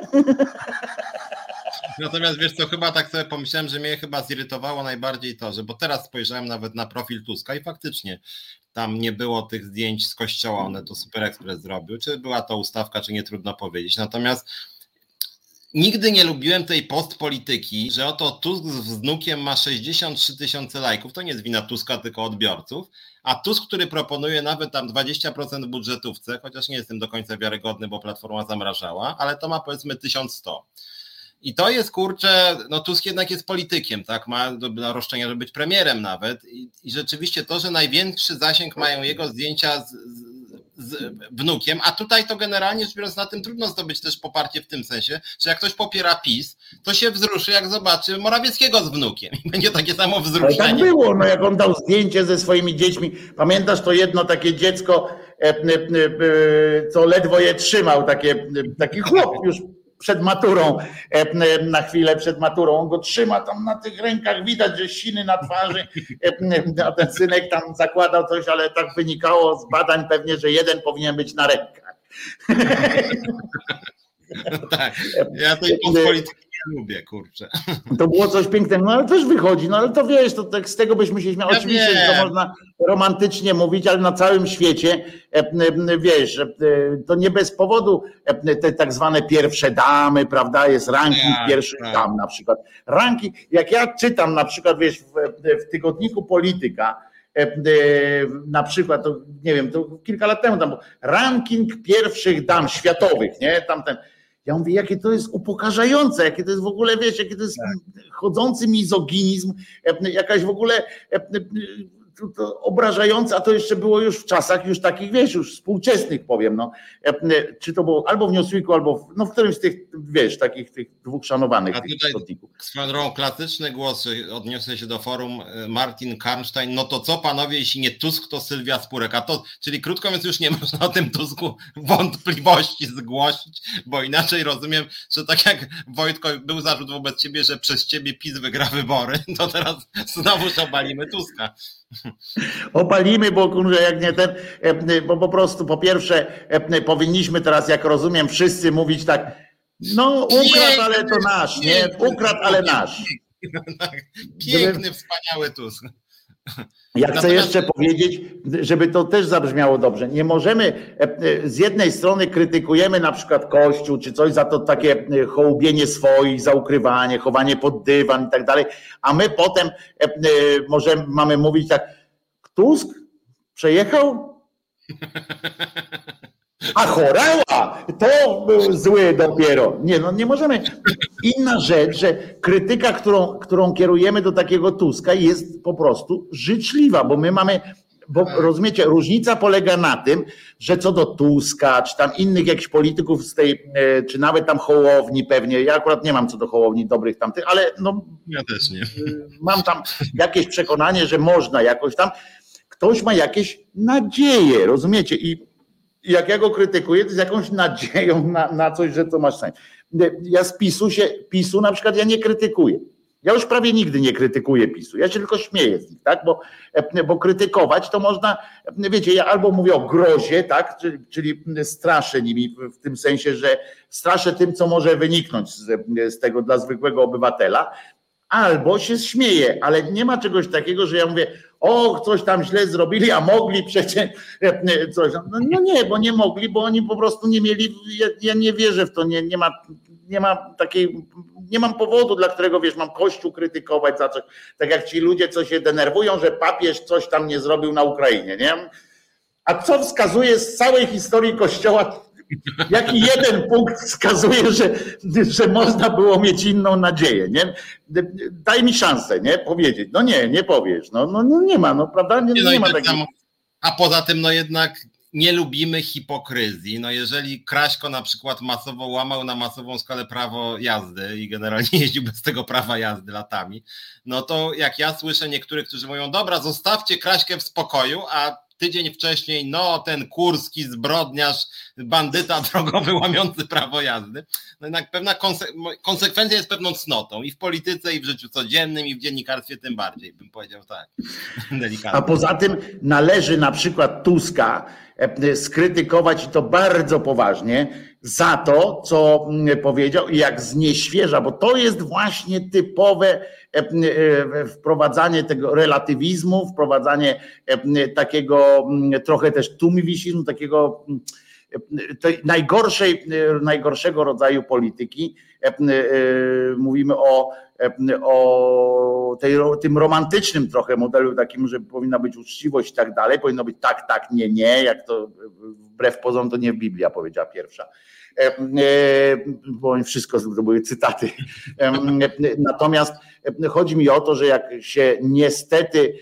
Natomiast wiesz co, chyba tak sobie pomyślałem, że mnie chyba zirytowało najbardziej to, że bo teraz spojrzałem nawet na profil Tuska i faktycznie tam nie było tych zdjęć z kościoła, one to Super Express zrobił, czy była to ustawka, czy nie, trudno powiedzieć. Natomiast nigdy nie lubiłem tej postpolityki, że oto Tusk z wnukiem ma sześćdziesiąt trzy tysiące lajków, to nie jest wina Tuska, tylko odbiorców, a Tusk, który proponuje nawet tam dwadzieścia procent w budżetówce, chociaż nie jestem do końca wiarygodny, bo Platforma zamrażała, ale to ma powiedzmy tysiąc sto. I to jest, kurczę, no Tusk jednak jest politykiem, tak, ma do roszczenia, żeby być premierem nawet i, i rzeczywiście to, że największy zasięg mają jego zdjęcia z, z, z wnukiem, a tutaj to generalnie rzecz biorąc na tym trudno zdobyć też poparcie w tym sensie, że jak ktoś popiera PiS, to się wzruszy, jak zobaczy Morawieckiego z wnukiem i będzie takie samo wzruszenie. Ale tak było, no jak on dał zdjęcie ze swoimi dziećmi, pamiętasz to jedno takie dziecko, co ledwo je trzymał, takie, taki chłop już przed maturą, na chwilę przed maturą, on go trzyma tam na tych rękach, widać, że siny na twarzy, a ten synek tam zakładał coś, ale tak wynikało z badań pewnie, że jeden powinien być na rękach. Tak, ja tej polityki nie lubię, kurczę. To było coś pięknego, no ale też wychodzi, no ale to wiesz, to tak z tego byśmy się śmiali. Ja Oczywiście, wiem. że to można romantycznie mówić, ale na całym świecie, wiesz, to nie bez powodu te tak zwane pierwsze damy, prawda, jest ranking tak, pierwszych tak. dam na przykład. Ranking, jak ja czytam na przykład, wiesz, w, w tygodniku Polityka, na przykład, to nie wiem, to kilka lat temu tam był ranking pierwszych dam światowych, nie, tamten. Ja mówię, jakie to jest upokarzające, jakie to jest w ogóle, wiesz, jakie to jest tak. chodzący mizoginizm, jakaś w ogóle to, to obrażające, a to jeszcze było już w czasach już takich, wiesz, już współczesnych powiem, no. Czy to było albo w Newsweeku, albo w, no w którymś z tych, wiesz, takich tych dwóch szanowanych a tych tutaj tygodników. swoją drogą klasyczny głos, odniosę się do forum, Martin Karnstein, no to co panowie, jeśli nie Tusk, to Sylwia Spurek, a to, czyli krótko mówiąc już nie można o tym Tusku wątpliwości zgłosić, bo inaczej rozumiem, że tak jak Wojtko, był zarzut wobec ciebie, że przez ciebie PiS wygra wybory, to teraz znowu obalimy Tuska. Opalimy, bo kurczę, jak nie ten, bo po prostu po pierwsze powinniśmy teraz, jak rozumiem, wszyscy mówić tak, no ukradł, ale to nasz, nie? Ukradł, ale nasz. Piękny, wspaniały Tusk. Ja chcę Natomiast... jeszcze powiedzieć, żeby to też zabrzmiało dobrze. Nie możemy, z jednej strony krytykujemy na przykład Kościół, czy coś za to takie hołubienie swoich, za ukrywanie, chowanie pod dywan i tak dalej, a my potem możemy, mamy mówić tak, Tusk przejechał? A chorała, to był zły dopiero. Nie, no nie możemy. Inna rzecz, że krytyka, którą, którą kierujemy do takiego Tuska jest po prostu życzliwa, bo my mamy, bo rozumiecie, różnica polega na tym, że co do Tuska, czy tam innych jakichś polityków z tej, czy nawet tam Hołowni pewnie, ja akurat nie mam co do Hołowni dobrych tamtych, ale no ja też nie. Mam tam jakieś przekonanie, że można jakoś tam, ktoś ma jakieś nadzieje, rozumiecie, i jak ja go krytykuję, to z jakąś nadzieją na, na coś, że to masz sens. Ja z PiSu się, PiSu na przykład ja nie krytykuję. Ja już prawie nigdy nie krytykuję PiSu. Ja się tylko śmieję z nich, tak? Bo, bo krytykować to można, wiecie, ja albo mówię o grozie, tak? Czyli, czyli straszę nimi w tym sensie, że straszę tym, co może wyniknąć z, z tego dla zwykłego obywatela, albo się śmieję, ale nie ma czegoś takiego, że ja mówię, o, coś tam źle zrobili, a mogli przecież coś. No, no nie, bo nie mogli, bo oni po prostu nie mieli, ja, ja nie wierzę w to, nie, nie ma, nie ma takiej, nie mam powodu, dla którego, wiesz, mam Kościół krytykować za coś, tak jak ci ludzie, co się denerwują, że papież coś tam nie zrobił na Ukrainie, nie? A co wskazuje z całej historii Kościoła, jaki jeden punkt wskazuje, że, że można było mieć inną nadzieję, nie? Daj mi szansę, nie? Powiedzieć. No nie, nie powiesz. No, no, no nie ma, no prawda? Nie, no nie ma tak takiego. samo. A poza tym, no jednak nie lubimy hipokryzji. No jeżeli Kraśko na przykład masowo łamał na masową skalę prawo jazdy i generalnie jeździł bez tego prawa jazdy latami, no to jak ja słyszę niektórych, którzy mówią, dobra, zostawcie Kraśkę w spokoju, a tydzień wcześniej, no ten Kurski, zbrodniarz, bandyta drogowy łamiący prawo jazdy. No jednak pewna konse- konsekwencja jest pewną cnotą i w polityce, i w życiu codziennym, i w dziennikarstwie tym bardziej, bym powiedział tak. Delikatnie. A poza tym należy na przykład Tuska skrytykować i to bardzo poważnie za to, co powiedział i jak znieświeża, bo to jest właśnie typowe wprowadzanie tego relatywizmu, wprowadzanie takiego trochę też tumiwisizmu, takiego najgorszej, najgorszego rodzaju polityki, mówimy o, o tej, tym romantycznym trochę modelu takim, że powinna być uczciwość i tak dalej, powinno być tak, tak, nie, nie, jak to wbrew pozorom to nie Biblia powiedziała pierwsza. Bo wszystko to były cytaty. Natomiast chodzi mi o to, że jak się niestety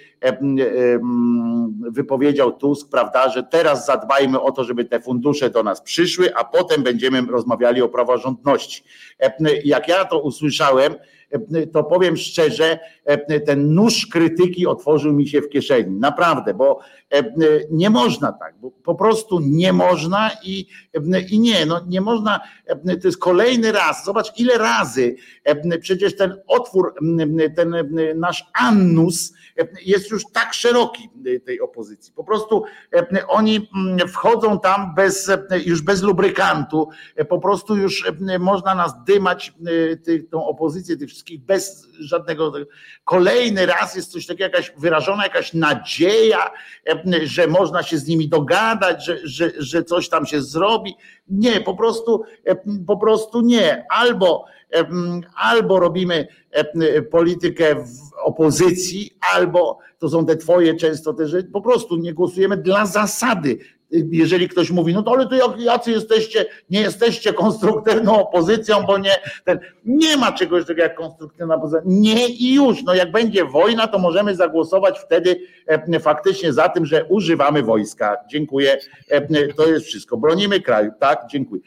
wypowiedział Tusk, prawda, że teraz zadbajmy o to, żeby te fundusze do nas przyszły, a potem będziemy rozmawiali o praworządności. Jak ja to usłyszałem, to powiem szczerze, ten nóż krytyki otworzył mi się w kieszeni. Naprawdę, bo nie można tak, bo po prostu nie można i, i nie, no nie można, to jest kolejny raz, zobacz ile razy przecież ten otwór, ten nasz annus jest już tak szeroki tej opozycji. Po prostu oni wchodzą tam bez, już bez lubrykantu, po prostu już można nas dymać, tą opozycję, tych wszystkich bez żadnego. Kolejny raz jest coś takiego, jakaś wyrażona jakaś nadzieja, że można się z nimi dogadać, że, że, że coś tam się zrobi. Nie, po prostu, po prostu nie. Albo, albo robimy politykę w opozycji, albo to są te twoje często te rzeczy, po prostu nie głosujemy dla zasady. Jeżeli ktoś mówi, no to ale to jacy jesteście, nie jesteście konstruktywną opozycją, bo nie, ten, nie ma czegoś takiego jak konstruktywna opozycja. Nie i już. No jak będzie wojna, to możemy zagłosować wtedy faktycznie za tym, że używamy wojska. Dziękuję. To jest wszystko. Bronimy kraju. Tak, dziękuję.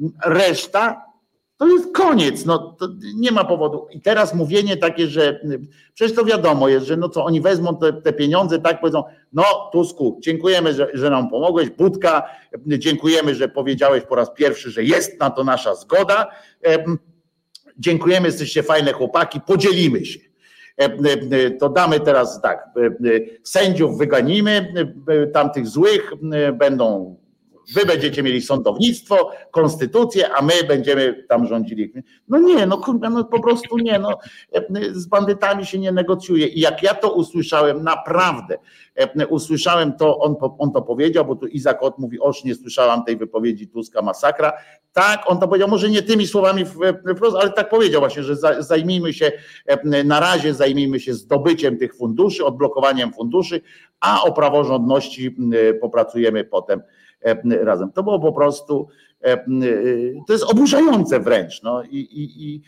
Reszta to jest koniec, no to nie ma powodu. I teraz mówienie takie, że przecież to wiadomo jest, że no co oni wezmą te, te pieniądze, tak powiedzą, no Tusku, dziękujemy, że, że nam pomogłeś, Budka, dziękujemy, że powiedziałeś po raz pierwszy, że jest na to nasza zgoda, dziękujemy, jesteście fajne chłopaki, podzielimy się. To damy teraz tak, sędziów wyganimy, tamtych złych będą. Wy będziecie mieli sądownictwo, konstytucję, a my będziemy tam rządzili. No nie, no kurwa, no po prostu nie, no z bandytami się nie negocjuje. I jak ja to usłyszałem, naprawdę usłyszałem to, on, on to powiedział, bo tu Izak Ot mówi, oż nie słyszałam tej wypowiedzi Tuska, masakra. Tak, on to powiedział, może nie tymi słowami wprost, ale tak powiedział właśnie, że zajmijmy się, na razie zajmijmy się zdobyciem tych funduszy, odblokowaniem funduszy, a o praworządności popracujemy potem razem. To było po prostu, to jest oburzające wręcz. No i, i, i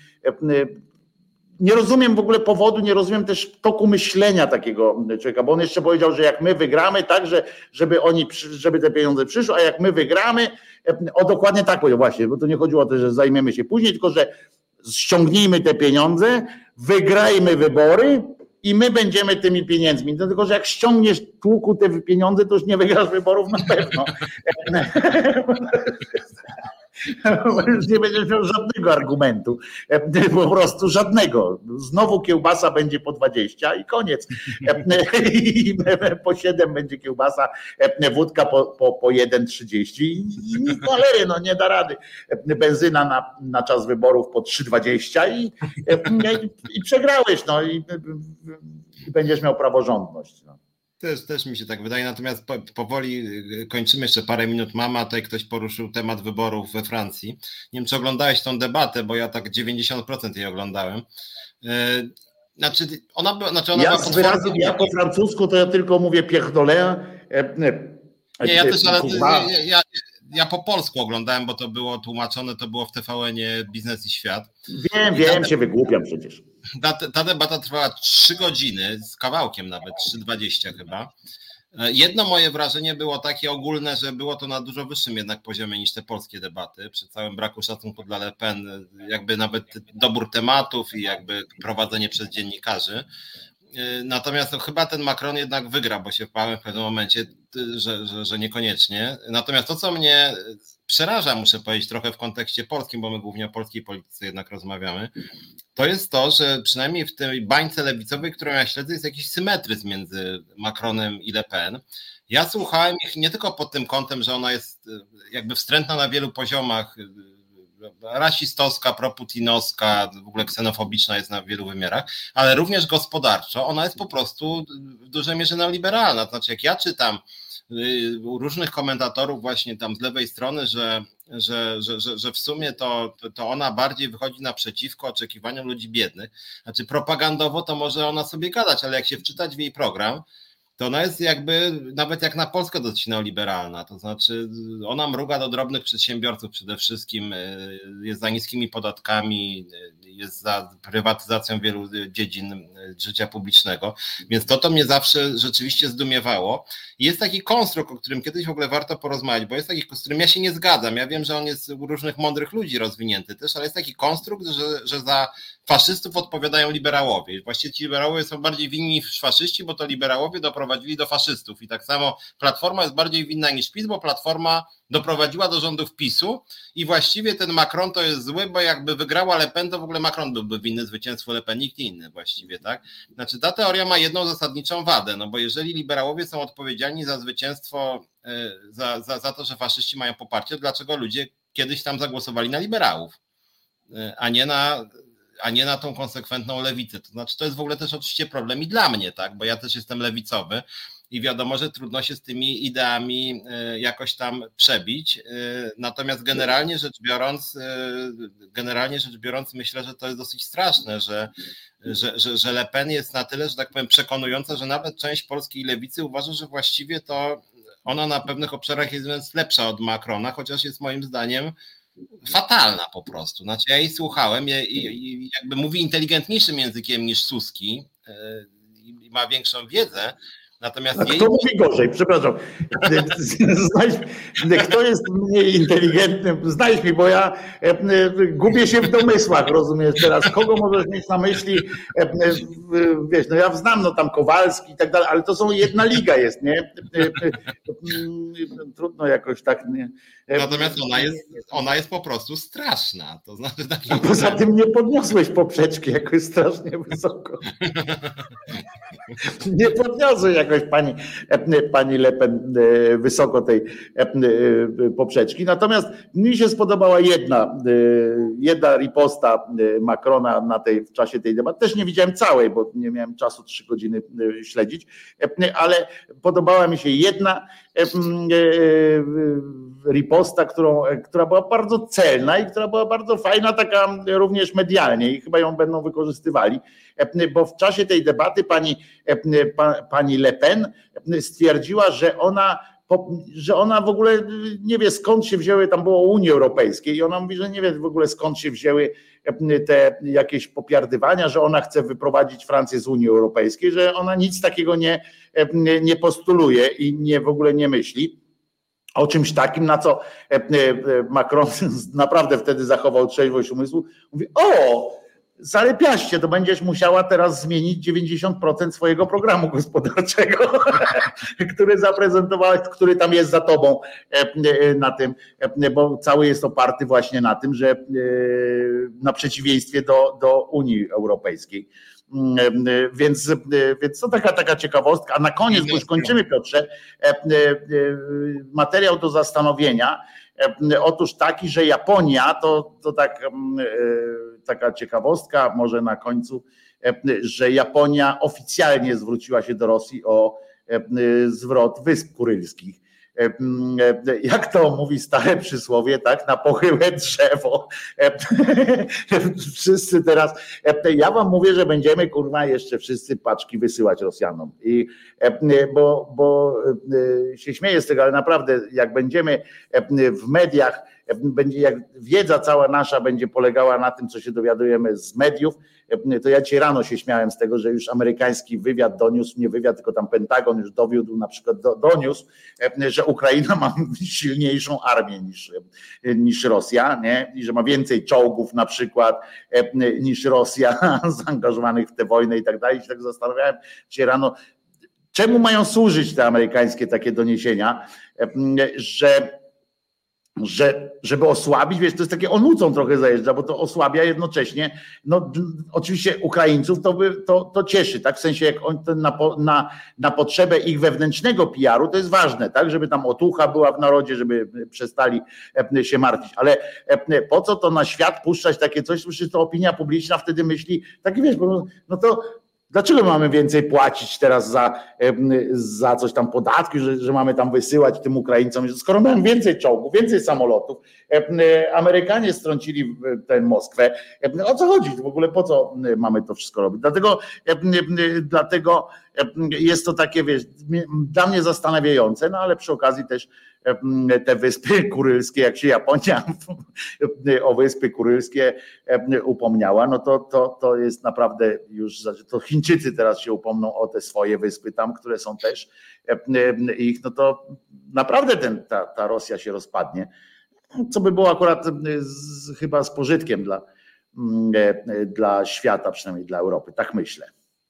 nie rozumiem w ogóle powodu, nie rozumiem też toku myślenia takiego człowieka, bo on jeszcze powiedział, że jak my wygramy, tak, że żeby oni, żeby te pieniądze przyszły, a jak my wygramy, o dokładnie tak powiedział właśnie, bo to nie chodziło o to, że zajmiemy się później, tylko że ściągnijmy te pieniądze, wygrajmy wybory i my będziemy tymi pieniędzmi. No, tylko że jak ściągniesz tłuku te pieniądze, to już nie wygrasz wyborów na pewno. Już nie będziesz miał żadnego argumentu, po prostu żadnego. Znowu kiełbasa będzie po dwadzieścia i koniec. I po siedem będzie kiełbasa, wódka po, po, po jeden trzydzieści i cholery, no nie da rady. Benzyna na, na czas wyborów po trzy dwadzieścia i, i przegrałeś, no i, i będziesz miał praworządność. No. Też, też mi się tak wydaje, natomiast po, powoli kończymy, jeszcze parę minut mamy, a tutaj ktoś poruszył temat wyborów we Francji. Nie wiem, czy oglądałeś tą debatę, bo ja tak dziewięćdziesiąt procent jej oglądałem. Znaczy ona, znaczy ona ja, była z wyrazu, ja po francusku to ja tylko mówię pierdolę. Nie, ja też, ale ja, ja, ja po polsku oglądałem, bo to było tłumaczone, to było w T V N-ie Biznes i Świat. Wiem, I wiem, ta, się wygłupiam przecież. Ta, ta debata trwała trzy godziny, z kawałkiem nawet, trzy dwadzieścia chyba. Jedno moje wrażenie było takie ogólne, że było to na dużo wyższym jednak poziomie niż te polskie debaty, przy całym braku szacunku dla Le Pen, jakby nawet dobór tematów i jakby prowadzenie przez dziennikarzy. Natomiast no, chyba ten Macron jednak wygra, bo się bałem w pewnym momencie, że, że, że niekoniecznie. Natomiast to, co mnie przeraża, muszę powiedzieć, trochę w kontekście polskim, bo my głównie o polskiej polityce jednak rozmawiamy, to jest to, że przynajmniej w tej bańce lewicowej, którą ja śledzę, jest jakiś symetryzm między Macronem i Le Pen. Ja słuchałem ich nie tylko pod tym kątem, że ona jest jakby wstrętna na wielu poziomach, rasistowska, proputinowska, w ogóle ksenofobiczna jest na wielu wymiarach, ale również gospodarczo ona jest po prostu w dużej mierze neoliberalna. To znaczy jak ja czytam u różnych komentatorów właśnie tam z lewej strony, że, że, że, że, że w sumie to, to ona bardziej wychodzi naprzeciwko oczekiwaniom ludzi biednych. Znaczy propagandowo to może ona sobie gadać, ale jak się wczytać w jej program, to ona jest jakby nawet jak na Polskę dosyć neoliberalna, to znaczy ona mruga do drobnych przedsiębiorców przede wszystkim, jest za niskimi podatkami, jest za prywatyzacją wielu dziedzin życia publicznego, więc to to mnie zawsze rzeczywiście zdumiewało. I jest taki konstrukt, o którym kiedyś w ogóle warto porozmawiać, bo jest taki, z którym ja się nie zgadzam, ja wiem, że on jest u różnych mądrych ludzi rozwinięty też, ale jest taki konstrukt, że, że za faszystów odpowiadają liberałowie. Właściwie ci liberałowie są bardziej winni niż faszyści, bo to liberałowie doprowadzili do faszystów i tak samo Platforma jest bardziej winna niż PiS, bo Platforma doprowadziła do rządów PiSu i właściwie ten Macron to jest zły, bo jakby wygrała Le Pen, to w ogóle Macron byłby winny zwycięstwo Le Pen, nikt inny właściwie, tak? Znaczy ta teoria ma jedną zasadniczą wadę, no bo jeżeli liberałowie są odpowiedzialni za zwycięstwo, za, za, za to, że faszyści mają poparcie, dlaczego ludzie kiedyś tam zagłosowali na liberałów, a nie na... a nie na tą konsekwentną lewicę. To znaczy to jest w ogóle też oczywiście problem i dla mnie, tak, bo ja też jestem lewicowy i wiadomo, że trudno się z tymi ideami jakoś tam przebić, natomiast generalnie rzecz biorąc, generalnie rzecz biorąc myślę, że to jest dosyć straszne, że, że, że, że Le Pen jest na tyle, że tak powiem przekonująca, że nawet część polskiej lewicy uważa, że właściwie to ona na pewnych obszarach jest lepsza od Macrona, chociaż jest moim zdaniem fatalna po prostu. Znaczy ja jej słuchałem i, i jakby mówi inteligentniejszym językiem niż Suski i ma większą wiedzę, natomiast A jej... kto mówi gorzej? Przepraszam. Znajdź, kto jest mniej inteligentny? Znajdź mi, bo ja gubię się w domysłach, rozumiesz teraz, kogo możesz mieć na myśli, wiesz, no ja znam, no tam Kowalski i tak dalej, ale to są jedna liga jest, nie? Trudno jakoś tak, nie? Natomiast ona jest, ona jest po prostu straszna. To znaczy taki... A poza tym nie podniosłeś poprzeczki jakoś strasznie wysoko. Nie podniosłeś jakoś pani, pani Le Pen wysoko tej poprzeczki. Natomiast mi się spodobała jedna, jedna riposta Macrona na tej, w czasie tej debaty. Też nie widziałem całej, bo nie miałem czasu trzy godziny śledzić, ale podobała mi się jedna riposta, którą, która była bardzo celna i która była bardzo fajna, taka również medialnie i chyba ją będą wykorzystywali, bo w czasie tej debaty pani, pani Le Pen stwierdziła, że ona, że ona w ogóle nie wie skąd się wzięły, tam było o Unii Europejskiej i ona mówi, że nie wie w ogóle skąd się wzięły te jakieś popiardywania, że ona chce wyprowadzić Francję z Unii Europejskiej, że ona nic takiego nie, nie postuluje i nie w ogóle nie myśli o czymś takim, na co Macron naprawdę wtedy zachował trzeźwość umysłu. Mówi, o, zalepiaście, to będziesz musiała teraz zmienić dziewięćdziesiąt procent swojego programu gospodarczego, który zaprezentowałeś, który tam jest za tobą na tym, bo cały jest oparty właśnie na tym, że na przeciwieństwie do, do Unii Europejskiej. Więc, więc to taka, taka ciekawostka. A na koniec, bo już kończymy, Piotrze, materiał do zastanowienia. Otóż taki, że Japonia, to, to tak, taka ciekawostka, może na końcu, że Japonia oficjalnie zwróciła się do Rosji o zwrot Wysp Kurylskich. Jak to mówi stare przysłowie, tak? Na pochyłe drzewo. Wszyscy teraz, ja wam mówię, że będziemy kurwa jeszcze wszyscy paczki wysyłać Rosjanom. I bo, bo się śmieję z tego, ale naprawdę jak będziemy w mediach, będzie jak wiedza cała nasza będzie polegała na tym, co się dowiadujemy z mediów, to ja dzisiaj rano się śmiałem z tego, że już amerykański wywiad doniósł, nie wywiad, tylko tam Pentagon już dowiódł, na przykład doniósł, że Ukraina ma silniejszą armię niż, niż Rosja, nie? I że ma więcej czołgów na przykład niż Rosja zaangażowanych w tę wojnę i tak dalej. I się tak zastanawiałem dzisiaj rano, czemu mają służyć te amerykańskie takie doniesienia, że że żeby osłabić, wiesz, to jest takie onucą trochę zajeżdża, bo to osłabia jednocześnie, no oczywiście Ukraińców to, by, to, to cieszy, tak, w sensie jak on na, na, na potrzebę ich wewnętrznego P R u to jest ważne, tak, żeby tam otucha była w narodzie, żeby przestali się martwić, ale po co to na świat puszczać takie coś, przecież to opinia publiczna wtedy myśli, tak wiesz, no to dlaczego mamy więcej płacić teraz za, za coś tam podatki, że, że mamy tam wysyłać tym Ukraińcom, skoro mamy więcej czołgów, więcej samolotów, Amerykanie strącili tę Moskwę, o co chodzi w ogóle, po co mamy to wszystko robić? Dlatego, dlatego jest to takie, wiesz, dla mnie zastanawiające, no ale przy okazji też te wyspy kurylskie, jak się Japonia o wyspy kurylskie upomniała, no to, to, to jest naprawdę już, to Chińczycy teraz się upomną o te swoje wyspy tam, które są też ich, no to naprawdę ten, ta, ta Rosja się rozpadnie, co by było akurat z, chyba z pożytkiem dla, dla świata, przynajmniej dla Europy, tak myślę.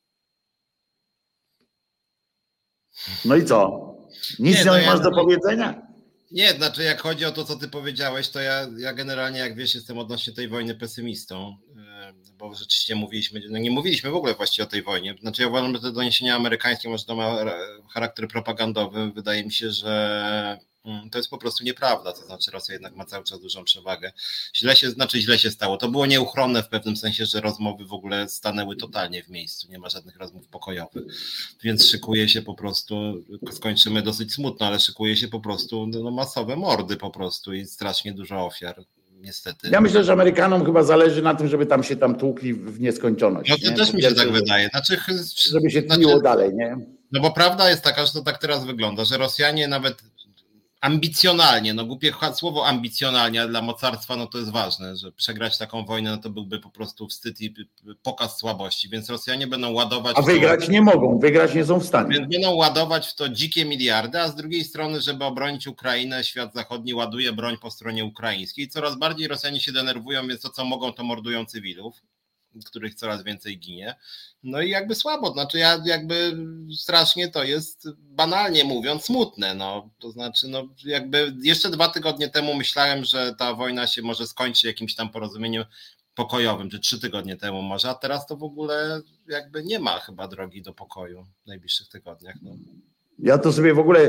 No i co? Nic nie, no nie masz ja, do powiedzenia? Nie, znaczy jak chodzi o to, co ty powiedziałeś, to ja, ja generalnie, jak wiesz, jestem odnośnie tej wojny pesymistą, bo rzeczywiście mówiliśmy, no nie mówiliśmy w ogóle właściwie o tej wojnie. Znaczy ja uważam, że te doniesienia amerykańskie, może to ma charakter propagandowy, wydaje mi się, że to jest po prostu nieprawda, to znaczy Rosja jednak ma cały czas dużą przewagę. Źle się, znaczy źle się stało. To było nieuchronne w pewnym sensie, że rozmowy w ogóle stanęły totalnie w miejscu. Nie ma żadnych rozmów pokojowych. Więc szykuje się po prostu, skończymy dosyć smutno, ale szykuje się po prostu no, masowe mordy po prostu i strasznie dużo ofiar. Niestety. Ja myślę, że Amerykanom chyba zależy na tym, żeby tam się tam tłukli w nieskończoność. No to nie? też mi się tak wydaje. Znaczy, żeby się tliło znaczy, dalej, nie? No bo prawda jest taka, że to tak teraz wygląda, że Rosjanie nawet ambicjonalnie, no głupie słowo ambicjonalnie, ale dla mocarstwa no to jest ważne, że przegrać taką wojnę no to byłby po prostu wstyd i pokaz słabości, więc Rosjanie będą ładować... A wygrać to, nie mogą, wygrać nie są w stanie. Więc będą ładować w to dzikie miliardy, a z drugiej strony, żeby obronić Ukrainę, świat zachodni ładuje broń po stronie ukraińskiej. Coraz bardziej Rosjanie się denerwują, więc to co mogą, to mordują cywilów, których coraz więcej ginie. No i jakby słabo, znaczy ja jakby strasznie to jest, banalnie mówiąc, smutne, no to znaczy no jakby jeszcze dwa tygodnie temu myślałem, że ta wojna się może skończy jakimś tam porozumieniem pokojowym, czy trzy tygodnie temu może, a teraz to w ogóle jakby nie ma chyba drogi do pokoju w najbliższych tygodniach. No. Ja to sobie w ogóle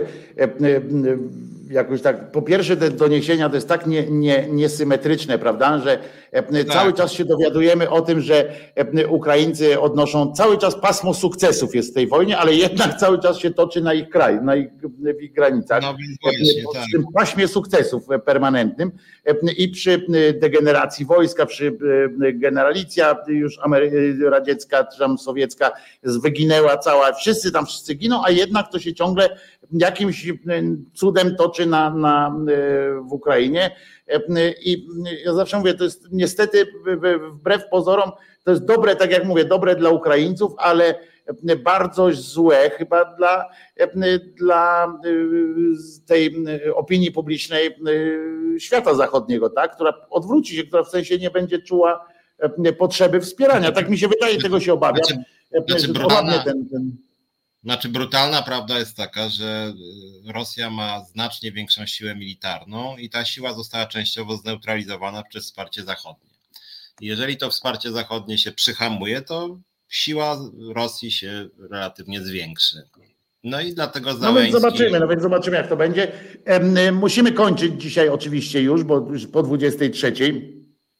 jakoś tak, po pierwsze te doniesienia to jest tak nie, nie, niesymetryczne, prawda, że tak. Cały czas się dowiadujemy o tym, że Ukraińcy odnoszą, cały czas pasmo sukcesów jest w tej wojnie, ale jednak cały czas się toczy na ich kraju, na ich, w ich granicach, no, właśnie, w tak. tym paśmie sukcesów permanentnym i przy degeneracji wojska, przy generalicja już Amery- radziecka, czy tam sowiecka wyginęła cała, wszyscy tam wszyscy giną, a jednak to się ciągle jakimś cudem toczy na, na, w Ukrainie i ja zawsze mówię, to jest niestety wbrew pozorom, to jest dobre, tak jak mówię, dobre dla Ukraińców, ale bardzo złe chyba dla, dla tej opinii publicznej świata zachodniego, tak? Która odwróci się, która w sensie nie będzie czuła potrzeby wspierania. Tak mi się wydaje, tego się obawiam. Znaczy, znaczy brutalna, ten, ten... znaczy brutalna prawda jest taka, że Rosja ma znacznie większą siłę militarną i ta siła została częściowo zneutralizowana przez wsparcie zachodnie. Jeżeli to wsparcie zachodnie się przyhamuje, to siła Rosji się relatywnie zwiększy. No i dlatego Załęski... No więc zobaczymy, no więc zobaczymy jak to będzie. Musimy kończyć dzisiaj oczywiście już, bo już po dwudziestej trzeciej.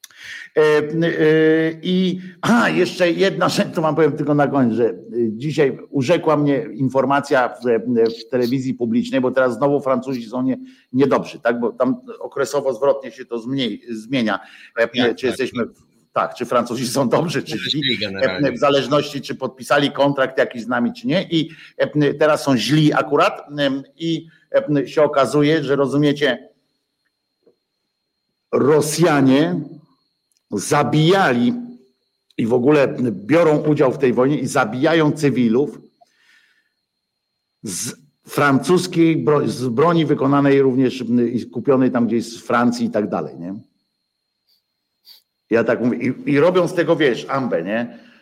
I a, jeszcze jedna rzecz, to wam powiem tylko na koniec, że dzisiaj urzekła mnie informacja w, w telewizji publicznej, bo teraz znowu Francuzi są nie, niedobrzy, tak? Bo tam okresowo zwrotnie się to zmieni, zmienia. Jak, czy tak, jesteśmy... Tak. Tak, czy Francuzi są dobrzy, czy źli, w zależności czy podpisali kontrakt jakiś z nami, czy nie. I teraz są źli akurat i się okazuje, że rozumiecie, Rosjanie zabijali i w ogóle biorą udział w tej wojnie i zabijają cywilów z francuskiej broni, z broni wykonanej również i kupionej tam gdzieś z Francji i tak dalej, nie? Ja tak mówię, i, i robią z tego, wiesz, ambę, nie?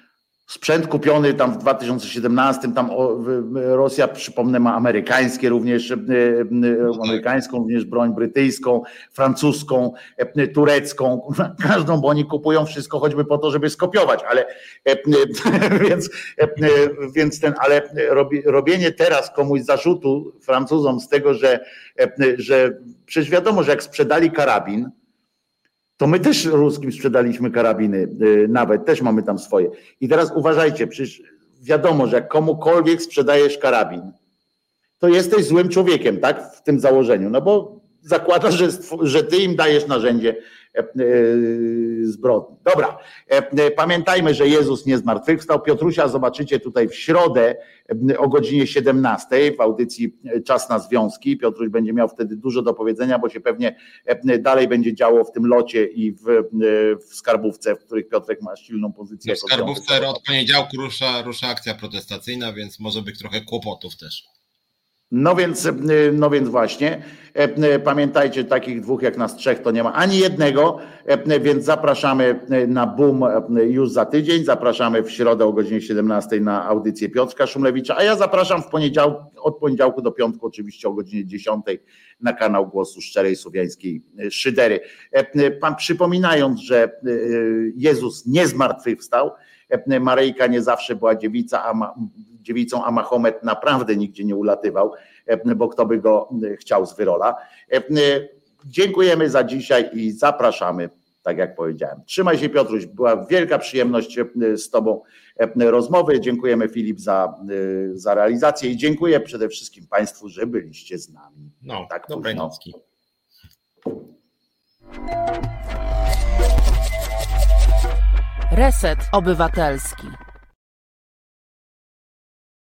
Sprzęt kupiony tam w dwa tysiące siedemnastym, tam Rosja, przypomnę, ma amerykańskie również, amerykańską również broń, brytyjską, francuską, turecką, każdą, bo oni kupują wszystko choćby po to, żeby skopiować, ale więc, więc ten, ale robienie teraz komuś zarzutu Francuzom z tego, że, że przecież wiadomo, że jak sprzedali karabin, to my też ruskim sprzedaliśmy karabiny, nawet też mamy tam swoje. I teraz uważajcie, przecież wiadomo, że jak komukolwiek sprzedajesz karabin, to jesteś złym człowiekiem, tak? W tym założeniu, no bo zakładasz, że, że ty im dajesz narzędzie zbrodni. Dobra, pamiętajmy, że Jezus nie zmartwychwstał. Piotrusia zobaczycie tutaj w środę o godzinie siedemnastej w audycji Czas na Związki. Piotruś będzie miał wtedy dużo do powiedzenia, bo się pewnie dalej będzie działo w tym locie i w, w skarbówce, w których Piotrek ma silną pozycję. No w skarbówce od poniedziałku rusza, rusza akcja protestacyjna, więc może być trochę kłopotów też. No więc, no więc właśnie, pamiętajcie, takich dwóch jak nas trzech to nie ma ani jednego, więc zapraszamy na boom już za tydzień, zapraszamy w środę o godzinie siedemnastej na audycję Piotrka Szumlewicza, a ja zapraszam w poniedziałku, od poniedziałku do piątku oczywiście o godzinie dziesiątej na kanał Głosu Szczerej Słowiańskiej Szydery. Pan przypominając, że Jezus nie zmartwychwstał, Maryjka nie zawsze była dziewica, a ma, dziewicą, a Mahomet naprawdę nigdzie nie ulatywał, bo kto by go chciał z wyrola. Dziękujemy za dzisiaj i zapraszamy, tak jak powiedziałem. Trzymaj się, Piotruś, była wielka przyjemność z tobą rozmowy. Dziękujemy, Filip, za, za realizację i dziękuję przede wszystkim państwu, że byliście z nami. No, tak, dobrej nocki. Reset Obywatelski.